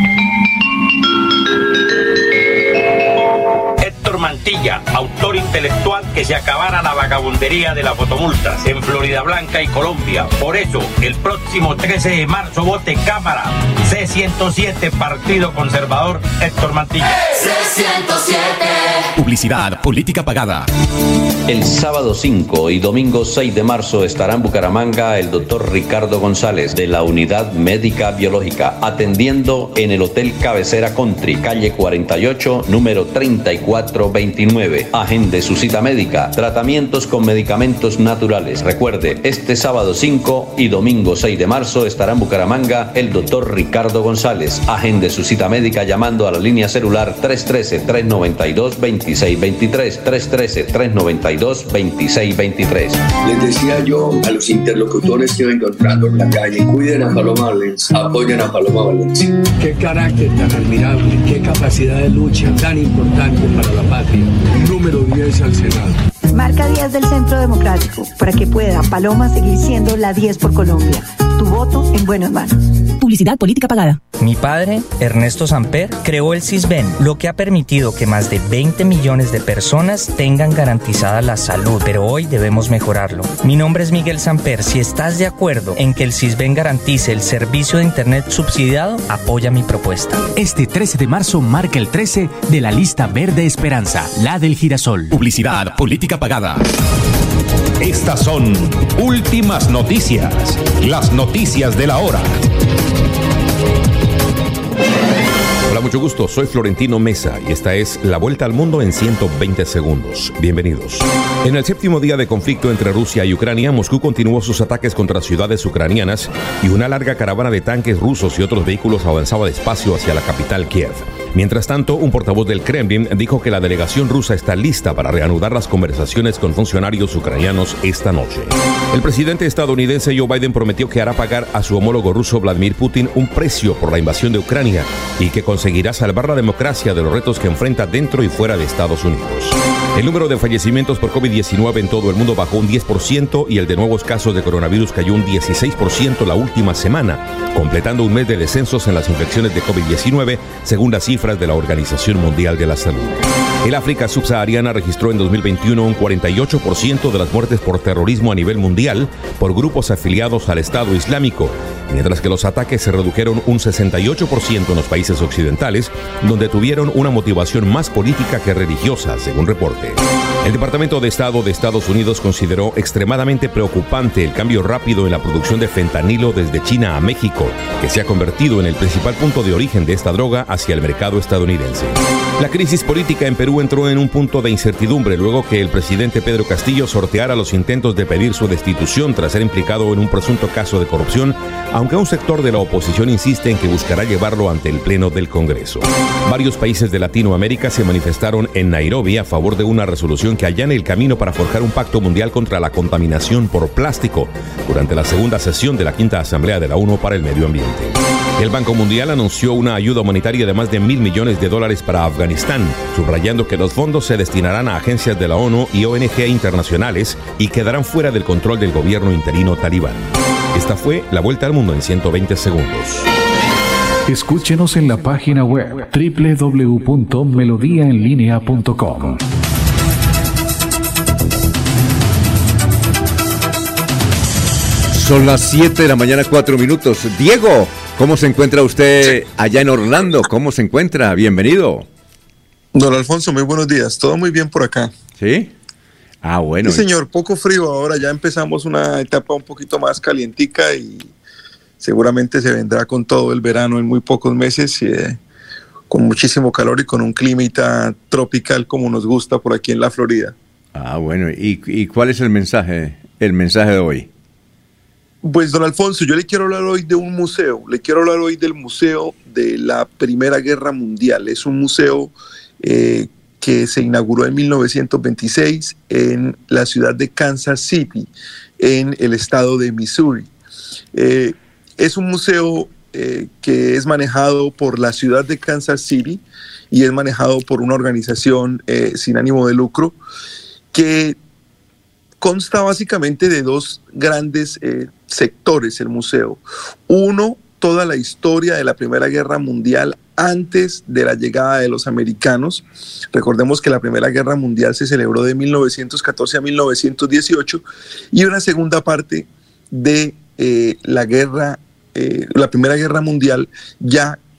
Mantilla, autor intelectual que se acabara la vagabundería de las fotomultas en Florida Blanca y Colombia. Por eso, el próximo 13 de marzo vote Cámara C107 Partido Conservador Héctor Mantilla. C107 Publicidad, política pagada. El sábado 5 y domingo 6 de marzo estará en Bucaramanga el doctor Ricardo González de la Unidad Médica Biológica, atendiendo en el Hotel Cabecera Country, calle 48, número 3429. Agende su cita médica, tratamientos con medicamentos naturales. Recuerde, este sábado 5 y domingo 6 de marzo estará en Bucaramanga el doctor Ricardo González. Agende su cita médica llamando a la línea celular 313-392-2623, 313-392-2623. Les decía yo a los interlocutores que vengo encontrando en la calle, cuiden a Paloma Valencia, apoyen a Paloma Valencia. Qué carácter tan admirable, qué capacidad de lucha tan importante para la patria. Número 10 al Senado. Marca 10 del Centro Democrático, para que pueda Paloma seguir siendo la 10 por Colombia. Tu voto en buenas manos. Publicidad política pagada. Mi padre, Ernesto Samper, creó el Sisbén, lo que ha permitido que más de 20 millones de personas tengan garantizada la salud, pero hoy debemos mejorarlo. Mi nombre es Miguel Samper. Si estás de acuerdo en que el Sisbén garantice el servicio de internet subsidiado, apoya mi propuesta. Este 13 de marzo marca el 13 de la lista verde Esperanza, la del girasol. Publicidad, política pagada. Estas son últimas noticias, las noticias de la hora. Hola, mucho gusto. Soy Florentino Mesa y esta es La Vuelta al Mundo en 120 segundos. Bienvenidos. En el séptimo día de conflicto entre Rusia y Ucrania, Moscú continuó sus ataques contra ciudades ucranianas y una larga caravana de tanques rusos y otros vehículos avanzaba despacio hacia la capital Kiev. Mientras tanto, un portavoz del Kremlin dijo que la delegación rusa está lista para reanudar las conversaciones con funcionarios ucranianos esta noche. El presidente estadounidense Joe Biden prometió que hará pagar a su homólogo ruso Vladimir Putin un precio por la invasión de Ucrania y que conseguirá salvar la democracia de los retos que enfrenta dentro y fuera de Estados Unidos. El número de fallecimientos por COVID-19 en todo el mundo bajó un 10% y el de nuevos casos de coronavirus cayó un 16% la última semana, completando un mes de descensos en las infecciones de COVID-19, según las cifras de la Organización Mundial de la Salud. El África subsahariana registró en 2021 un 48% de las muertes por terrorismo a nivel mundial por grupos afiliados al Estado Islámico, mientras que los ataques se redujeron un 68% en los países occidentales, donde tuvieron una motivación más política que religiosa, según reporte. El Departamento de Estado de Estados Unidos consideró extremadamente preocupante el cambio rápido en la producción de fentanilo desde China a México, que se ha convertido en el principal punto de origen de esta droga hacia el mercado estadounidense. La crisis política en Perú entró en un punto de incertidumbre luego que el presidente Pedro Castillo sorteara los intentos de pedir su destitución tras ser implicado en un presunto caso de corrupción, aunque un sector de la oposición insiste en que buscará llevarlo ante el Pleno del Congreso. Varios países de Latinoamérica se manifestaron en Nairobi a favor de una resolución que allane el camino para forjar un pacto mundial contra la contaminación por plástico durante la segunda sesión de la Quinta Asamblea de la ONU para el Medio Ambiente. El Banco Mundial anunció una ayuda humanitaria de más de $1.000 millones para Afganistán, subrayando que los fondos se destinarán a agencias de la ONU y ONG internacionales y quedarán fuera del control del gobierno interino talibán. Esta fue La Vuelta al Mundo en 120 segundos. Escúchenos en la página web www.melodiaenlinea.com. Son las 7 de la mañana, 4 minutos. Diego, ¿cómo se encuentra usted allá en Orlando? ¿Cómo se encuentra? Bienvenido. Don Alfonso, muy buenos días. Todo muy bien por acá. ¿Sí? Ah, bueno. Sí, señor. Poco frío ahora. Ya empezamos una etapa un poquito más calientica y seguramente se vendrá con todo el verano en muy pocos meses, con muchísimo calor y con un climita tropical como nos gusta por aquí en la Florida. Ah, bueno. ¿Y cuál es el mensaje de hoy? Pues, don Alfonso, yo le quiero hablar hoy de un museo. Le quiero hablar hoy del Museo de la Primera Guerra Mundial. Es un museo que se inauguró en 1926 en la ciudad de Kansas City, en el estado de Missouri. Es un museo que es manejado por la ciudad de Kansas City y es manejado por una organización sin ánimo de lucro que consta básicamente de dos grandes sectores el museo. Uno, toda la historia de la Primera Guerra Mundial antes de la llegada de los americanos. Recordemos que la Primera Guerra Mundial se celebró de 1914 a 1918 y una segunda parte de la Primera Guerra Mundial ya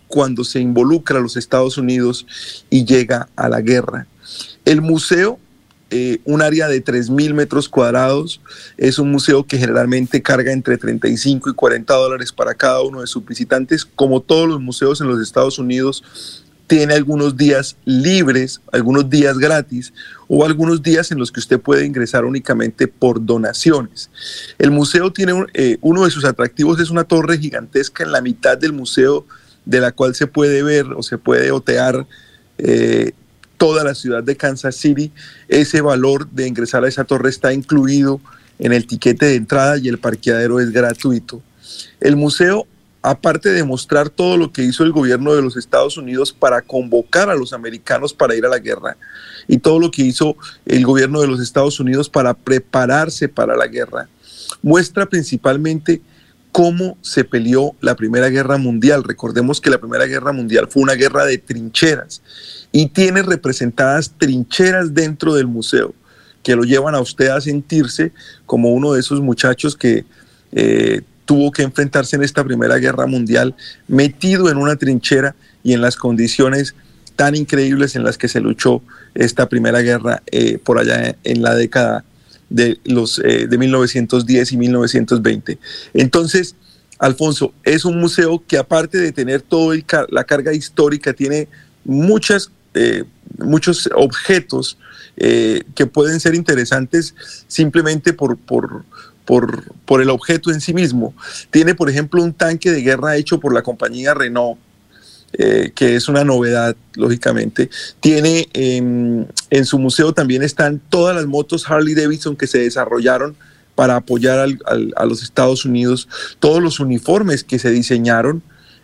cuando se involucra a los Estados Unidos y llega a la guerra. El museo, un área de 3.000 metros cuadrados, es un museo que generalmente carga entre $35 y $40 para cada uno de sus visitantes. Como todos los museos en los Estados Unidos, tiene algunos días libres, algunos días gratis o algunos días en los que usted puede ingresar únicamente por donaciones. El museo tiene uno de sus atractivos, es una torre gigantesca en la mitad del museo, de la cual se puede ver o se puede otear toda la ciudad de Kansas City. Ese valor de ingresar a esa torre está incluido en el tiquete de entrada y el parqueadero es gratuito. El museo, aparte de mostrar todo lo que hizo el gobierno de los Estados Unidos para convocar a los americanos para ir a la guerra y todo lo que hizo el gobierno de los Estados Unidos para prepararse para la guerra, muestra principalmente cómo se peleó la Primera Guerra Mundial. Recordemos que la Primera Guerra Mundial fue una guerra de trincheras y tiene representadas trincheras dentro del museo que lo llevan a usted a sentirse como uno de esos muchachos que tuvo que enfrentarse en esta Primera Guerra Mundial metido en una trinchera y en las condiciones tan increíbles en las que se luchó esta Primera Guerra por allá en la década de 1910 y 1920. Entonces, Alfonso, es un museo que aparte de tener toda la carga histórica, tiene muchos objetos que pueden ser interesantes simplemente por el objeto en sí mismo. Tiene, por ejemplo, un tanque de guerra hecho por la compañía Renault, que es una novedad, lógicamente. Tiene en su museo también están todas las motos Harley Davidson que se desarrollaron para apoyar a los Estados Unidos, todos los uniformes que se diseñaron.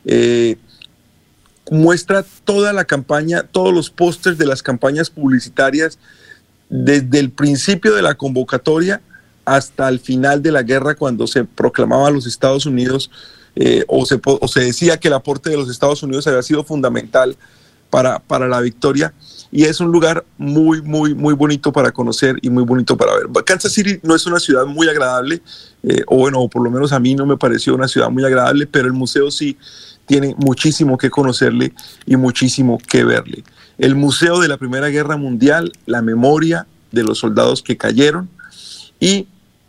Muestra toda la campaña, todos los pósters de las campañas publicitarias desde el principio de la convocatoria hasta el final de la guerra, cuando se proclamaba a los Estados Unidos o se decía que el aporte de los Estados Unidos había sido fundamental para la victoria. Y es un lugar muy, muy, muy bonito para conocer y muy bonito para ver. Kansas City no es una ciudad muy agradable, o por lo menos a mí no me pareció una ciudad muy agradable, pero el museo sí tiene muchísimo que conocerle y muchísimo que verle. El Museo de la Primera Guerra Mundial, la memoria de los soldados que cayeron y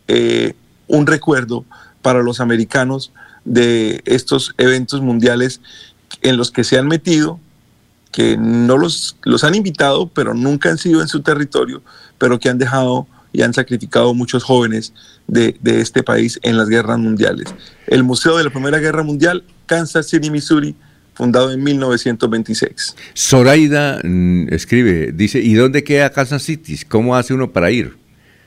un recuerdo para los americanos de estos eventos mundiales en los que se han metido, que no los han invitado, pero nunca han sido en su territorio, pero que han dejado y han sacrificado muchos jóvenes de este país en las guerras mundiales. El Museo de la Primera Guerra Mundial, Kansas City, Missouri, fundado en 1926. Zoraida escribe, dice, ¿y dónde queda Kansas City? ¿Cómo hace uno para ir?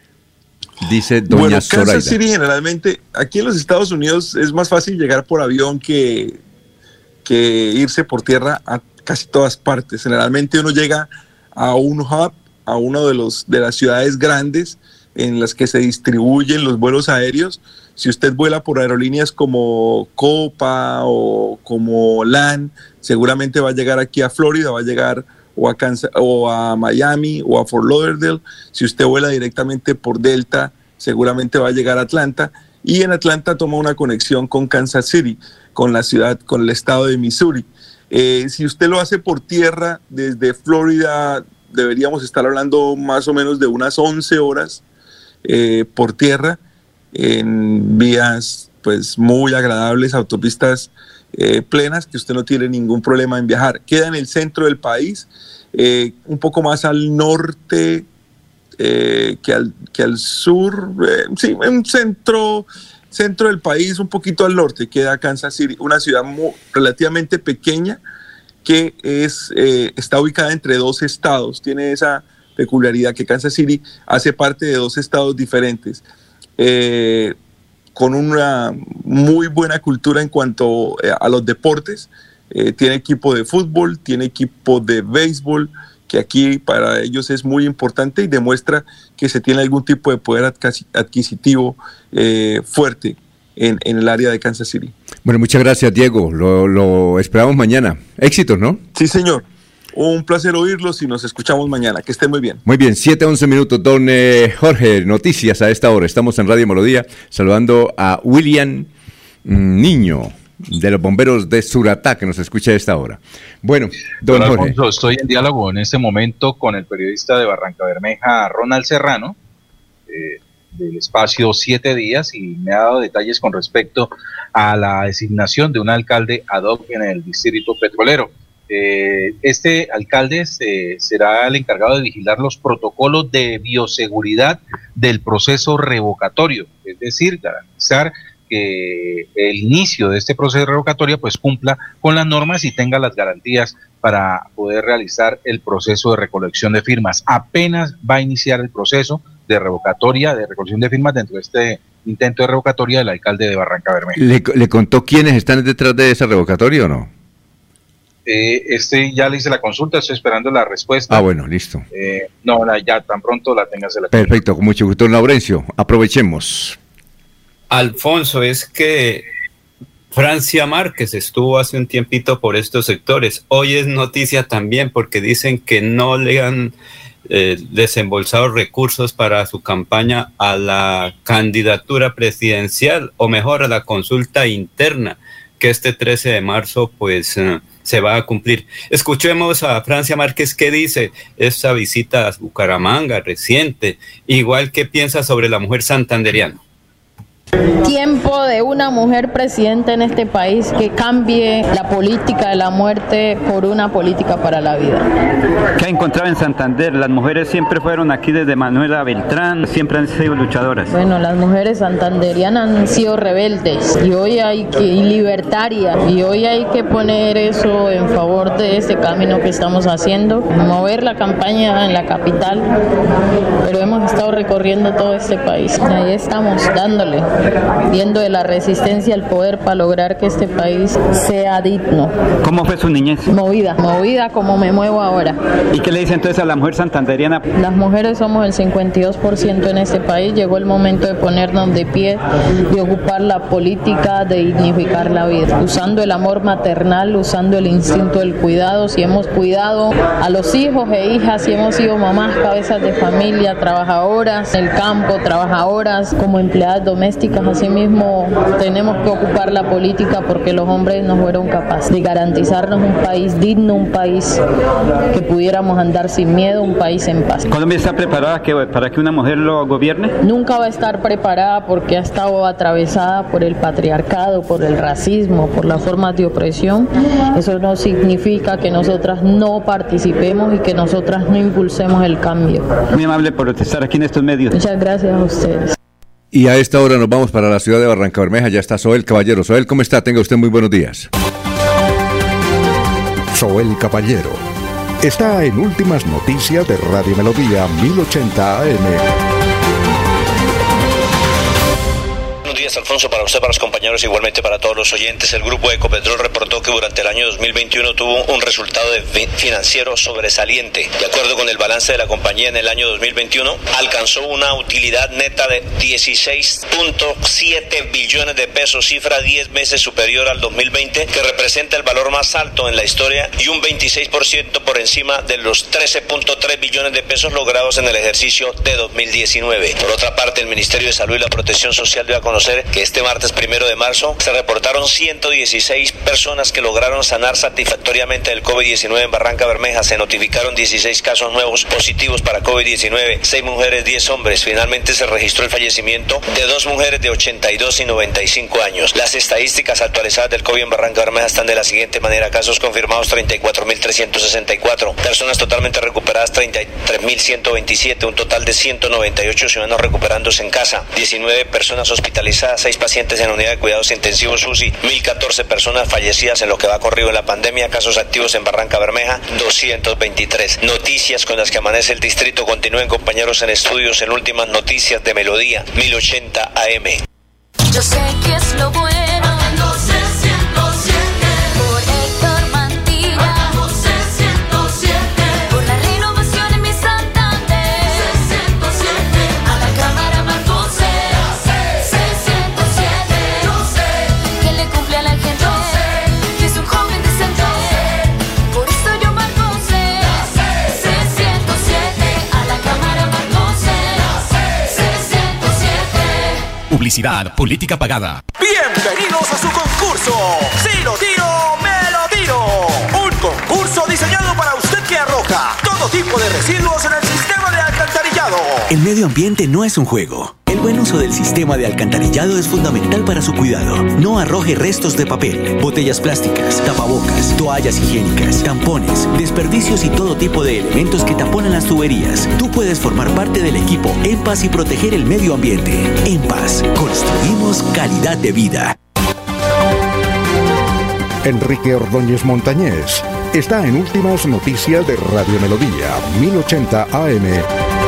Dice doña Zoraida. Kansas City generalmente, aquí en los Estados Unidos es más fácil llegar por avión que irse por tierra a casi todas partes. Generalmente uno llega a un hub, a uno de las ciudades grandes en las que se distribuyen los vuelos aéreos. Si usted vuela por aerolíneas como Copa o como LAN, seguramente va a llegar aquí a Florida, va a llegar o a Kansas, o a Miami o a Fort Lauderdale. Si usted vuela directamente por Delta, seguramente va a llegar a Atlanta, y en Atlanta toma una conexión con Kansas City, con la ciudad, con el estado de Missouri. Si usted lo hace por tierra desde Florida, deberíamos estar hablando más o menos de unas 11 horas por tierra, en vías pues muy agradables, autopistas plenas, que usted no tiene ningún problema en viajar. Queda en el centro del país, un poco más al norte que al sur, sí, en centro del país, un poquito al norte, queda Kansas City, una ciudad relativamente pequeña que está ubicada entre dos estados. Tiene esa peculiaridad que Kansas City hace parte de dos estados diferentes, con una muy buena cultura en cuanto a los deportes. Tiene equipo de fútbol, tiene equipo de béisbol, que aquí para ellos es muy importante y demuestra que se tiene algún tipo de poder adquisitivo fuerte en el área de Kansas City. Bueno, muchas gracias, Diego. Lo esperamos mañana. Éxitos, ¿no? Sí, señor. Un placer oírlos y nos escuchamos mañana. Que estén muy bien. Muy bien, 7:11 minutos. Don Jorge, noticias a esta hora. Estamos en Radio Melodía saludando a William Niño. de los bomberos de Suratá, que nos escucha a esta hora. Bueno, don Jorge. Alfonso, estoy en diálogo en este momento con el periodista de Barrancabermeja, Ronald Serrano, del espacio 7 días, y me ha dado detalles con respecto a la designación de un alcalde ad hoc en el distrito petrolero. Este alcalde será el encargado de vigilar los protocolos de bioseguridad del proceso revocatorio, es decir, garantizar que el inicio de este proceso revocatorio pues cumpla con las normas y tenga las garantías para poder realizar el proceso de recolección de firmas. Apenas va a iniciar el proceso de revocatoria, de recolección de firmas dentro de este intento de revocatoria del alcalde de Barrancabermeja. ¿Le contó quiénes están detrás de ese revocatorio o no? Ya le hice la consulta, estoy esperando la respuesta. Ah, bueno, listo. Ya tan pronto la tengas. Perfecto, con mucho gusto, don Laurencio. Aprovechemos. Alfonso, es que Francia Márquez estuvo hace un tiempito por estos sectores. Hoy es noticia también porque dicen que no le han desembolsado recursos para su campaña a la candidatura presidencial, o mejor, a la consulta interna, que este 13 de marzo pues se va a cumplir. Escuchemos a Francia Márquez qué dice esta visita a Bucaramanga reciente, igual que piensa sobre la mujer santandereana. Tiempo de una mujer presidenta en este país que cambie la política de la muerte por una política para la vida. ¿Qué ha encontrado en Santander? Las mujeres siempre fueron aquí desde Manuela Beltrán, siempre han sido luchadoras. Bueno, las mujeres santanderianas han sido rebeldes y hoy y libertarias, y hoy hay que poner eso en favor de este camino que estamos haciendo, mover la campaña en la capital, pero hemos estado recorriendo todo este país. Ahí estamos dándole, viendo de la resistencia al poder para lograr que este país sea digno. ¿Cómo fue su niñez? Movida como me muevo ahora. ¿Y qué le dice entonces a la mujer santanderiana? Las mujeres somos el 52% en este país. Llegó el momento de ponernos de pie, de ocupar la política, de dignificar la vida, usando el amor maternal, usando el instinto del cuidado. Si hemos cuidado a los hijos e hijas, si hemos sido mamás, cabezas de familia, trabajadoras en el campo, trabajadoras como empleadas domésticas, asimismo tenemos que ocupar la política, porque los hombres no fueron capaces de garantizarnos un país digno, un país que pudiéramos andar sin miedo, un país en paz. ¿Colombia está preparada para que una mujer lo gobierne? Nunca va a estar preparada, porque ha estado atravesada por el patriarcado, por el racismo, por las formas de opresión. Eso no significa que nosotras no participemos y que nosotras no impulsemos el cambio. Muy amable por estar aquí en estos medios. Muchas gracias a ustedes. Y a esta hora nos vamos para la ciudad de Barrancabermeja. Ya está Soel Caballero. Soel, ¿cómo está? Tenga usted muy buenos días. Soel Caballero está en Últimas Noticias de Radio Melodía 1080 AM. Buenos días, Alfonso, para usted, para los compañeros, igualmente para todos los oyentes. El grupo Ecopetrol reportó que durante el año 2021 tuvo un resultado financiero sobresaliente. De acuerdo con el balance de la compañía, en el año 2021 alcanzó una utilidad neta de 16.7 billones de pesos, cifra 10 veces superior al 2020, que representa el valor más alto en la historia y un 26% por encima de los 13.3 billones de pesos logrados en el ejercicio de 2019. Por otra parte, el Ministerio de Salud y la Protección Social dio a conocer que este martes 1 de marzo se reportaron 116 personas que lograron sanar satisfactoriamente del COVID-19 en Barrancabermeja. Se notificaron 16 casos nuevos positivos para COVID-19, 6 mujeres, 10 hombres. Finalmente se registró el fallecimiento de 2 mujeres de 82 y 95 años. Las estadísticas actualizadas del COVID en Barrancabermeja están de la siguiente manera: casos confirmados 34.364, personas totalmente recuperadas 33.127, un total de 198 ciudadanos recuperándose en casa, 19 personas hospitalizadas, 6 pacientes en unidad de cuidados intensivos UCI, 1.014 personas fallecidas en lo que va corrido en la pandemia, casos activos en Barrancabermeja 223. Noticias con las que amanece el distrito. Continúen, compañeros, en estudios en Últimas Noticias de Melodía 1080 AM. Yo sé que es lo bueno. Publicidad, política pagada. Bienvenido Bienvenidos a su concurso. Si lo tiro, me lo tiro. Un concurso diseñado para usted que arroja todo tipo de residuos en el sistema de alcantarillado. El medio ambiente no es un juego. El buen uso del sistema de alcantarillado es fundamental para su cuidado. No arroje restos de papel, botellas plásticas, tapabocas, toallas higiénicas, tampones, desperdicios y todo tipo de elementos que taponan las tuberías. Tú puedes formar parte del equipo En Paz y proteger el medio ambiente. En Paz, construimos calidad de vida. Enrique Ordóñez Montañés está en Últimas Noticias de Radio Melodía, 1080 AM.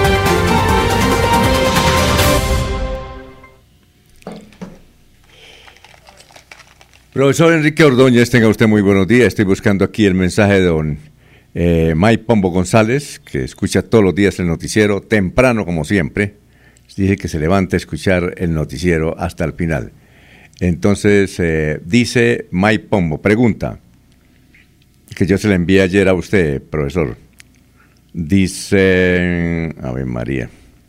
Profesor Enrique Ordóñez, tenga usted muy buenos días. Estoy buscando aquí el mensaje de don Mike Pombo González, que escucha todos los días el noticiero, temprano como siempre. Dice que se levanta a escuchar el noticiero hasta el final. Entonces, dice Mike Pombo, pregunta, que yo se la envié ayer a usted, profesor. Dice, a ver, María.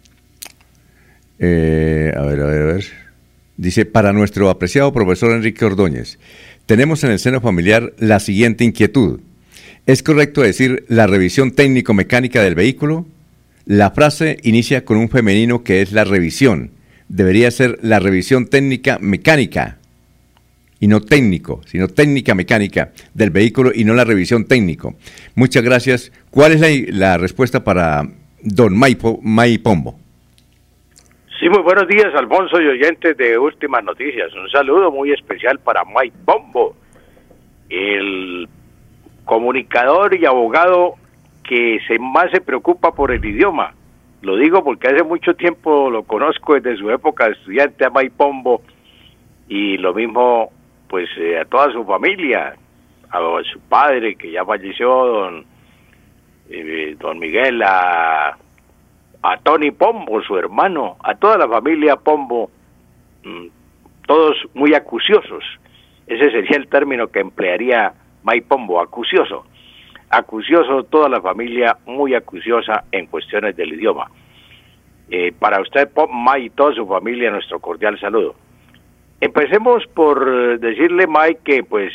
A ver. Dice, para nuestro apreciado profesor Enrique Ordóñez, tenemos en el seno familiar la siguiente inquietud. ¿Es correcto decir la revisión técnico-mecánica del vehículo? La frase inicia con un femenino que es la revisión. Debería ser la revisión técnica-mecánica, y no técnico, sino técnica-mecánica del vehículo y no la revisión técnico. Muchas gracias. ¿Cuál es la respuesta para don Mike Pombo? Sí, muy buenos días, Alfonso y oyentes de Últimas Noticias. Un saludo muy especial para Mike Pombo, el comunicador y abogado que más se preocupa por el idioma. Lo digo porque hace mucho tiempo lo conozco desde su época de estudiante a Mike Pombo, y lo mismo pues a toda su familia, a su padre que ya falleció, don Miguel, a Tony Pombo, su hermano, a toda la familia Pombo, todos muy acuciosos. Ese sería el término que emplearía Mike Pombo, acucioso. Acucioso, toda la familia muy acuciosa en cuestiones del idioma. Para usted, Mike, y toda su familia, nuestro cordial saludo. Empecemos por decirle, Mike, que pues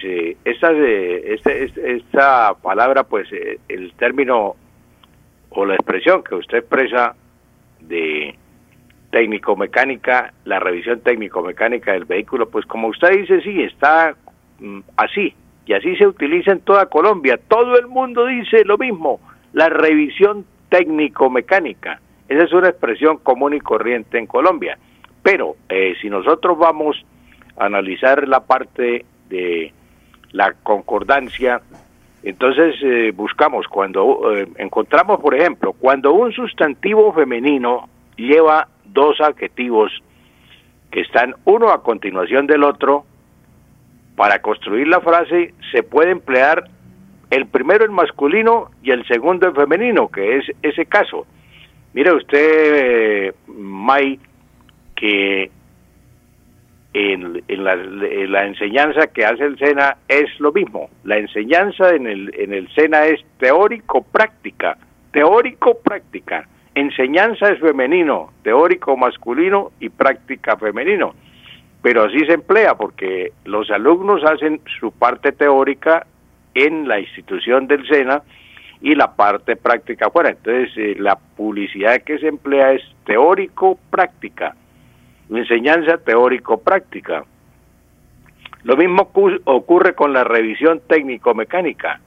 esta palabra, pues el término o la expresión que usted expresa de técnico-mecánica, la revisión técnico-mecánica del vehículo, pues como usted dice, sí, está así, y así se utiliza en toda Colombia. Todo el mundo dice lo mismo, la revisión técnico-mecánica. Esa es una expresión común y corriente en Colombia. Pero si nosotros vamos a analizar la parte de la concordancia, entonces buscamos, cuando encontramos, por ejemplo, cuando un sustantivo femenino lleva dos adjetivos que están uno a continuación del otro, para construir la frase se puede emplear el primero en masculino y el segundo en femenino, que es ese caso. Mire usted, May, que en la enseñanza que hace el SENA es lo mismo. La enseñanza en el SENA es teórico-práctica. Teórico-práctica. Enseñanza es femenino, teórico masculino y práctica femenino. Pero así se emplea porque los alumnos hacen su parte teórica en la institución del SENA y la parte práctica afuera. Entonces la publicidad que se emplea es teórico-práctica. Enseñanza teórico-práctica. Lo mismo ocurre con la revisión técnico-mecánica.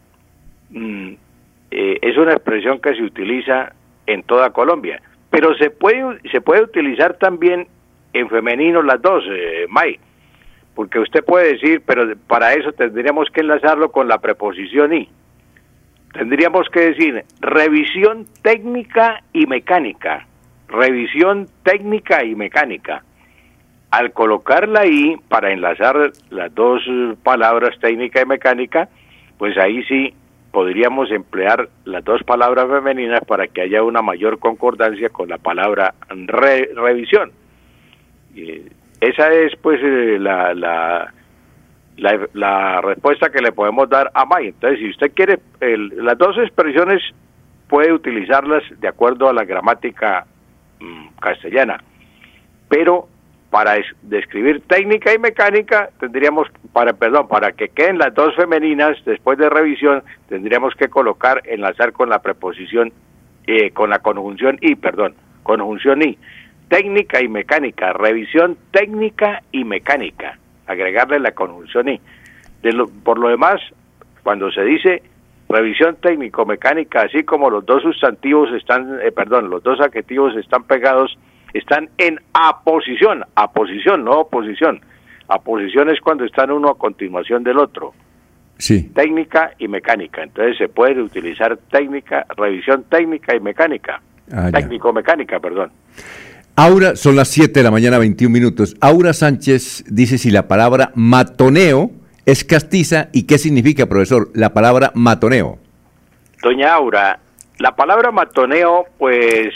Es una expresión que se utiliza en toda Colombia, pero se puede utilizar también en femenino las dos, May, porque usted puede decir, pero para eso tendríamos que enlazarlo con la preposición y. Tendríamos que decir revisión técnica y mecánica. Revisión técnica y mecánica. Al colocar la I para enlazar las dos palabras técnica y mecánica, pues ahí sí podríamos emplear las dos palabras femeninas para que haya una mayor concordancia con la palabra revisión. Esa es pues la respuesta que le podemos dar a May. Entonces, si usted quiere, las dos expresiones puede utilizarlas de acuerdo a la gramática castellana, pero para describir técnica y mecánica, tendríamos, para que queden las dos femeninas, después de revisión, tendríamos que enlazar con la preposición, con la conjunción y, técnica y mecánica, revisión técnica y mecánica, agregarle la conjunción y. Por lo demás, cuando se dice revisión técnico-mecánica, así como los dos sustantivos los dos adjetivos están pegados, están en aposición, no oposición. Aposición es cuando están uno a continuación del otro. Sí. Técnica y mecánica. Entonces se puede utilizar revisión técnica y mecánica. Técnico-mecánica, perdón. Aura, son las 7 de la mañana, 21 minutos. Aura Sánchez dice si la palabra matoneo es castiza y qué significa, profesor, la palabra matoneo. Doña Aura, la palabra matoneo, pues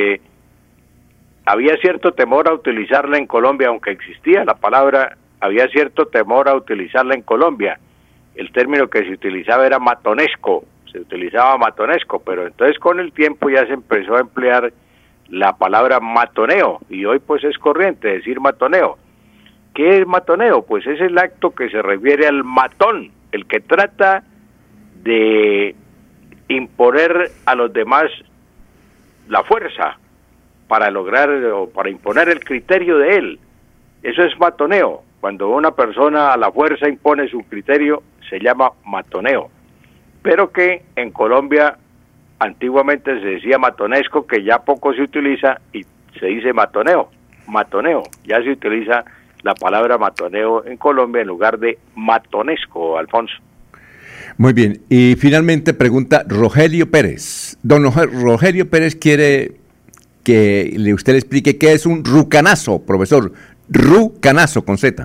había cierto temor a utilizarla en Colombia, aunque existía la palabra, había cierto temor a utilizarla en Colombia. El término que se utilizaba era matonesco, pero entonces con el tiempo ya se empezó a emplear la palabra matoneo, y hoy pues es corriente decir matoneo. ¿Qué es matoneo? Pues es el acto que se refiere al matón, el que trata de imponer a los demás la fuerza para lograr o para imponer el criterio de él. Eso es matoneo. Cuando una persona a la fuerza impone su criterio, se llama matoneo. Pero que en Colombia antiguamente se decía matonesco, que ya poco se utiliza y se dice matoneo. Ya se utiliza la palabra matoneo en Colombia en lugar de matonesco, Alfonso. Muy bien, y finalmente pregunta Rogelio Pérez. Don Rogelio Pérez quiere que usted le explique qué es un rucanazo, profesor. Rucanazo con Z.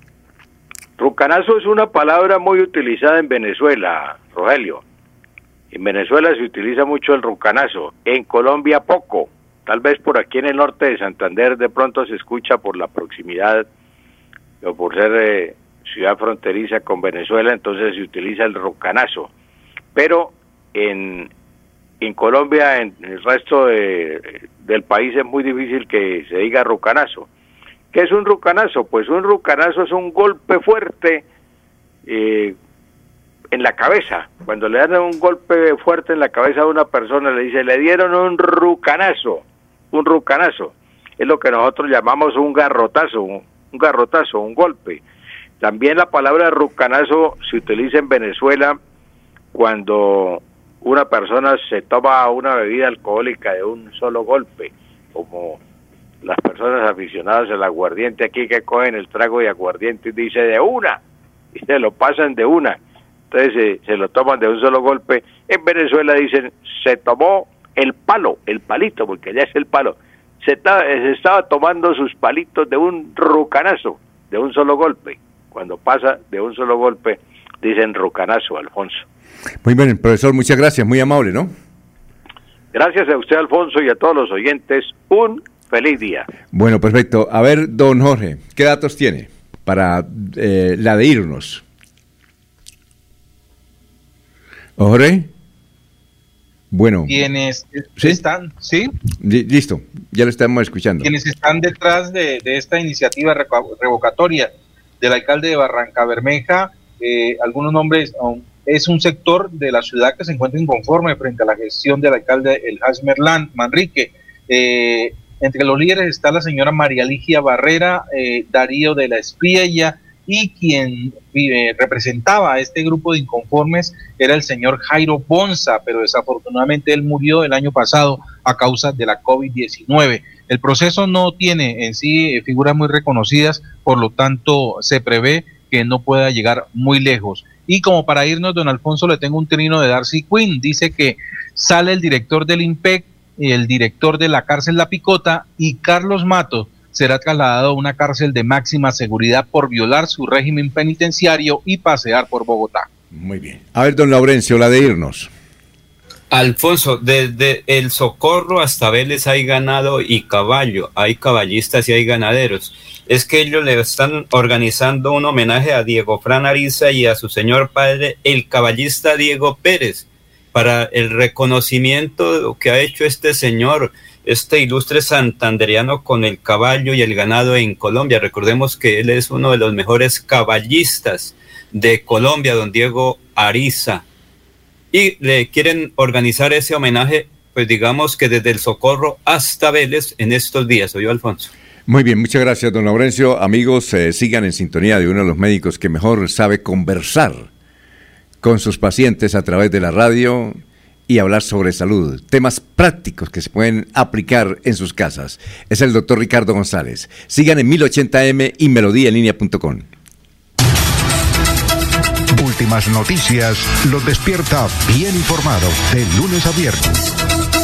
Rucanazo es una palabra muy utilizada en Venezuela, Rogelio. En Venezuela se utiliza mucho el rucanazo, en Colombia poco. Tal vez por aquí en el norte de Santander de pronto se escucha por la proximidad o por ser ciudad fronteriza con Venezuela, entonces se utiliza el rucanazo. Pero en Colombia, en el resto del país es muy difícil que se diga rucanazo. ¿Qué es un rucanazo? Pues un rucanazo es un golpe fuerte en la cabeza. Cuando le dan un golpe fuerte en la cabeza a una persona, le dice, le dieron un rucanazo. Un rucanazo es lo que nosotros llamamos un garrotazo, un golpe. También la palabra rucanazo se utiliza en Venezuela cuando una persona se toma una bebida alcohólica de un solo golpe, como las personas aficionadas al aguardiente aquí que cogen el trago de aguardiente y dice de una, y se lo pasan de una, entonces se lo toman de un solo golpe. En Venezuela dicen, se tomó el palito, porque ya es el palo, se estaba tomando sus palitos de un rucanazo, de un solo golpe. Cuando pasa de un solo golpe, dicen rucanazo, Alfonso. Muy bien, profesor, muchas gracias, muy amable, ¿no? Gracias a usted, Alfonso, y a todos los oyentes, un feliz día. Bueno, perfecto. A ver, don Jorge, ¿qué datos tiene para la de irnos? Jorge. Bueno. Quienes ¿sí? están, ¿sí? Listo, ya lo estamos escuchando. Quienes están detrás de esta iniciativa revocatoria del alcalde de Barrancabermeja, algunos nombres, es un sector de la ciudad que se encuentra inconforme frente a la gestión del alcalde El Haj Manrique. Entre los líderes está la señora María Ligia Barrera, Darío de la Espriella, y quien representaba a este grupo de inconformes era el señor Jairo Bonza, pero desafortunadamente él murió el año pasado a causa de la COVID-19. El proceso no tiene en sí figuras muy reconocidas, por lo tanto se prevé que no pueda llegar muy lejos. Y como para irnos, don Alfonso, le tengo un trino de Darcy Quinn. Dice que sale el director del IMPEC, el director de la cárcel La Picota, y Carlos Matos será trasladado a una cárcel de máxima seguridad por violar su régimen penitenciario y pasear por Bogotá. Muy bien. A ver, don Laurencio, la de irnos. Alfonso, desde El Socorro hasta Vélez hay ganado y caballo, hay caballistas y hay ganaderos. Es que ellos le están organizando un homenaje a Diego Fran Ariza y a su señor padre, el caballista Diego Pérez, para el reconocimiento que ha hecho este señor este ilustre santandereano con el caballo y el ganado en Colombia. Recordemos que él es uno de los mejores caballistas de Colombia, don Diego Ariza. Y le quieren organizar ese homenaje, pues digamos que desde el Socorro hasta Vélez en estos días. ¿Oyó, Alfonso? Muy bien, muchas gracias, don Laurencio. Amigos, sigan en sintonía de uno de los médicos que mejor sabe conversar con sus pacientes a través de la radio y hablar sobre salud, temas prácticos que se pueden aplicar en sus casas. Es el doctor Ricardo González. Sigan en 1080m y melodíaenlínea.com. Últimas noticias los despierta bien informados de lunes a viernes.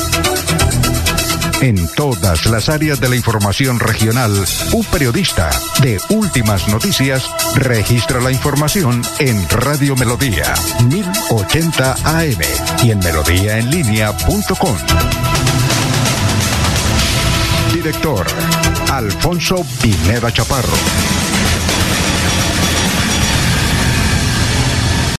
En todas las áreas de la información regional, un periodista de Últimas Noticias registra la información en Radio Melodía 1080 AM y en melodíaenlínea.com. Director Alfonso Pineda Chaparro.